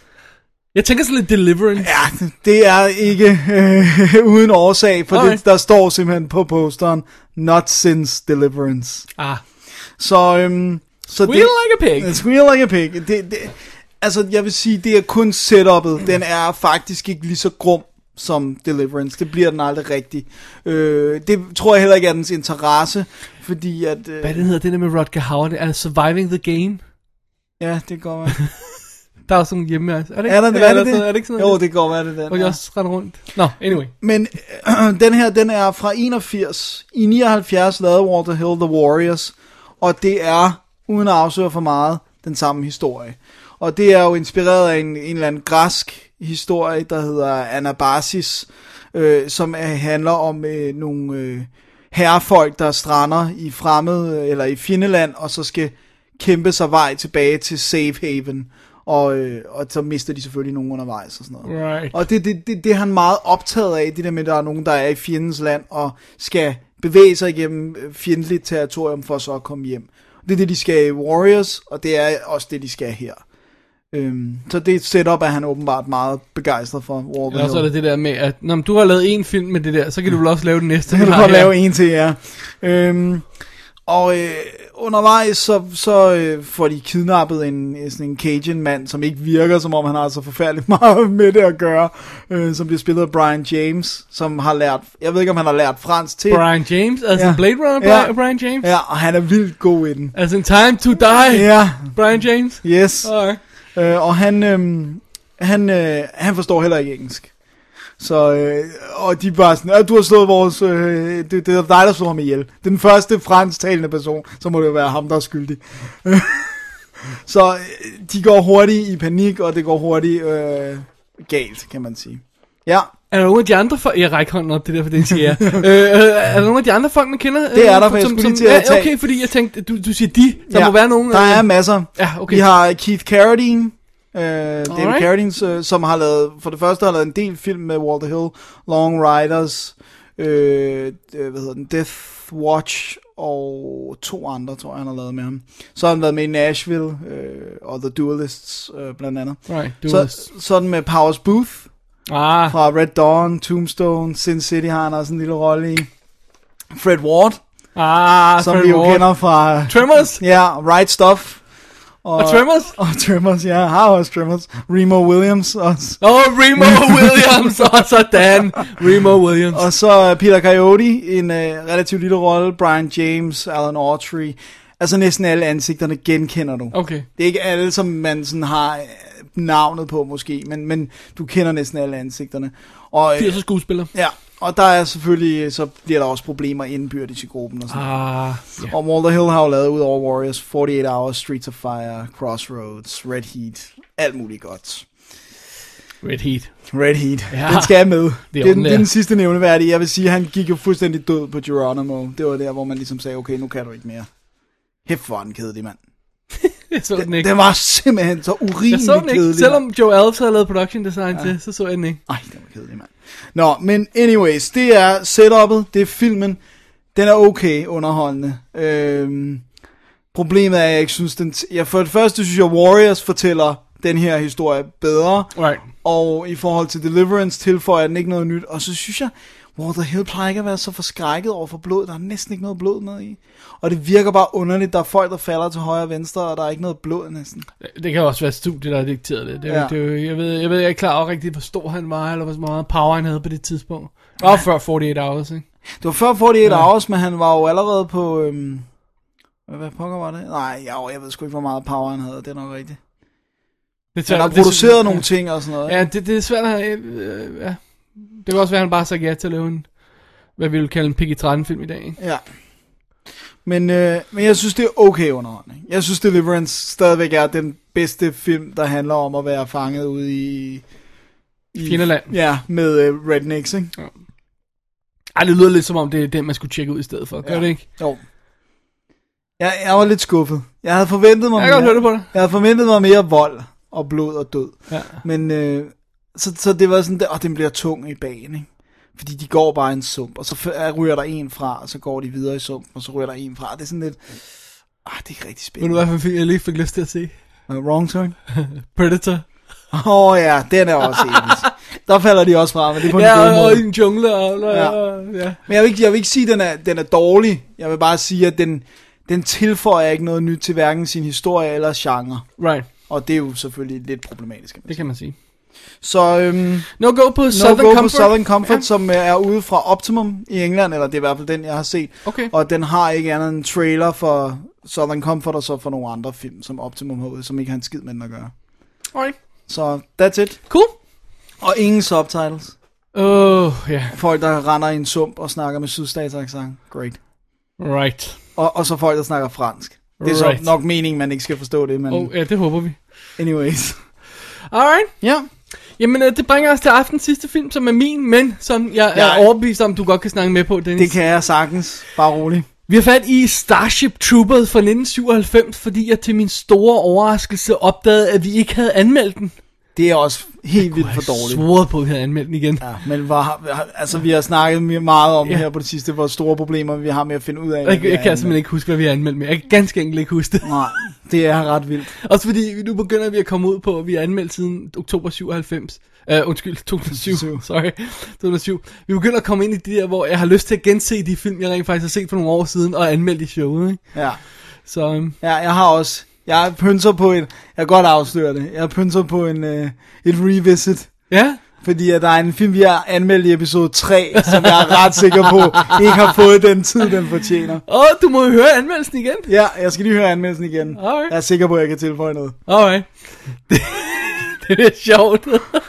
F: Jeg tænker sådan lidt Deliverance.
G: Ja, det er ikke øh, uden årsag, for det, der står simpelthen på posteren, not since Deliverance.
F: Ah.
G: Så, øhm, så
F: Squeal
G: det,
F: like a pig.
G: Squeal like a pig. Det, det, altså, jeg vil sige, det er kun setup'et. Den er faktisk ikke lige så grum som Deliverance. Det bliver den aldrig rigtig. Øh, det tror jeg heller ikke er dens interesse, fordi at... Øh,
F: Hvad den hedder, det der med Rutger Hauer, det er Surviving the Game.
G: Ja, det går være.
F: Der er sådan hjemme, altså. Er det
G: ikke? Er, der, er, er, det, det?
F: er det ikke sådan noget?
G: Jo, det går være det den.
F: Hvor jeg også render rundt. Nå, no, anyway.
G: Men øh, den her, den er fra enogfirs. I nioghalvfjerds lavede Walter Hill The Warriors, og det er, uden at afsløre for meget, den samme historie. Og det er jo inspireret af en, en eller anden græsk historie, der hedder Anabasis, øh, som er, handler om øh, nogle øh, herrefolk, der strander i fremmed, øh, eller i fjendeland, og så skal kæmpe sig vej tilbage til Safe Haven. Og, øh, og så mister de selvfølgelig nogen undervejs og sådan noget.
F: Right.
G: Og det, det, det, det er han meget optaget af, det der med, at der er nogen, der er i fjendens land, og skal bevæge sig igennem fjendtligt territorium, for så at komme hjem. Det er det, de skal i Warriors, og det er også det, de skal her. Øhm, så det er et setup, at han åbenbart meget begejstret for Walter Hill.
F: Ja, så er det det der med, at når du har lavet en film med det der, så kan du vel også lave den næste.
G: Så kan du godt lave en til, ja. Øhm, Og øh, undervejs så, så øh, får de kidnappet en, sådan en Cajun-mand, som ikke virker, som om han har så forfærdeligt meget med det at gøre, øh, som bliver spillet af Brian James, som har lært, jeg ved ikke om han har lært fransk til.
F: Brian James, altså ja. Blade Runner
G: ja.
F: Brian James?
G: Ja, og han er vildt god i den.
F: Altså in Time to Die,
G: ja.
F: Brian James?
G: Yes.
F: Okay.
G: Øh, og han, øh, han, øh, han forstår heller ikke engelsk. Så, øh, og de bare sådan, at du har slået vores, øh, det, det er dig, der slår ham ihjel. Det er den første fransktalende person, så må det jo være ham, der er skyldig. Så øh, de går hurtigt i panik, og det går hurtigt øh, galt, kan man sige. Ja.
F: Er der nogle af de andre folk, jeg rækker hånden op, det er derfor, det siger jeg. øh, er der nogle af de andre folk, man kender?
G: Det er der, for jeg skulle lige til at tage.
F: Okay, fordi jeg tænkte, du, du siger de, der ja, må være nogen.
G: Der er masser.
F: Ja, okay.
G: Vi har Keith Carradine. Uh, David Carradine, uh, som har lavet, for det første har lavet en del film med Walter Hill, Long Riders, uh, hvad hedder den, Death Watch, og to andre, tror jeg, han har lavet med ham. Så har han været med i Nashville, uh, og The Duelists, uh, blandt andet.
F: Right,
G: så, sådan med Powers Booth,
F: ah.
G: fra Red Dawn, Tombstone, Sin City har han også en lille rolle i. Fred Ward,
F: ah,
G: som
F: Fred
G: vi jo
F: Ward.
G: kender fra
F: Tremors.
G: Ja, Right Stuff. Og,
F: og Tremors?
G: Og Tremors, ja, har også Tremors. Remo Williams også.
F: Åh, oh, Remo Williams, og sådan, Remo Williams.
G: Og så Peter Coyote, en uh, relativt lille rolle, Brian James, Alan Autry. Altså næsten alle ansigterne genkender du.
F: Okay.
G: Det er ikke alle, som man sådan har navnet på måske, men, men du kender næsten alle ansigterne. Og,
F: firs skuespillere.
G: Ja, og der er selvfølgelig, så bliver der også problemer indbyrdes i gruppen og sådan.
F: Ah, yeah.
G: Og Walter Hill har jo lavet ud over Warriors, forty-eight hours, Streets of Fire, Crossroads, Red Heat, alt muligt godt.
F: Red Heat.
G: Red Heat,
F: ja.
G: Den skal med. Det er, det, er den, det er den sidste nævneværdige. Jeg vil sige, han gik jo fuldstændig død på Geronimo. Det var der, hvor man ligesom sagde, okay, nu kan du ikke mere. Hæft for den kedelig, mand.
F: Jeg så den ikke.
G: Den var simpelthen så urimelig
F: jeg så den ikke.
G: kedelig.
F: Selvom Joe Alves havde lavet production design ja. til, så så jeg den ikke.
G: Ej, den var kedelig, mand. Nå, men anyways, det er setup'et, det er filmen. Den er okay underholdende. Øhm, problemet er, at jeg ikke synes, den... T- ja, for det første synes jeg, Warriors fortæller den her historie bedre.
F: Right.
G: Og i forhold til Deliverance tilføjer den ikke noget nyt. Og så synes jeg, Walter Hill plejer ikke at være så forskrækket over for blod. Der er næsten ikke noget blod med i. Og det virker bare underligt. Der er folk, der falder til højre og venstre, og der er ikke noget blod næsten.
F: Det kan også være studiet, der har dikteret det. det,
G: ja.
F: det, det jeg, ved, jeg ved, jeg er ikke klar over rigtig, hvor stor han var, eller hvor meget power han havde på det tidspunkt. Det var før forty-eight hours, ikke?
G: Det var før forty-eight ja. hours, men han var jo allerede på... Øhm, hvad pokker var det? Nej, jeg, jeg ved sgu ikke, hvor meget power han havde. Det er nok rigtigt. Det han har produceret det, nogle ja. ting og sådan noget.
F: Ja, det, det er svært at... Øh, ja. Det kan også være, at han bare sagde ja til at lave en... Hvad vi vil kalde en P G tretten film i dag, ikke?
G: Ja. Men, øh, men jeg synes, det er okay underholdning. Jeg synes, Deliverance stadigvæk er den bedste film, der handler om at være fanget ude i...
F: i Finland.
G: Ja, med uh, rednecks, ikke? Ja.
F: Ej, det lyder lidt som om, det er den, man skulle tjekke ud i stedet for. Gør ja. det ikke?
G: Jo. Jeg, jeg var lidt skuffet. Jeg havde forventet mig
F: jeg mere... Jeg kan høre det på det.
G: Jeg havde forventet mig mere vold og blod og død.
F: Ja.
G: Men, øh, så, så det var sådan, og den bliver tung i bagen, ikke? Fordi de går bare i en sump, og så ryger der en fra, og så går de videre i sumpen, og så ryger der en fra. Det er sådan lidt... Ah, det er ikke rigtig spændende.
F: Ved du, hvad jeg lige fik lyst til at se?
G: Uh, wrong turn?
F: Predator.
G: Åh oh, ja, den er også episk. Der falder de også fra, men det er på en
F: ja,
G: god måde.
F: og i en jungle. Og,
G: ja.
F: Og, ja.
G: Men jeg vil, ikke, jeg vil ikke sige, at den er, den er dårlig. Jeg vil bare sige, at den, den tilføjer ikke noget nyt til hverken sin historie eller genre.
F: Right.
G: Og det er jo selvfølgelig lidt problematisk. Kan
F: det kan man sige.
G: Så øhm,
F: No Go på Southern
G: no go
F: Comfort,
G: på Southern Comfort
F: ja.
G: som er ude fra Optimum i England, eller det er i hvert fald den, jeg har set.
F: Okay.
G: Og den har ikke andet end en trailer for Southern Comfort, og så for nogle andre film, som Optimum har ude, som ikke har en skid med den at gøre.
F: Alright.
G: Så that's it.
F: Cool.
G: Og ingen subtitles.
F: Åh, oh, ja. Yeah.
G: Folk, der render i en sump og snakker med sydstatsaccent. Great.
F: Right.
G: Og, og så folk, der snakker fransk. Det er
F: right.
G: så nok meningen, man ikke skal forstå det, men...
F: Oh, ja, det håber vi.
G: Anyways.
F: Alright.
G: Ja.
F: Jamen, det bringer os til aftens sidste film, som er min, men som jeg ja, er overbevist om, du godt kan snakke med på, Dennis.
G: Det kan jeg sagtens. Bare roligt.
F: Vi har fat i Starship Troopers fra nitten syvoghalvfems, fordi jeg til min store overraskelse opdagede, at vi ikke havde anmeldt den.
G: Det er også helt vildt for dårligt.
F: Jeg svoret på, at vi havde anmeldt den igen.
G: Ja, men var, altså, vi har snakket meget om
F: ja.
G: her på det sidste, hvor store problemer vi har med at finde ud af.
F: Jeg, jeg kan anmeldt. simpelthen ikke huske, hvad vi har anmeldt med. Jeg kan ganske enkelt ikke huske det.
G: Nej, det er ret vildt.
F: Også fordi nu begynder vi at komme ud på, at vi har anmeldt siden oktober syvoghalvfems. Uh, undskyld, to tusind og syv. Sorry. to tusind og syv. Vi begynder at komme ind i de der, hvor jeg har lyst til at gense de film, jeg rent faktisk har set for nogle år siden, og anmeldt i showet, ikke?
G: Ja.
F: Så, um...
G: ja, jeg har også... Jeg pynser på et... Jeg kan godt afsløre det. Jeg pynser på en, uh, et revisit.
F: Ja?
G: Fordi at der er en film, vi har anmeldt i episode tre, som jeg er ret sikker på, ikke har fået den tid, den fortjener.
F: Åh, oh, du må jo høre anmeldelsen igen.
G: Ja, jeg skal lige høre anmeldelsen igen.
F: Alright.
G: Jeg er sikker på, at jeg kan tilføje noget.
F: Alright. Det, det er sjovt.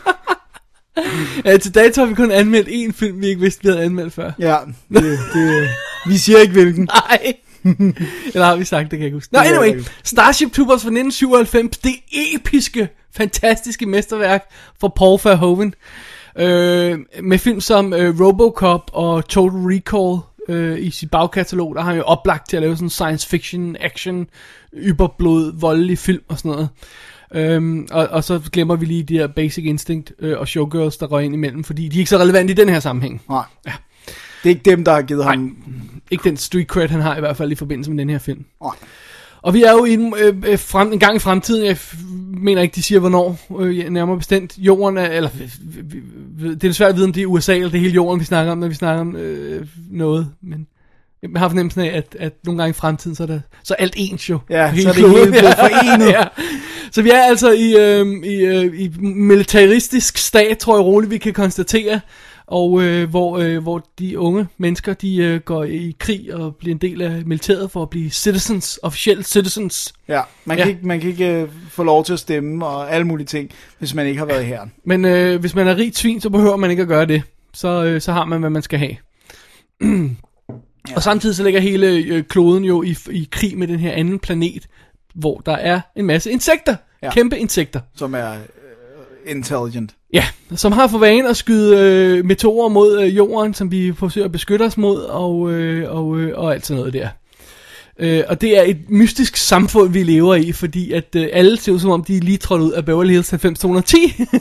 F: Ja, til dato har vi kun anmeldt én film, vi ikke vidste, vi havde anmeldt før.
G: Ja, det, det, vi siger ikke hvilken.
F: Nej. Eller har vi sagt, det kan jeg ikke huske. Nå, anyway. Starship Troopers fra nitten syvoghalvfems. Det episke, fantastiske mesterværk fra Paul Verhoeven. Øh, med film som øh, Robocop og Total Recall øh, i sit bagkatalog. Der har han jo oplagt til at lave sådan science fiction, action, yberblod, voldelig film og sådan noget. Øhm, og, og så glemmer vi lige de her Basic Instinct øh, og Showgirls, der røg ind imellem, fordi de er ikke så relevante i den her sammenhæng.
G: Nej.
F: Ja.
G: Det er ikke dem, der har givet ham...
F: Nej, ikke den street cred, han har i hvert fald i forbindelse med den her film.
G: Nej.
F: Og vi er jo i en, øh, frem, en gang i fremtiden, jeg f- mener ikke, de siger hvornår, øh, nærmere bestemt. Jorden er, eller det er svært at vide, om det er U S A eller det er hele jorden, vi snakker om, når vi snakker om øh, noget. Men jeg har fornemmelsen af, at, at nogle gange i fremtiden, så er, der, så er alt ens jo.
G: Ja,
F: hele
G: så er det hele blevet forenet.
F: Ja. Så vi er altså i, øh, i, øh, i militaristisk stat, tror jeg roligt, vi kan konstatere. Og øh, hvor, øh, hvor de unge mennesker, de øh, går i krig og bliver en del af militæret for at blive citizens, officielle citizens.
G: Ja, man kan ja. ikke, man kan ikke øh, få lov til at stemme og alle mulige ting, hvis man ikke har været i hæren.
F: Men øh, hvis man er rig svin, så behøver man ikke at gøre det. Så, øh, så har man, hvad man skal have. Ja. Og samtidig så ligger hele øh, kloden jo i, i krig med den her anden planet, hvor der er en masse insekter. Ja. Kæmpe insekter.
G: Som er øh, intelligent.
F: Ja, som har for vane at skyde øh, meteorer mod øh, jorden, som vi forsøger at beskytte os mod, og, øh, og, øh, og alt sådan noget der. Øh, og det er et mystisk samfund, vi lever i, fordi at øh, alle ser ud som om, de er lige trådt ud af Beverly Hills halvfems to ti. det,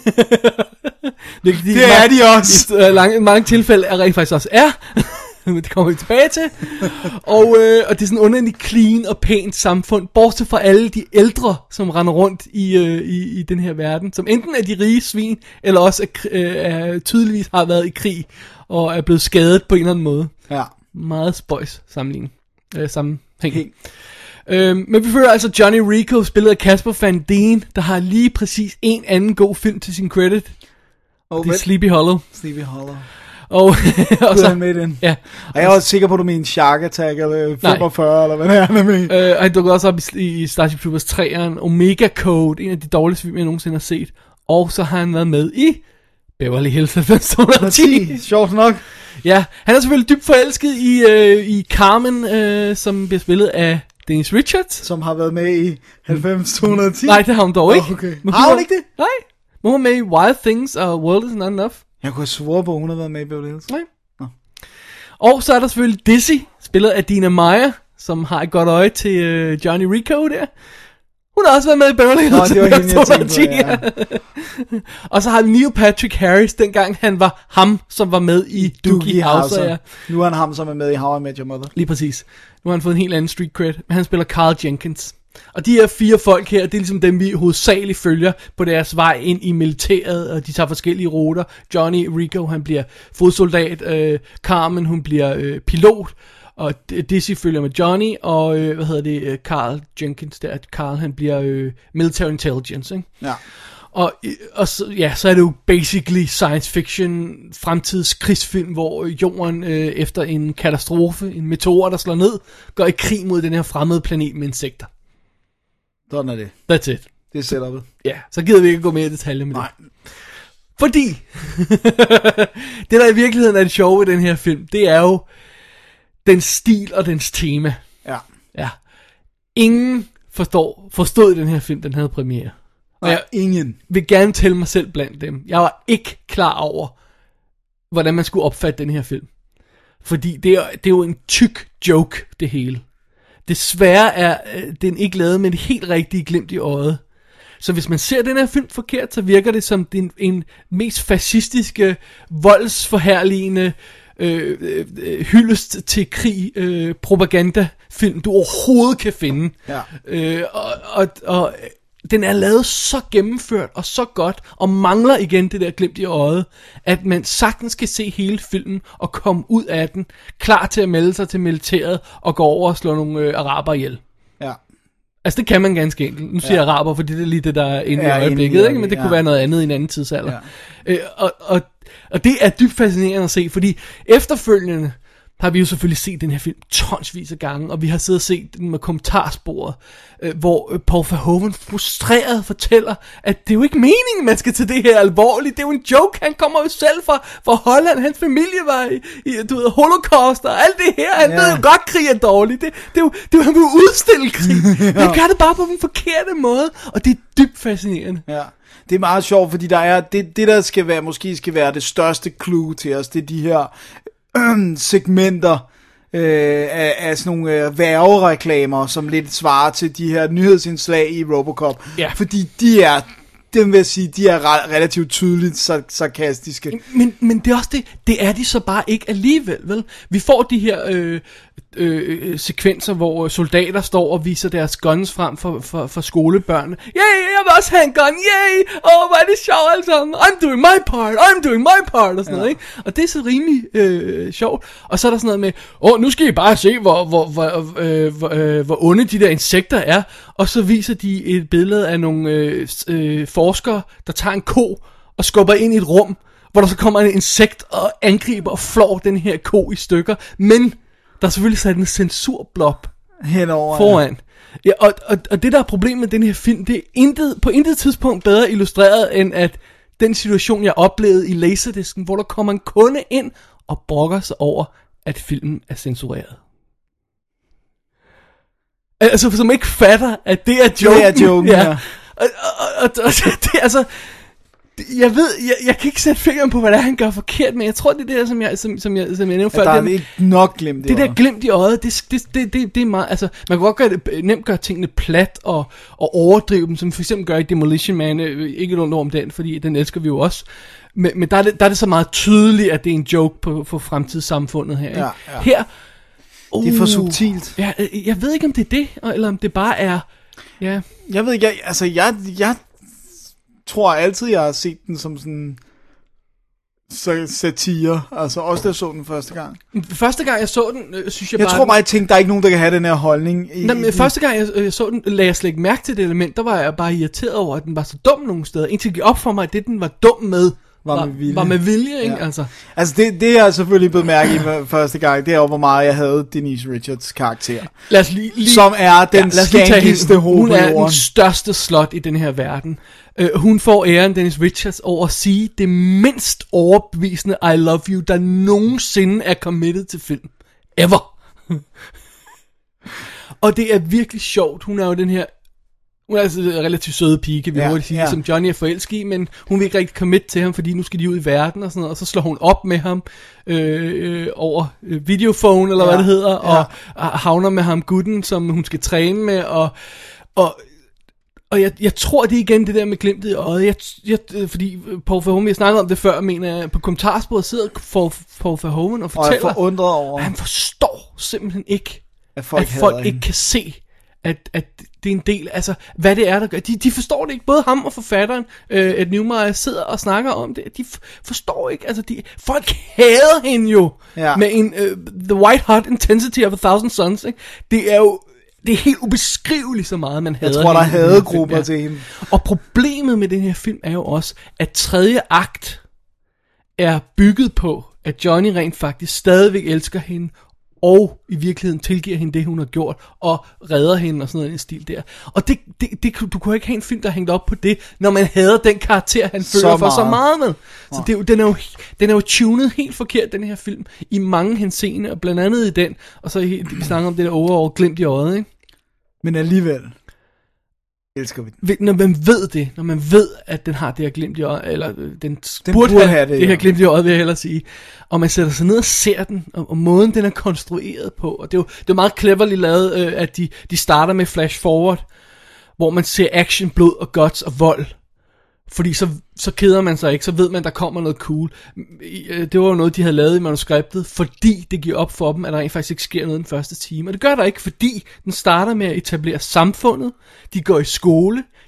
G: de, det er de også.
F: I øh, lange, mange tilfælde er rent faktisk også er. Det kommer vi tilbage til. og, øh, og det er sådan en underlig clean og pænt samfund, bortset fra alle de ældre, som render rundt i, øh, i, i den her verden, som enten er de rige svin, eller også er, øh, er, tydeligvis har været i krig, og er blevet skadet på en eller anden måde.
G: Ja.
F: Meget spøjs sammenligning. Øh, sammenhæng. Hey. Øh, men vi følger altså Johnny Rico, spillet af Casper Van Dien, der har lige præcis en anden god film til sin credit. Oh, det er Sleepy Hollow.
G: Sleepy Hollow.
F: Og, og så
G: med den.
F: Ja.
G: Og jeg er også sikker på, at du mener Shark Attack eller femogfyrre, nej. Eller hvad det er, han med.
F: Øh, og han dukker også op i, i Starship Troopers treeren, Omega Code, en af de dårligste film, jeg nogensinde har set. Og så har han været med i Beverly Hills halvfems to ti.
G: Sjovt nok.
F: Ja, han er selvfølgelig dybt forelsket i, øh, i Carmen, øh, som bliver spillet af Dennis Richards.
G: Som har været med i halvfems to ti.
F: Nej, det har hun dog ikke.
G: Oh, okay. Har hun ikke det?
F: Nej, hun var med i Wild Things og World Is Not Enough.
G: Jeg kunne have svoret på, at hun har været med i Beverly Hills.
F: Nej. Nå. Og så er der selvfølgelig Dizzy, spillet af Dina Meyer, som har et godt øje til uh, Johnny Rico der. Hun har også været med i Beverly Hills.
G: Nå, det var hende, jeg tænkte på, ja.
F: Og så har vi Neil Patrick Harris, dengang han var ham, som var med i Doogie Howser. Ja.
G: Nu er han ham, som er med i How I Met Your Mother.
F: Lige præcis. Nu har han fået en helt anden street cred, men han spiller Carl Jenkins. Og de her fire folk her, det er ligesom dem, vi hovedsageligt følger på deres vej ind i militæret, og de tager forskellige ruter. Johnny Rico, han bliver fodsoldat, øh, Carmen, hun bliver øh, pilot, og Dizzy følger med Johnny, og øh, hvad hedder det, øh, Carl Jenkins der, Carl, han bliver øh, military intelligence, ikke?
G: Ja.
F: Og, og så, ja, så er det jo basically science fiction, fremtids krigsfilm, hvor jorden øh, efter en katastrofe, en meteor, der slår ned, går i krig mod den her fremmede planet med insekter.
G: Sådan er det.
F: That's it.
G: Det er setupet.
F: Ja, så gider vi ikke gå mere i detaljer med
G: Nej.
F: det. Fordi, det der i virkeligheden er det sjove ved den her film, det er jo den stil og dens tema.
G: Ja.
F: Ja. Ingen forstår, forstod den her film, den havde premiere. Og
G: Nej,
F: jeg
G: ingen.
F: vil gerne tælle mig selv blandt dem. Jeg var ikke klar over, hvordan man skulle opfatte den her film. Fordi det er, det er jo en tyk joke, det hele. Desværre er øh, den ikke lavet med det helt rigtige glimt i øjet. Så hvis man ser den her film forkert, så virker det som den en mest fascistiske, voldsforherligende, øh, øh, hyldest til krig, øh, propagandafilm, du overhovedet kan finde.
G: Ja.
F: Øh, og, og, og den er lavet så gennemført og så godt, og mangler igen det der glimt i øjet, at man sagtens kan se hele filmen og komme ud af den, klar til at melde sig til militæret og gå over og slå nogle øh, araber ihjel.
G: Ja.
F: Altså det kan man ganske enkelt. Nu siger jeg ja. araber, fordi det er lige det, der er inde i
G: ja,
F: øjeblikket,
G: inde i,
F: ikke? Men det
G: ja.
F: kunne være noget andet i en anden tidsalder.
G: Ja.
F: Øh, og, og, og det er dybt fascinerende at se, fordi efterfølgende har vi jo selvfølgelig set den her film tonsvis af gange, og vi har siddet og set den med kommentarsporet, øh, hvor Paul Verhoeven frustreret fortæller, at det er jo ikke meningen, man skal tage det her alvorligt. Det er jo en joke, han kommer jo selv fra, fra Holland, hans familie var i, i du ved, holocaust og alt det her. Han yeah. ved jo godt, krig er dårligt. Det, det, er jo, det er jo, han vil udstille krig. Han gør det bare på den forkerte måde, og det er dybt fascinerende.
G: Ja. Det er meget sjovt, fordi der er det, det der skal være, måske skal være det største clue til os, det er de her øh, segmenter øh, af, af sådan nogle øh, værgereklamer, som lidt svarer til de her nyhedsindslag i Robocop.
F: Ja.
G: Fordi de er, dem vil jeg sige, de er re- relativt tydeligt sar- sarkastiske.
F: Men, men det er også det, det er de så bare ikke alligevel, vel? Vi får de her øh, øh, sekvenser, hvor soldater står og viser deres guns frem for, for, for skolebørnene. Yay, jeg vil også have en gun, yay! Åh, oh, hvor er det sjovt alt sammen. I'm doing my part, I'm doing my part, og sådan ja. noget, ikke? Og det er så rimelig øh, sjovt. Og så er der sådan noget med, åh, oh, nu skal I bare se, hvor, hvor, hvor, øh, hvor, øh, hvor onde de der insekter er. Og så viser de et billede af nogle øh, øh, forskere, der tager en ko og skubber ind i et rum, hvor der så kommer en insekt og angriber og flår den her ko i stykker. Men der er selvfølgelig sat en censurblob
G: henover
F: foran. Ja, og, og, og det der er problemet med den her film, det er intet, på intet tidspunkt bedre illustreret, end at den situation, jeg oplevede i Laserdisken, hvor der kommer en kunde ind og brokker sig over, at filmen er censureret. Altså, som ikke fatter, at det er joken.
G: Det er joken, ja. ja.
F: Og, og, og, og det er altså... Jeg ved, jeg, jeg kan ikke sætte fingeren på, hvad det er, han gør forkert, men jeg tror, det er det der, som jeg, som, som jeg, som jeg nævnte før.
G: Der er
F: det,
G: ikke nok glimt i
F: det
G: øjet.
F: der glimt i øjet, det, det, det, det, det er meget, altså, man kan godt gøre det, nemt gøre tingene plat og, og overdrive dem, som for eksempel gør i Demolition Man, ikke noget om den, fordi den elsker vi jo også. Men, men der, er det, der er det så meget tydeligt, at det er en joke på, på fremtidssamfundet her. Ikke?
G: Ja, ja.
F: Her, uh,
G: det er for subtilt.
F: Ja, jeg ved ikke, om det er det, eller om det bare er, ja.
G: Jeg ved ikke, jeg, altså, jeg, jeg tror altid, jeg har set den som sådan satire, altså også da jeg så den første gang.
F: Første gang jeg så den, øh, synes jeg,
G: jeg
F: bare...
G: Jeg tror bare, jeg tænkte, der er ikke nogen, der kan have den her holdning. I,
F: Nej, men første gang jeg, jeg så den, lagde jeg slet ikke mærke til det element, der var jeg bare irriteret over, at den var så dum nogle steder. Indtil det gik op for mig, at det, den var dum med,
G: var,
F: var
G: med vilje.
F: Var med vilje, ikke?
G: Ja.
F: Altså,
G: altså det, det jeg selvfølgelig blevet mærke i første gang, det er jo, hvor meget jeg havde Denise Richards karakter.
F: Lad os lige, lige,
G: som er den ja, skankigste hoved
F: Hun
G: på
F: er
G: jorden.
F: Den største slot i den her verden. Uh, hun får æren, Dennis Richards, over at sige det mindst overbevisende I love you, der nogensinde er committed til film. Ever. Og det er virkelig sjovt. Hun er jo den her, hun er altså en relativt søde pige, kan vi ja, hurtigt sige, ja. som Johnny er forelsket i, men hun vil ikke rigtig commit til ham, fordi nu skal de ud i verden og sådan noget, og så slår hun op med ham øh, øh, over øh, videophone, eller ja, hvad det hedder, ja. og, og havner med ham gutten, som hun skal træne med, og, og Og jeg, jeg tror, det er igen det der med glimtet i øjet. Jeg, jeg, fordi Paul Verhoeven, jeg snakkede om det før, mener jeg, på kommentarsporet sidder Paul Verhoeven og fortæller,
G: og er forundret over,
F: at han forstår simpelthen ikke,
G: at folk,
F: at folk ikke kan se, at, at det er en del, altså hvad det er, der gør. De, de forstår det ikke, både ham og forfatteren, øh, Ed Neumeyer, sidder og snakker om det. De forstår ikke, altså de, folk hader hende jo, ja. med en uh, the white hot intensity of a thousand suns, ikke? Det er jo, det er helt ubeskriveligt så meget, man hader.
G: Jeg tror, der havde grupper ja. til hende.
F: Og problemet med den her film er jo også, at tredje akt er bygget på, at Johnny rent faktisk stadigvæk elsker hende, og i virkeligheden tilgiver hende det, hun har gjort, og redder hende og sådan noget i en stil der. Og det, det, det, du kunne ikke have en film, der hængte op på det, når man hader den karakter, han føler for så meget med. Så det, er jo, den, er jo, den er jo tunet helt forkert, den her film, i mange henseender, og blandt andet i den, og så vi snakker om det der overall glimt i øjet, ikke?
G: Men alligevel elsker vi den.
F: Når man ved det, når man ved, at den har det her glimt i øjet, eller den, den burde,
G: burde
F: have,
G: have det,
F: det her
G: ja.
F: glimt i øjet, vil jeg hellere sige, og man sætter sig ned og ser den, og, og måden den er konstrueret på, og det er jo, det er meget cleverly lavet, øh, at de, de starter med flash forward, hvor man ser action, blod og guts og vold, fordi så, så keder man sig ikke, så ved man, der kommer noget cool. Det var jo noget, de havde lavet i manuskriptet, fordi det giver op for dem, at der rent faktisk ikke sker noget den første time. Og det gør der ikke, fordi den starter med at etablere samfundet, de går i skole,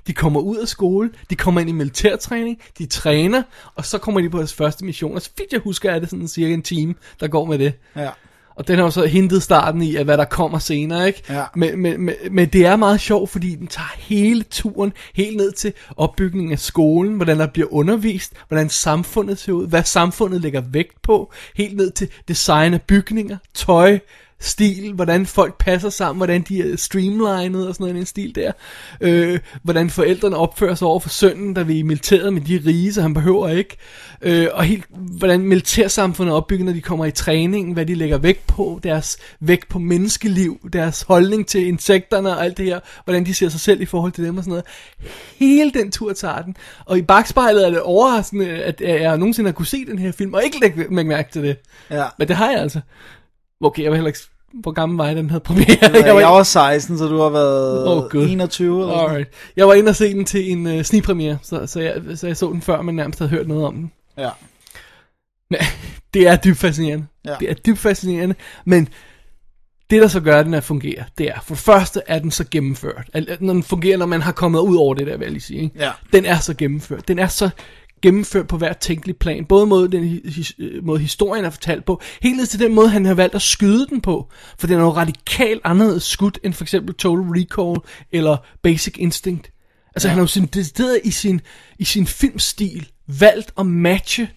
F: de kommer ud af skole, de kommer ind i militærtræning, de træner, og så kommer de på deres første mission. Og så fint jeg husker, er det sådan cirka en time, der går med det.
G: Ja.
F: Og den har jo så hintet starten i, at hvad der kommer senere, ikke?
G: Ja.
F: Men, men, men, men det er meget sjovt, fordi den tager hele turen, helt ned til opbygningen af skolen, hvordan der bliver undervist, hvordan samfundet ser ud, hvad samfundet lægger vægt på, helt ned til design af bygninger, tøj, stil, hvordan folk passer sammen, hvordan de er streamlined og sådan noget i en stil der. Øh, hvordan forældrene opfører sig over for sønnen, der vil i militæret med de rige, så han behøver ikke. Øh, og helt, hvordan militærsamfundet er opbygget, når de kommer i træningen, hvad de lægger vægt på, deres vægt på menneskeliv, deres holdning til insekterne og alt det her, hvordan de ser sig selv i forhold til dem og sådan noget. Hele den tur tager den. Og i bagspejlet er det overraskende, at jeg nogensinde har kunne se den her film, og ikke lægge mærke til det.
G: Ja.
F: Men det har jeg altså. Okay, jeg var heller ikke... Hvor gammel var jeg, den havde premiere?
G: Jeg var, jeg var seksten, så du har været
F: oh,
G: enogtyve eller sådan.
F: Alright. Jeg var inde og se den til en uh, snigpremiere, så, så, jeg, så jeg så den før, men nærmest havde hørt noget om den.
G: Ja.
F: Men, det er dybt fascinerende.
G: Ja.
F: Det er dybt fascinerende, men det der så gør den at fungere, det er, for det første er den så gennemført. Når den fungerer, når man har kommet ud over det der, vil jeg lige sige. Ikke?
G: Ja.
F: Den er så gennemført. Den er så gennemført på hver tænkelig plan. Både mod den his- måde historien er fortalt på, helt ned til den måde, han har valgt at skyde den på. For den er jo radikalt anderledes skudt, end for eksempel Total Recall eller Basic Instinct. Altså ja. Han har jo sin, decideret i sin, i sin filmstil valgt at matche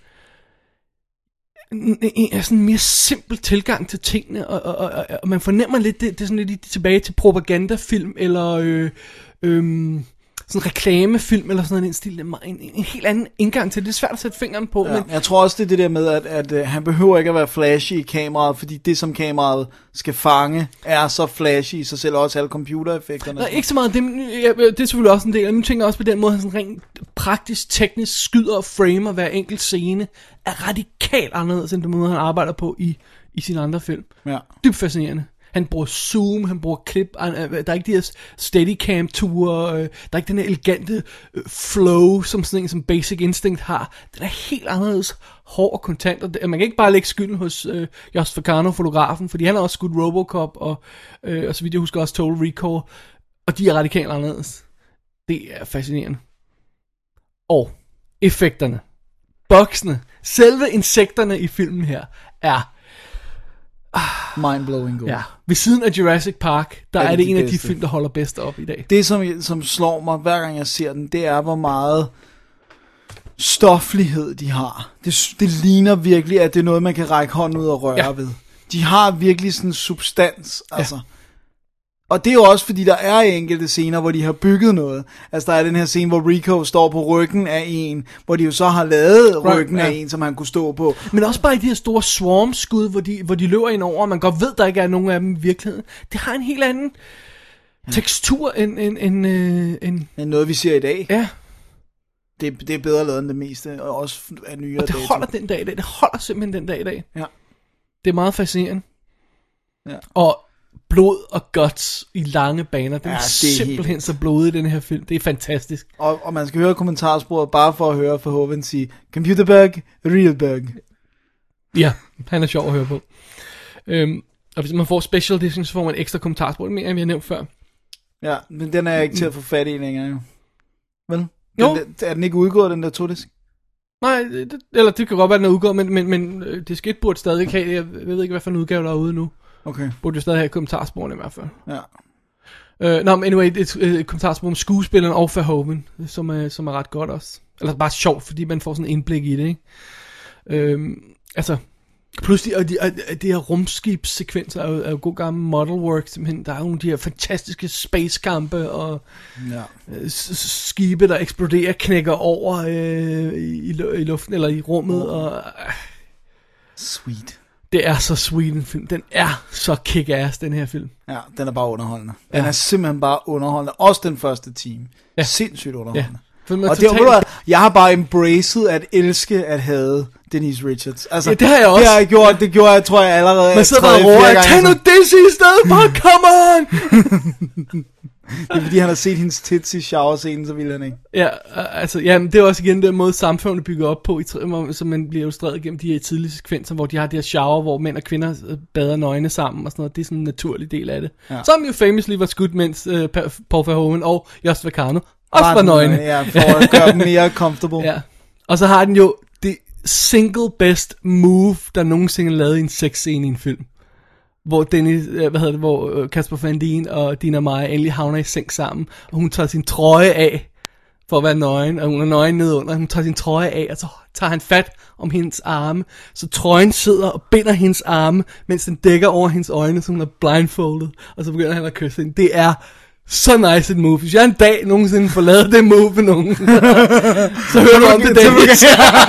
F: en, en, sådan en mere simpel tilgang til tingene, og, og, og, og man fornemmer lidt, det, det er sådan lidt tilbage til propagandafilm, eller øh, øh, sådan en reklamefilm, eller sådan noget, en stil, en, en, en helt anden indgang til det. Det er svært at sætte fingeren på.
G: Ja,
F: men
G: jeg tror også, det er det der med, at, at, at han behøver ikke at være flashy i kameraet, fordi det, som kameraet skal fange, er så flashy i sig selv, også alle computereffekterne.
F: Nej, ikke så meget. Det, det er selvfølgelig også en del. Jeg tænker også på den måde, han sådan rent praktisk, teknisk skyder og framer hver enkelt scene, er radikalt anderledes, end den måde, han arbejder på i, i sine andre film.
G: Ja.
F: Dybt fascinerende. Han bruger zoom, han bruger klip, der er ikke de her steadicam-ture, der er ikke den her elegante flow, som sådan en som Basic Instinct har. Den er helt anderledes hård og kontant, og man kan ikke bare lægge skylden hos øh, Joss Vacano, fotografen, fordi han har også skudt Robocop, og, øh, og så vidt jeg husker også Total Recall, og de er radikalt anderledes. Det er fascinerende. Og effekterne, boksene, selve insekterne i filmen her, er
G: mindblowing god.
F: Ja. Ved siden af Jurassic Park, der er,
G: er
F: det,
G: det
F: det en
G: de
F: af de
G: bedste
F: film, der holder bedst op i dag.
G: Det, som, som slår mig, hver gang jeg ser den, det er, hvor meget stoflighed de har. Det, det ligner virkelig, at det er noget, man kan række hånden ud og røre ja. ved. De har virkelig sådan en substans, altså. Ja. Og det er jo også, fordi der er enkelte scener, hvor de har bygget noget. Altså, der er den her scene, hvor Rico står på ryggen af en, hvor de jo så har lavet ryggen right, ja. af en, som han kunne stå på.
F: Men også bare i de her store swarm-skud, hvor de, hvor de løber ind over, og man godt ved, der ikke er nogen af dem i virkeligheden. Det har en helt anden tekstur end... end, end, øh, end...
G: end noget, vi ser i dag.
F: Ja.
G: Det, det er bedre lavet end det meste, og også af nyere
F: Og det
G: dato.
F: holder den dag i dag. Det holder simpelthen den dag i dag.
G: Ja.
F: Det er meget fascinerende.
G: Ja.
F: Og blod og guts i lange baner. Det er,
G: ja, det er
F: simpelthen helt... så blodet i den her film. Det er fantastisk.
G: Og, og man skal høre kommentarsporet bare for at høre forhåbentlig sige computer bug, real bug.
F: Ja, han er sjov at høre på. Øhm, og hvis man får special edition, så får man ekstra kommentarspor, mere end vi har nævnt før.
G: Ja, men den er ikke til at få fat i længere, jo. Vel?
F: Jo.
G: Den, er den ikke udgået, den der to-disk?
F: Nej, det, eller det kan godt være, at den er udgået, men, men, men det skal burde stadig have. Jeg ved ikke, hvad for en udgave der er ude nu.
G: Okay.
F: Burde jo stadig have kommentarsporene i hvert fald.
G: Ja.
F: Uh, Nå, no, men anyway, det er et, et kommentarspor om skuespilleren og Verhoeven, som er, som er ret godt også. Eller bare sjovt, fordi man får sådan en indblik i det, ikke? Uh, altså, pludselig, og de, og de her rumskibssekvenser er jo, er jo god gammel model work, simpelthen. Der er jo nogle af de her fantastiske spacekampe, og
G: ja.
F: uh, skibe, der eksploderer, knækker over uh, i, i luften, eller i rummet, oh. og... Uh,
G: Sweet.
F: Det er så sweet en film. Den er så kick-ass, den her film.
G: Ja, den er bare underholdende. Den
F: ja.
G: er simpelthen bare underholdende. Også den første time. Ja. Sindssygt underholdende. Ja. Og det total... var, jeg har bare embraced at elske at have Denise Richards. Altså,
F: ja, det har jeg også.
G: Det har jeg gjort, det gjorde jeg, tror jeg allerede.
F: Man sidder bare og råber, tag nu Dizzy i stedet, bare come on!
G: Det er fordi han har set hendes tits i shower-scenen, så ville han ikke.
F: Ja, altså, ja, det er også igen den måde samfundet bygger op på, som man bliver illustreret gennem de her tidlige sekvenser, hvor de har de her shower, hvor mænd og kvinder bader nøgne sammen og sådan noget. Det er sådan en naturlig del af det. Ja. Som jo famously var skudt, mens uh, Paul Verhoeven og Joss Vacano Også var nøgne.
G: Ja, for at gøre dem mere comfortable.
F: Ja. Og så har den jo det single best move, der nogensinde er lavet i en sexscene i en film. Hvor Dennis, hvad hedder det, hvor Kasper Van Dien og Dina Meyer endelig havner i seng sammen, og hun tager sin trøje af, for at være nøgen, og hun er nøgen nedunder, hun tager sin trøje af, og så tager han fat om hendes arme, så trøjen sidder og binder hendes arme, mens den dækker over hendes øjne, så hun er blindfoldet, og så begynder han at kysse hende. Det er så nice et move. Hvis jeg en dag nogensinde får lavet det move med nogen, så hører du om det, Dennis.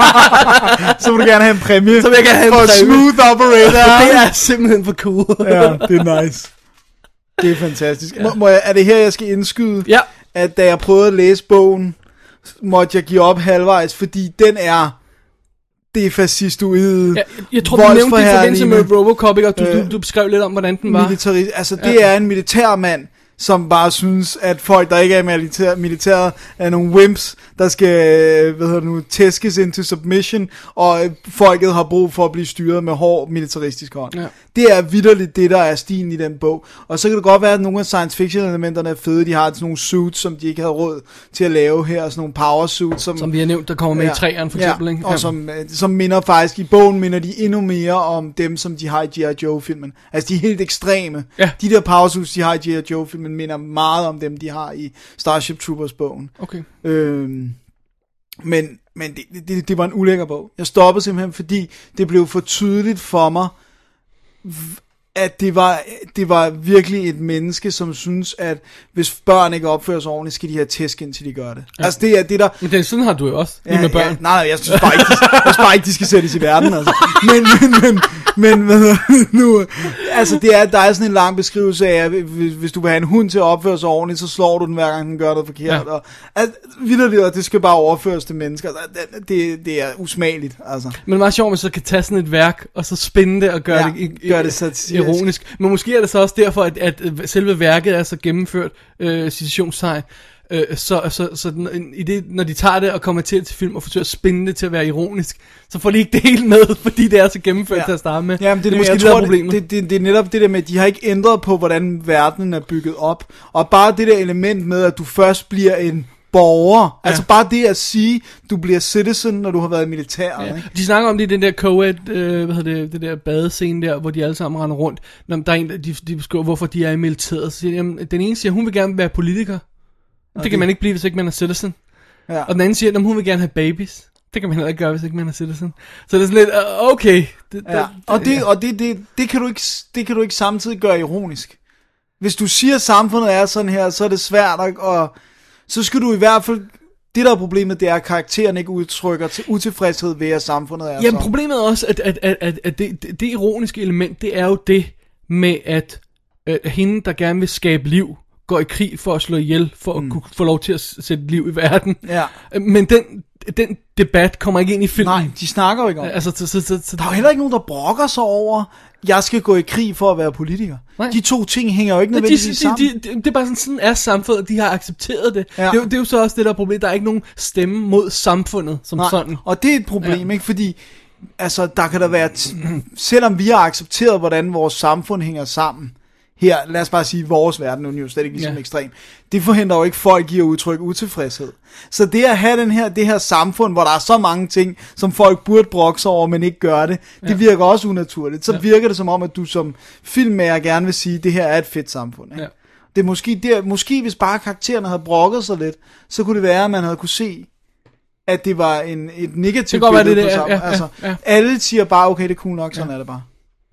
G: Så må du gerne have en præmie.
F: Så vil jeg gerne have en
G: for
F: præmie.
G: smooth operator.
F: Det er simpelthen for cool.
G: Ja, det er nice. Det er fantastisk. Ja. Må, må jeg, er det her, jeg skal indskyde?
F: Ja.
G: At da jeg prøvede at læse bogen, måtte jeg give op halvvejs, fordi den er det fascistoide.
F: Ja, jeg tror, du nævnte det i forbindelse med Robocop, og du, du, du beskrev lidt om, hvordan den var.
G: Militari- altså, det ja. er en militærmand, som bare synes, at folk, der ikke er militær, militæret, er nogle wimps, der skal, hvad hedder det nu, tæskes into submission, og folket har brug for at blive styret med hård militaristisk hånd. Ja. Det er vitterligt det, der er stilen i den bog. Og så kan det godt være, at nogle af science fiction elementerne er fede. De har sådan nogle suits, som de ikke havde råd til at lave her, sådan nogle power suits. Som,
F: som vi har nævnt, der kommer med ja, i træerne for eksempel.
G: Ja,
F: ikke?
G: og
F: ja.
G: som, som minder faktisk, i bogen minder de endnu mere om dem, som de har i G I. Joe-filmen. Altså, de er helt ekstreme. Ja. De der power suits, de har i G I. Joe-filmen, minder meget om dem, de har i Starship Troopers-bogen.
F: Okay.
G: Øhm, men men det, det, det var en ulækker bog. Jeg stoppede simpelthen, fordi det blev for tydeligt for mig, at det var, det var virkelig et menneske, som synes, at hvis børn ikke opfører sig ordentligt, skal de have tæsk, indtil de gør det. Ja. Altså det er det der...
F: Men den sådan har du jo også,
G: ja,
F: med børn. Ja,
G: nej, nej, jeg synes bare ikke, de, jeg synes bare ikke, de skal sættes i verden, altså. Men, men, men, men hvad nu... Altså det er, der er sådan en lang beskrivelse af, at hvis, hvis du vil have en hund til at opføre sig ordentligt, så slår du den hver gang, den gør noget forkert. Ja. Og, altså, vitterligt, og det skal bare overføres til mennesker. Det, det, det er usmageligt, altså. Men
F: det er meget sjovt, at man så kan tage sådan et værk, og så spænde det og gøre
G: ja,
F: det, i,
G: gør det satirisk.
F: Ironisk. Men måske er det så også derfor, at, at selve værket er så gennemført, øh, citationstegn, øh, så, så, så den, i det, når de tager det og kommer til til film og forsøger at spænde det til at være ironisk, så får de ikke det helt med, fordi det er så gennemført ja. til at starte med.
G: Ja, men det, det er måske det, der problemet. Det, det, det er netop det der med, at de har ikke ændret på, hvordan verdenen er bygget op. Og bare det der element med, at du først bliver en borger. Ja. Altså bare det at sige, du bliver citizen, når du har været i militæret. Ja.
F: De snakker om det i den der co-ed, øh, hvad hedder det, det der badescene der, hvor de alle sammen render rundt. Når der er en, de, de beskriver, hvorfor de er i militæret. Så siger de, jamen, den ene siger, hun vil gerne være politiker. Okay. Det kan man ikke blive, hvis ikke man er citizen. Ja. Og den anden siger, at hun vil gerne have babies. Det kan man heller ikke gøre, hvis ikke man er citizen. Så det er sådan lidt, uh, okay. Det,
G: ja. det, og det, ja. og det, det, det, kan du ikke, det kan du ikke samtidig gøre ironisk. Hvis du siger, at samfundet er sådan her, så er det svært at... Og, så skal du i hvert fald... Det der er problemet, det er, at karakteren ikke udtrykker til utilfredshed ved, at samfundet er
F: Jamen
G: sådan.
F: Problemet er også, at, at, at, at, at det, det, det ironiske element, det er jo det med, at at hende, der gerne vil skabe liv, går i krig for at slå ihjel, for at mm. kunne få lov til at sætte liv i verden.
G: Ja.
F: Men den, den debat kommer ikke ind i filmen.
G: Nej, de snakker jo ikke om det.
F: Altså, så, så, så, så,
G: der er jo heller ikke nogen, der brokker sig over, jeg skal gå i krig for at være politiker. Nej. De to ting hænger jo ikke nødvendigvis de, de, sammen. De, de, det er bare sådan, sådan er samfundet, de har accepteret det. Ja. Det, det er jo så også det, der er problemet. Der er ikke nogen stemme mod samfundet som Nej.
F: sådan.
G: Og det er et problem, ja. ikke? Fordi, altså, der kan der være... T- selvom vi har accepteret, hvordan vores samfund hænger sammen, her, lad os bare sige, vores verden, nu er jo slet ikke ligesom ja. ekstrem, det forhindrer jo ikke folk i at udtrykke utilfredshed. Så det at have den her, det her samfund, hvor der er så mange ting, som folk burde brokke sig over, men ikke gør det, det ja. virker også unaturligt. Så ja. virker det som om, at du som filmmager gerne vil sige, at det her er et fedt samfund. Ikke? Ja. Det er måske, der, måske hvis bare karaktererne havde brokket sig lidt, så kunne det være, at man havde kunne se, at det var en, et negativt
F: det
G: billede
F: det,
G: på
F: ja,
G: sammen.
F: Ja, ja,
G: altså,
F: ja.
G: Alle siger bare, okay, det er cool nok, sådan ja. er det bare.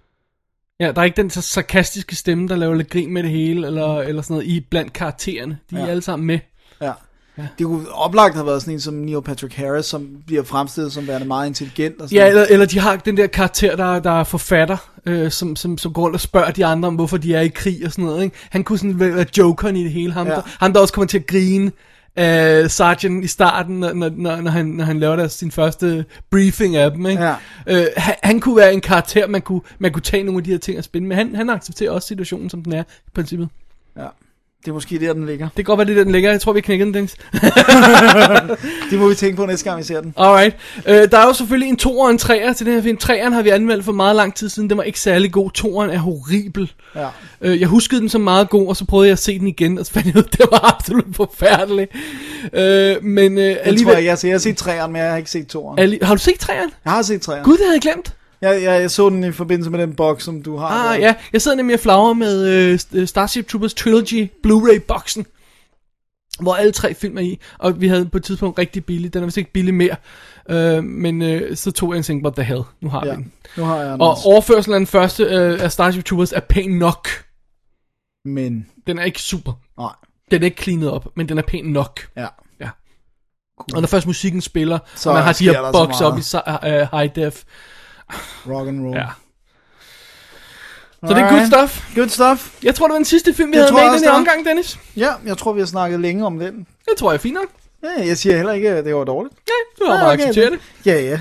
F: Ja, der er ikke den så sarkastiske stemme, der laver lidt grin med det hele, eller, eller sådan noget, i blandt karaktererne. De ja. er alle sammen med.
G: Ja. ja. Det kunne oplagt have været sådan en som Neil Patrick Harris, som bliver fremstillet som værende meget intelligent. Og sådan
F: ja, eller, eller de har den der karakter, der, der er forfatter, øh, som, som, som går rundt og spørger de andre om, hvorfor de er i krig og sådan noget. Ikke? Han kunne sådan være jokeren i det hele. Ham, ja. der, ham der også kommer til at grine. Uh, Sergeant i starten, når, når, når, han, når han laver der sin første briefing af dem, ikke? Ja. Uh, han, han kunne være en karakter, man kunne, man kunne tage nogle af de her ting og spille, men han, han accepterer også situationen, som den er, i princippet.
G: Ja. Det er måske der, den ligger.
F: Det kan godt være, det der, den ligger. Jeg tror, vi har knækket den, Dennis.
G: Det må vi tænke på næste gang, vi ser den.
F: Alright. Øh, der er jo selvfølgelig en toer og en treer til den her film. Treeren har vi anmeldt for meget lang tid siden. Den var ikke særlig god. Toeren er horribel.
G: Ja.
F: Øh, jeg huskede den som meget god, og så prøvede jeg at se den igen, og så fandt jeg ud, det var absolut forfærdeligt. Øh, men øh,
G: jeg
F: alligevel...
G: tror jeg, jeg, jeg har set treeren, men jeg har ikke set toeren.
F: Alli... Har du set treeren?
G: Jeg har set treeren.
F: Gud, det havde jeg glemt.
G: Jeg, jeg, jeg så den i forbindelse med den box, som du har.
F: Ah,
G: der.
F: ja. Jeg sidder nemlig og flagrer med øh, Starship Troopers Trilogy Blu-ray-boksen, hvor alle tre film er i, og vi havde på et tidspunkt rigtig billig. Den er vist ikke billig mere, øh, men øh, så tog jeg en ting, what the hell, nu har
G: ja,
F: vi den.
G: Nu har jeg den
F: og
G: også.
F: overførselen af den første øh, af Starship Troopers er pæn nok.
G: Men
F: den er ikke super.
G: Nej.
F: Den er ikke cleanet op, men den er pæn nok.
G: Ja.
F: Ja. Cool. Og når først musikken spiller,
G: så
F: og man har de her box op i uh, high def.
G: Rock and roll.
F: Ja. Så det er good stuff.
G: Good stuff.
F: Jeg tror, det var den sidste film, vi
G: jeg
F: havde med i den her omgang, Dennis.
G: Ja, jeg tror, vi har snakket længe om den.
F: Det tror jeg er fint nok.
G: Ja, jeg siger heller ikke, at det var dårligt.
F: Nej, du har bare okay, accepteret det.
G: Ja, ja.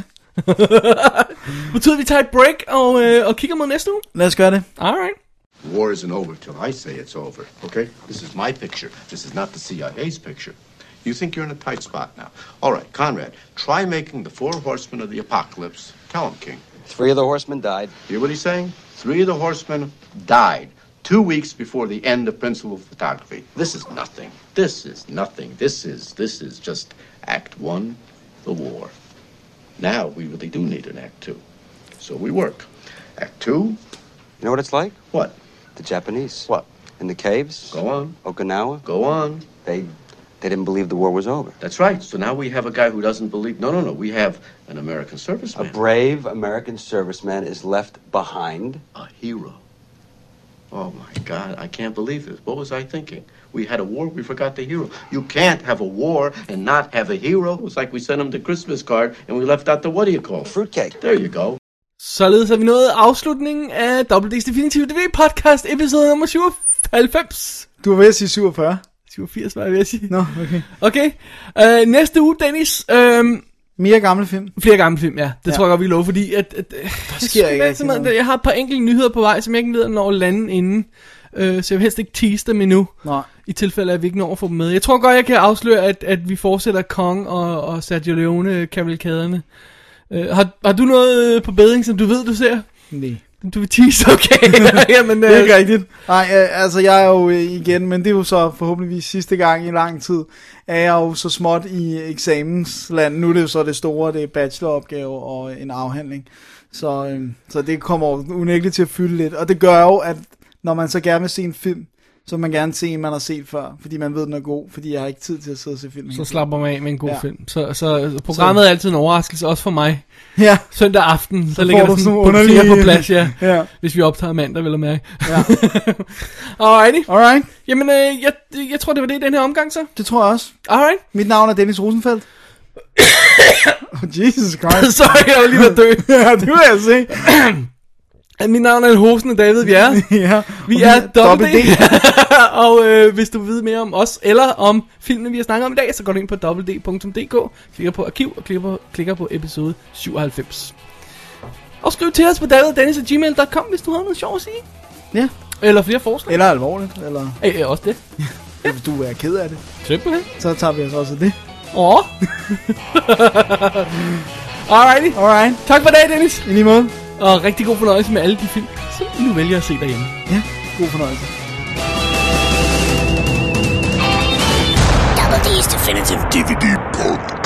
F: Betyder, at vi tager et break og, øh, og kigger mod næste uge?
G: Lad os gøre det.
F: Alright.
M: War isn't over till I say it's over, okay? This is my picture. This is not the C I A's picture. You think you're in a tight spot now. All right, Conrad, try making the four horsemen of the apocalypse. Tell them, King.
J: Three of the horsemen died.
M: Hear what he's saying? Three of the horsemen died two weeks before the end of principal photography. This is nothing. This is nothing. This is, this is just act one, the war. Now we really do need an act two. So we work. Act two.
J: You know what it's like?
M: What?
J: The Japanese.
M: What?
J: In the caves.
M: Go on.
J: Okinawa.
M: Go on.
J: They they didn't believe the war was over.
M: That's right. So now we have a guy who doesn't believe... No, no, no. We have an American serviceman.
J: A brave American serviceman is left behind.
M: A hero. Oh, my God. I can't believe this. What was I thinking? We had a war. We forgot the hero. You can't have a war and not have a hero. It was like we sent him the Christmas card and we left out the... What do you call it?
J: Fruitcake.
M: There you go.
F: Således har vi nået afslutningen af W D's Definitive D V D podcast, episode nummer syvoghalvfems.
G: Du var ved at sige syvogfyrre.
F: syvogfirs var jeg ved at sige.
G: Nå, no, okay.
F: Okay, uh, næste uge, Dennis. Um,
G: Mere gamle film.
F: Flere gamle film, ja. Det
G: ja.
F: tror jeg godt, vi lover, fordi at, at,
G: der sker ikke rigtig noget.
F: Jeg har et par enkelte nyheder på vej, som jeg ikke ved, når lande inden. Uh, så jeg vil helst ikke tease dem endnu.
G: Nej.
F: I tilfælde af, at vi ikke når at få dem med. Jeg tror godt, jeg kan afsløre, at, at vi fortsætter Kong og, og Sergio Leone-kavalkaderne. Uh, har, har du noget på bedring, som du ved, du ser?
G: Nej.
F: Du vil tease, okay. Jamen,
G: det er ikke rigtigt. Nej, øh, altså jeg er jo øh, igen, men det er jo så forhåbentligvis sidste gang i lang tid, er jeg jo så småt i eksamensland. Nu er det jo så det store, det er bacheloropgave og en afhandling. Så, øh, så det kommer jo unægteligt til at fylde lidt. Og det gør jo, at når man så gerne vil se en film, så man gerne se en, man har set før, fordi man ved, den er god, fordi jeg har ikke tid til at sidde og se film.
F: Så slapper man af med en god
G: ja.
F: film. Så, så programmet så. Er altid en overraskelse, også for mig.
G: Ja.
F: Søndag aften, så, så ligger der sådan
G: en
F: underlige... på plads, ja.
G: ja.
F: Hvis vi optager mandag, vil jeg mærke.
G: Ja.
F: Alrighty.
G: Alright.
F: Jamen, øh, jeg, jeg tror, det var det i den her omgang, så.
G: Det tror jeg også.
F: Alright.
G: Mit navn er Dennis Rosenfeldt. oh, Jesus Christ.
F: Sorry, jeg var lige ved at dø.
G: ja, det vil jeg se.
F: Mit navn er Hosen og David Bjerre.
G: ja,
F: vi er W D. Og øh, hvis du vil vide mere om os, eller om filmen, vi har snakket om i dag, så går du ind på w d punktum d k, klikker på arkiv og klikker på, klikker på episode syvoghalvfems. Og skriv til os på david dennis at gmail punktum com, hvis du har noget sjovt at sige.
G: Ja.
F: Eller flere forslag.
G: Eller alvorligt. Eller...
F: Ja, også det.
G: ja. Hvis du er ked af det.
F: Simpelthen.
G: Så tager vi os også det.
F: Åh. Alrighty.
G: Alright.
F: Tak for dag, Dennis.
G: I lige måde.
F: Og rigtig god fornøjelse med alle de film, som I nu vælger at se derhjemme.
G: Ja, god fornøjelse.
E: Double D's Definitive D V D Podcast.